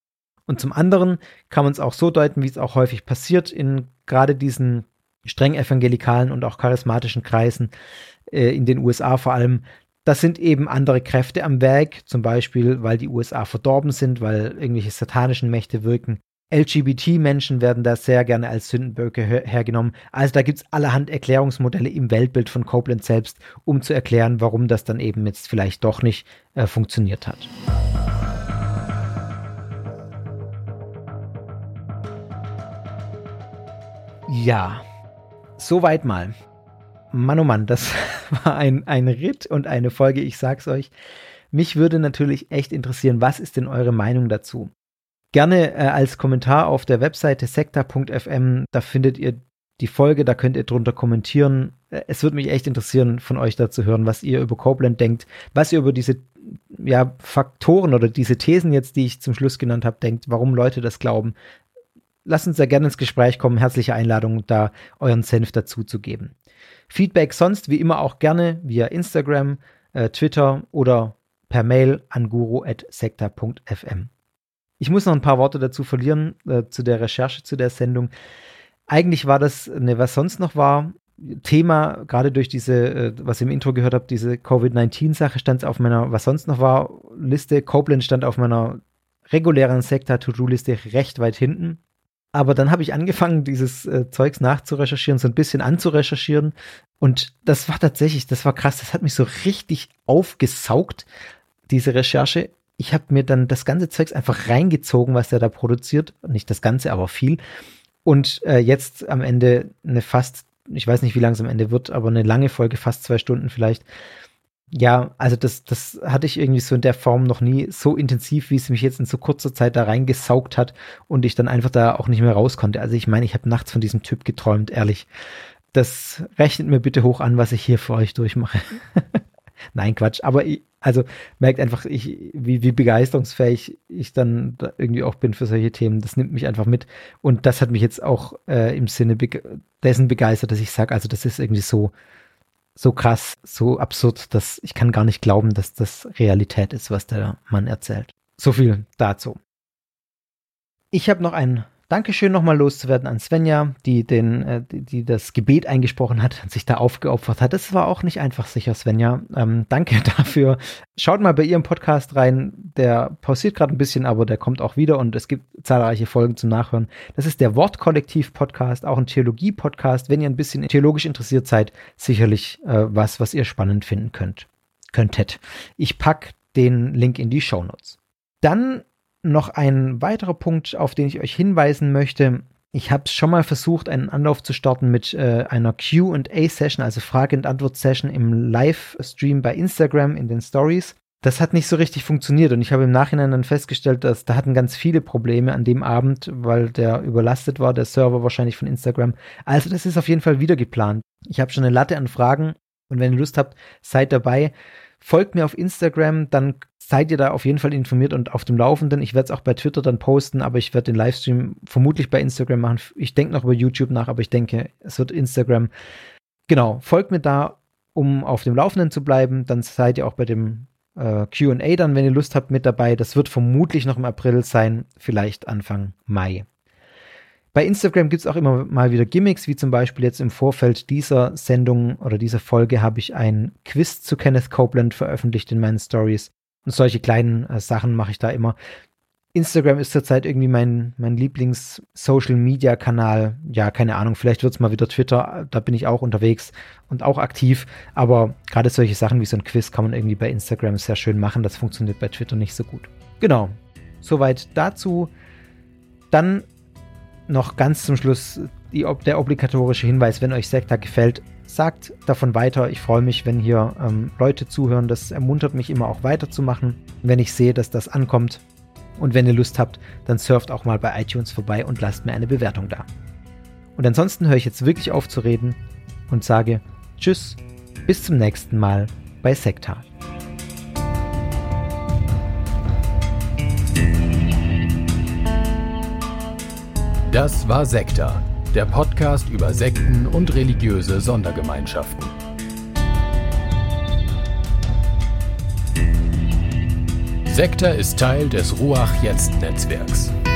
Und zum anderen kann man es auch so deuten, wie es auch häufig passiert in gerade diesen streng evangelikalen und auch charismatischen Kreisen, äh, in den U S A vor allem. Das sind eben andere Kräfte am Werk, zum Beispiel, weil die U S A verdorben sind, weil irgendwelche satanischen Mächte wirken. L G B T-Menschen werden da sehr gerne als Sündenböcke her- hergenommen. Also da gibt es allerhand Erklärungsmodelle im Weltbild von Copeland selbst, um zu erklären, warum das dann eben jetzt vielleicht doch nicht äh, funktioniert hat. Ja, soweit mal. Mann, oh Mann, das war ein, ein Ritt und eine Folge, ich sag's euch. Mich würde natürlich echt interessieren, was ist denn eure Meinung dazu? Gerne äh, als Kommentar auf der Webseite sekta punkt f m, da findet ihr die Folge, da könnt ihr drunter kommentieren. Äh, es würde mich echt interessieren, von euch da zu hören, was ihr über Copeland denkt, was ihr über diese ja, Faktoren oder diese Thesen jetzt, die ich zum Schluss genannt habe, denkt, warum Leute das glauben. Lasst uns da gerne ins Gespräch kommen. Herzliche Einladung, da euren Senf dazu zu geben. Feedback sonst wie immer auch gerne via Instagram, äh, Twitter oder per Mail an guru at sekta punkt f m. Ich muss noch ein paar Worte dazu verlieren, äh, zu der Recherche zu der Sendung. Eigentlich war das, ne, was sonst noch war, Thema, gerade durch diese, äh, was ihr im Intro gehört habt, diese Covid neunzehn-Sache, stand es auf meiner, was sonst noch war, Liste. Copeland stand auf meiner regulären Sekta-To-Do-Liste recht weit hinten. Aber dann habe ich angefangen, dieses äh, Zeugs nachzurecherchieren, so ein bisschen anzurecherchieren. Und das war tatsächlich, das war krass, das hat mich so richtig aufgesaugt, diese Recherche. Ich habe mir dann das ganze Zeugs einfach reingezogen, was der da produziert. Nicht das Ganze, aber viel. Und äh, jetzt am Ende eine fast, ich weiß nicht, wie lang es am Ende wird, aber eine lange Folge, fast zwei Stunden vielleicht. Ja, also das, das hatte ich irgendwie so in der Form noch nie so intensiv, wie es mich jetzt in so kurzer Zeit da reingesaugt hat und ich dann einfach da auch nicht mehr raus konnte. Also ich meine, ich habe nachts von diesem Typ geträumt, ehrlich. Das rechnet mir bitte hoch an, was ich hier für euch durchmache. Nein, Quatsch. Aber ich, also merkt einfach, ich, wie, wie begeisterungsfähig ich dann da irgendwie auch bin für solche Themen. Das nimmt mich einfach mit. Und das hat mich jetzt auch äh, im Sinne bege- dessen begeistert, dass ich sage, also das ist irgendwie so, so krass, so absurd, dass ich kann gar nicht glauben, dass das Realität ist, was der Mann erzählt. So viel dazu. Ich habe noch ein Dankeschön nochmal loszuwerden an Svenja, die, den, äh, die, die das Gebet eingesprochen hat und sich da aufgeopfert hat. Das war auch nicht einfach sicher, Svenja. Ähm, danke dafür. Schaut mal bei ihrem Podcast rein. Der pausiert gerade ein bisschen, aber der kommt auch wieder und es gibt zahlreiche Folgen zum Nachhören. Das ist der Wortkollektiv-Podcast, auch ein Theologie-Podcast. Wenn ihr ein bisschen theologisch interessiert seid, sicherlich äh, was, was ihr spannend finden könnt. Könntet. Ich packe den Link in die Shownotes. Dann noch ein weiterer Punkt, auf den ich euch hinweisen möchte. Ich habe es schon mal versucht, einen Anlauf zu starten mit äh, einer Q and A-Session, also Frage- und Antwort-Session im Livestream bei Instagram in den Stories. Das hat nicht so richtig funktioniert und ich habe im Nachhinein dann festgestellt, dass da hatten ganz viele Probleme an dem Abend, weil der überlastet war, der Server wahrscheinlich von Instagram. Also das ist auf jeden Fall wieder geplant. Ich habe schon eine Latte an Fragen und wenn ihr Lust habt, seid dabei. Folgt mir auf Instagram, dann seid ihr da auf jeden Fall informiert und auf dem Laufenden. Ich werde es auch bei Twitter dann posten, aber ich werde den Livestream vermutlich bei Instagram machen. Ich denke noch über YouTube nach, aber ich denke, es wird Instagram. Genau, folgt mir da, um auf dem Laufenden zu bleiben. Dann seid ihr auch bei dem äh, Q and A dann, wenn ihr Lust habt, mit dabei. Das wird vermutlich noch im April sein, vielleicht Anfang Mai. Bei Instagram gibt es auch immer mal wieder Gimmicks, wie zum Beispiel jetzt im Vorfeld dieser Sendung oder dieser Folge habe ich ein Quiz zu Kenneth Copeland veröffentlicht in meinen Stories. Und solche kleinen äh, Sachen mache ich da immer. Instagram ist zurzeit irgendwie mein, mein Lieblings-Social-Media-Kanal. Ja, keine Ahnung, vielleicht wird es mal wieder Twitter, da bin ich auch unterwegs und auch aktiv. Aber gerade solche Sachen wie so ein Quiz kann man irgendwie bei Instagram sehr schön machen. Das funktioniert bei Twitter nicht so gut. Genau, soweit dazu. Dann noch ganz zum Schluss die, der obligatorische Hinweis, wenn euch Sekta gefällt, sagt davon weiter. Ich freue mich, wenn hier ähm, Leute zuhören. Das ermuntert mich immer auch weiterzumachen, wenn ich sehe, dass das ankommt. Und wenn ihr Lust habt, dann surft auch mal bei iTunes vorbei und lasst mir eine Bewertung da. Und ansonsten höre ich jetzt wirklich auf zu reden und sage Tschüss, bis zum nächsten Mal bei Sekta. Das war Sekta, der Podcast über Sekten und religiöse Sondergemeinschaften. Sekta ist Teil des Ruach Jetzt Netzwerks.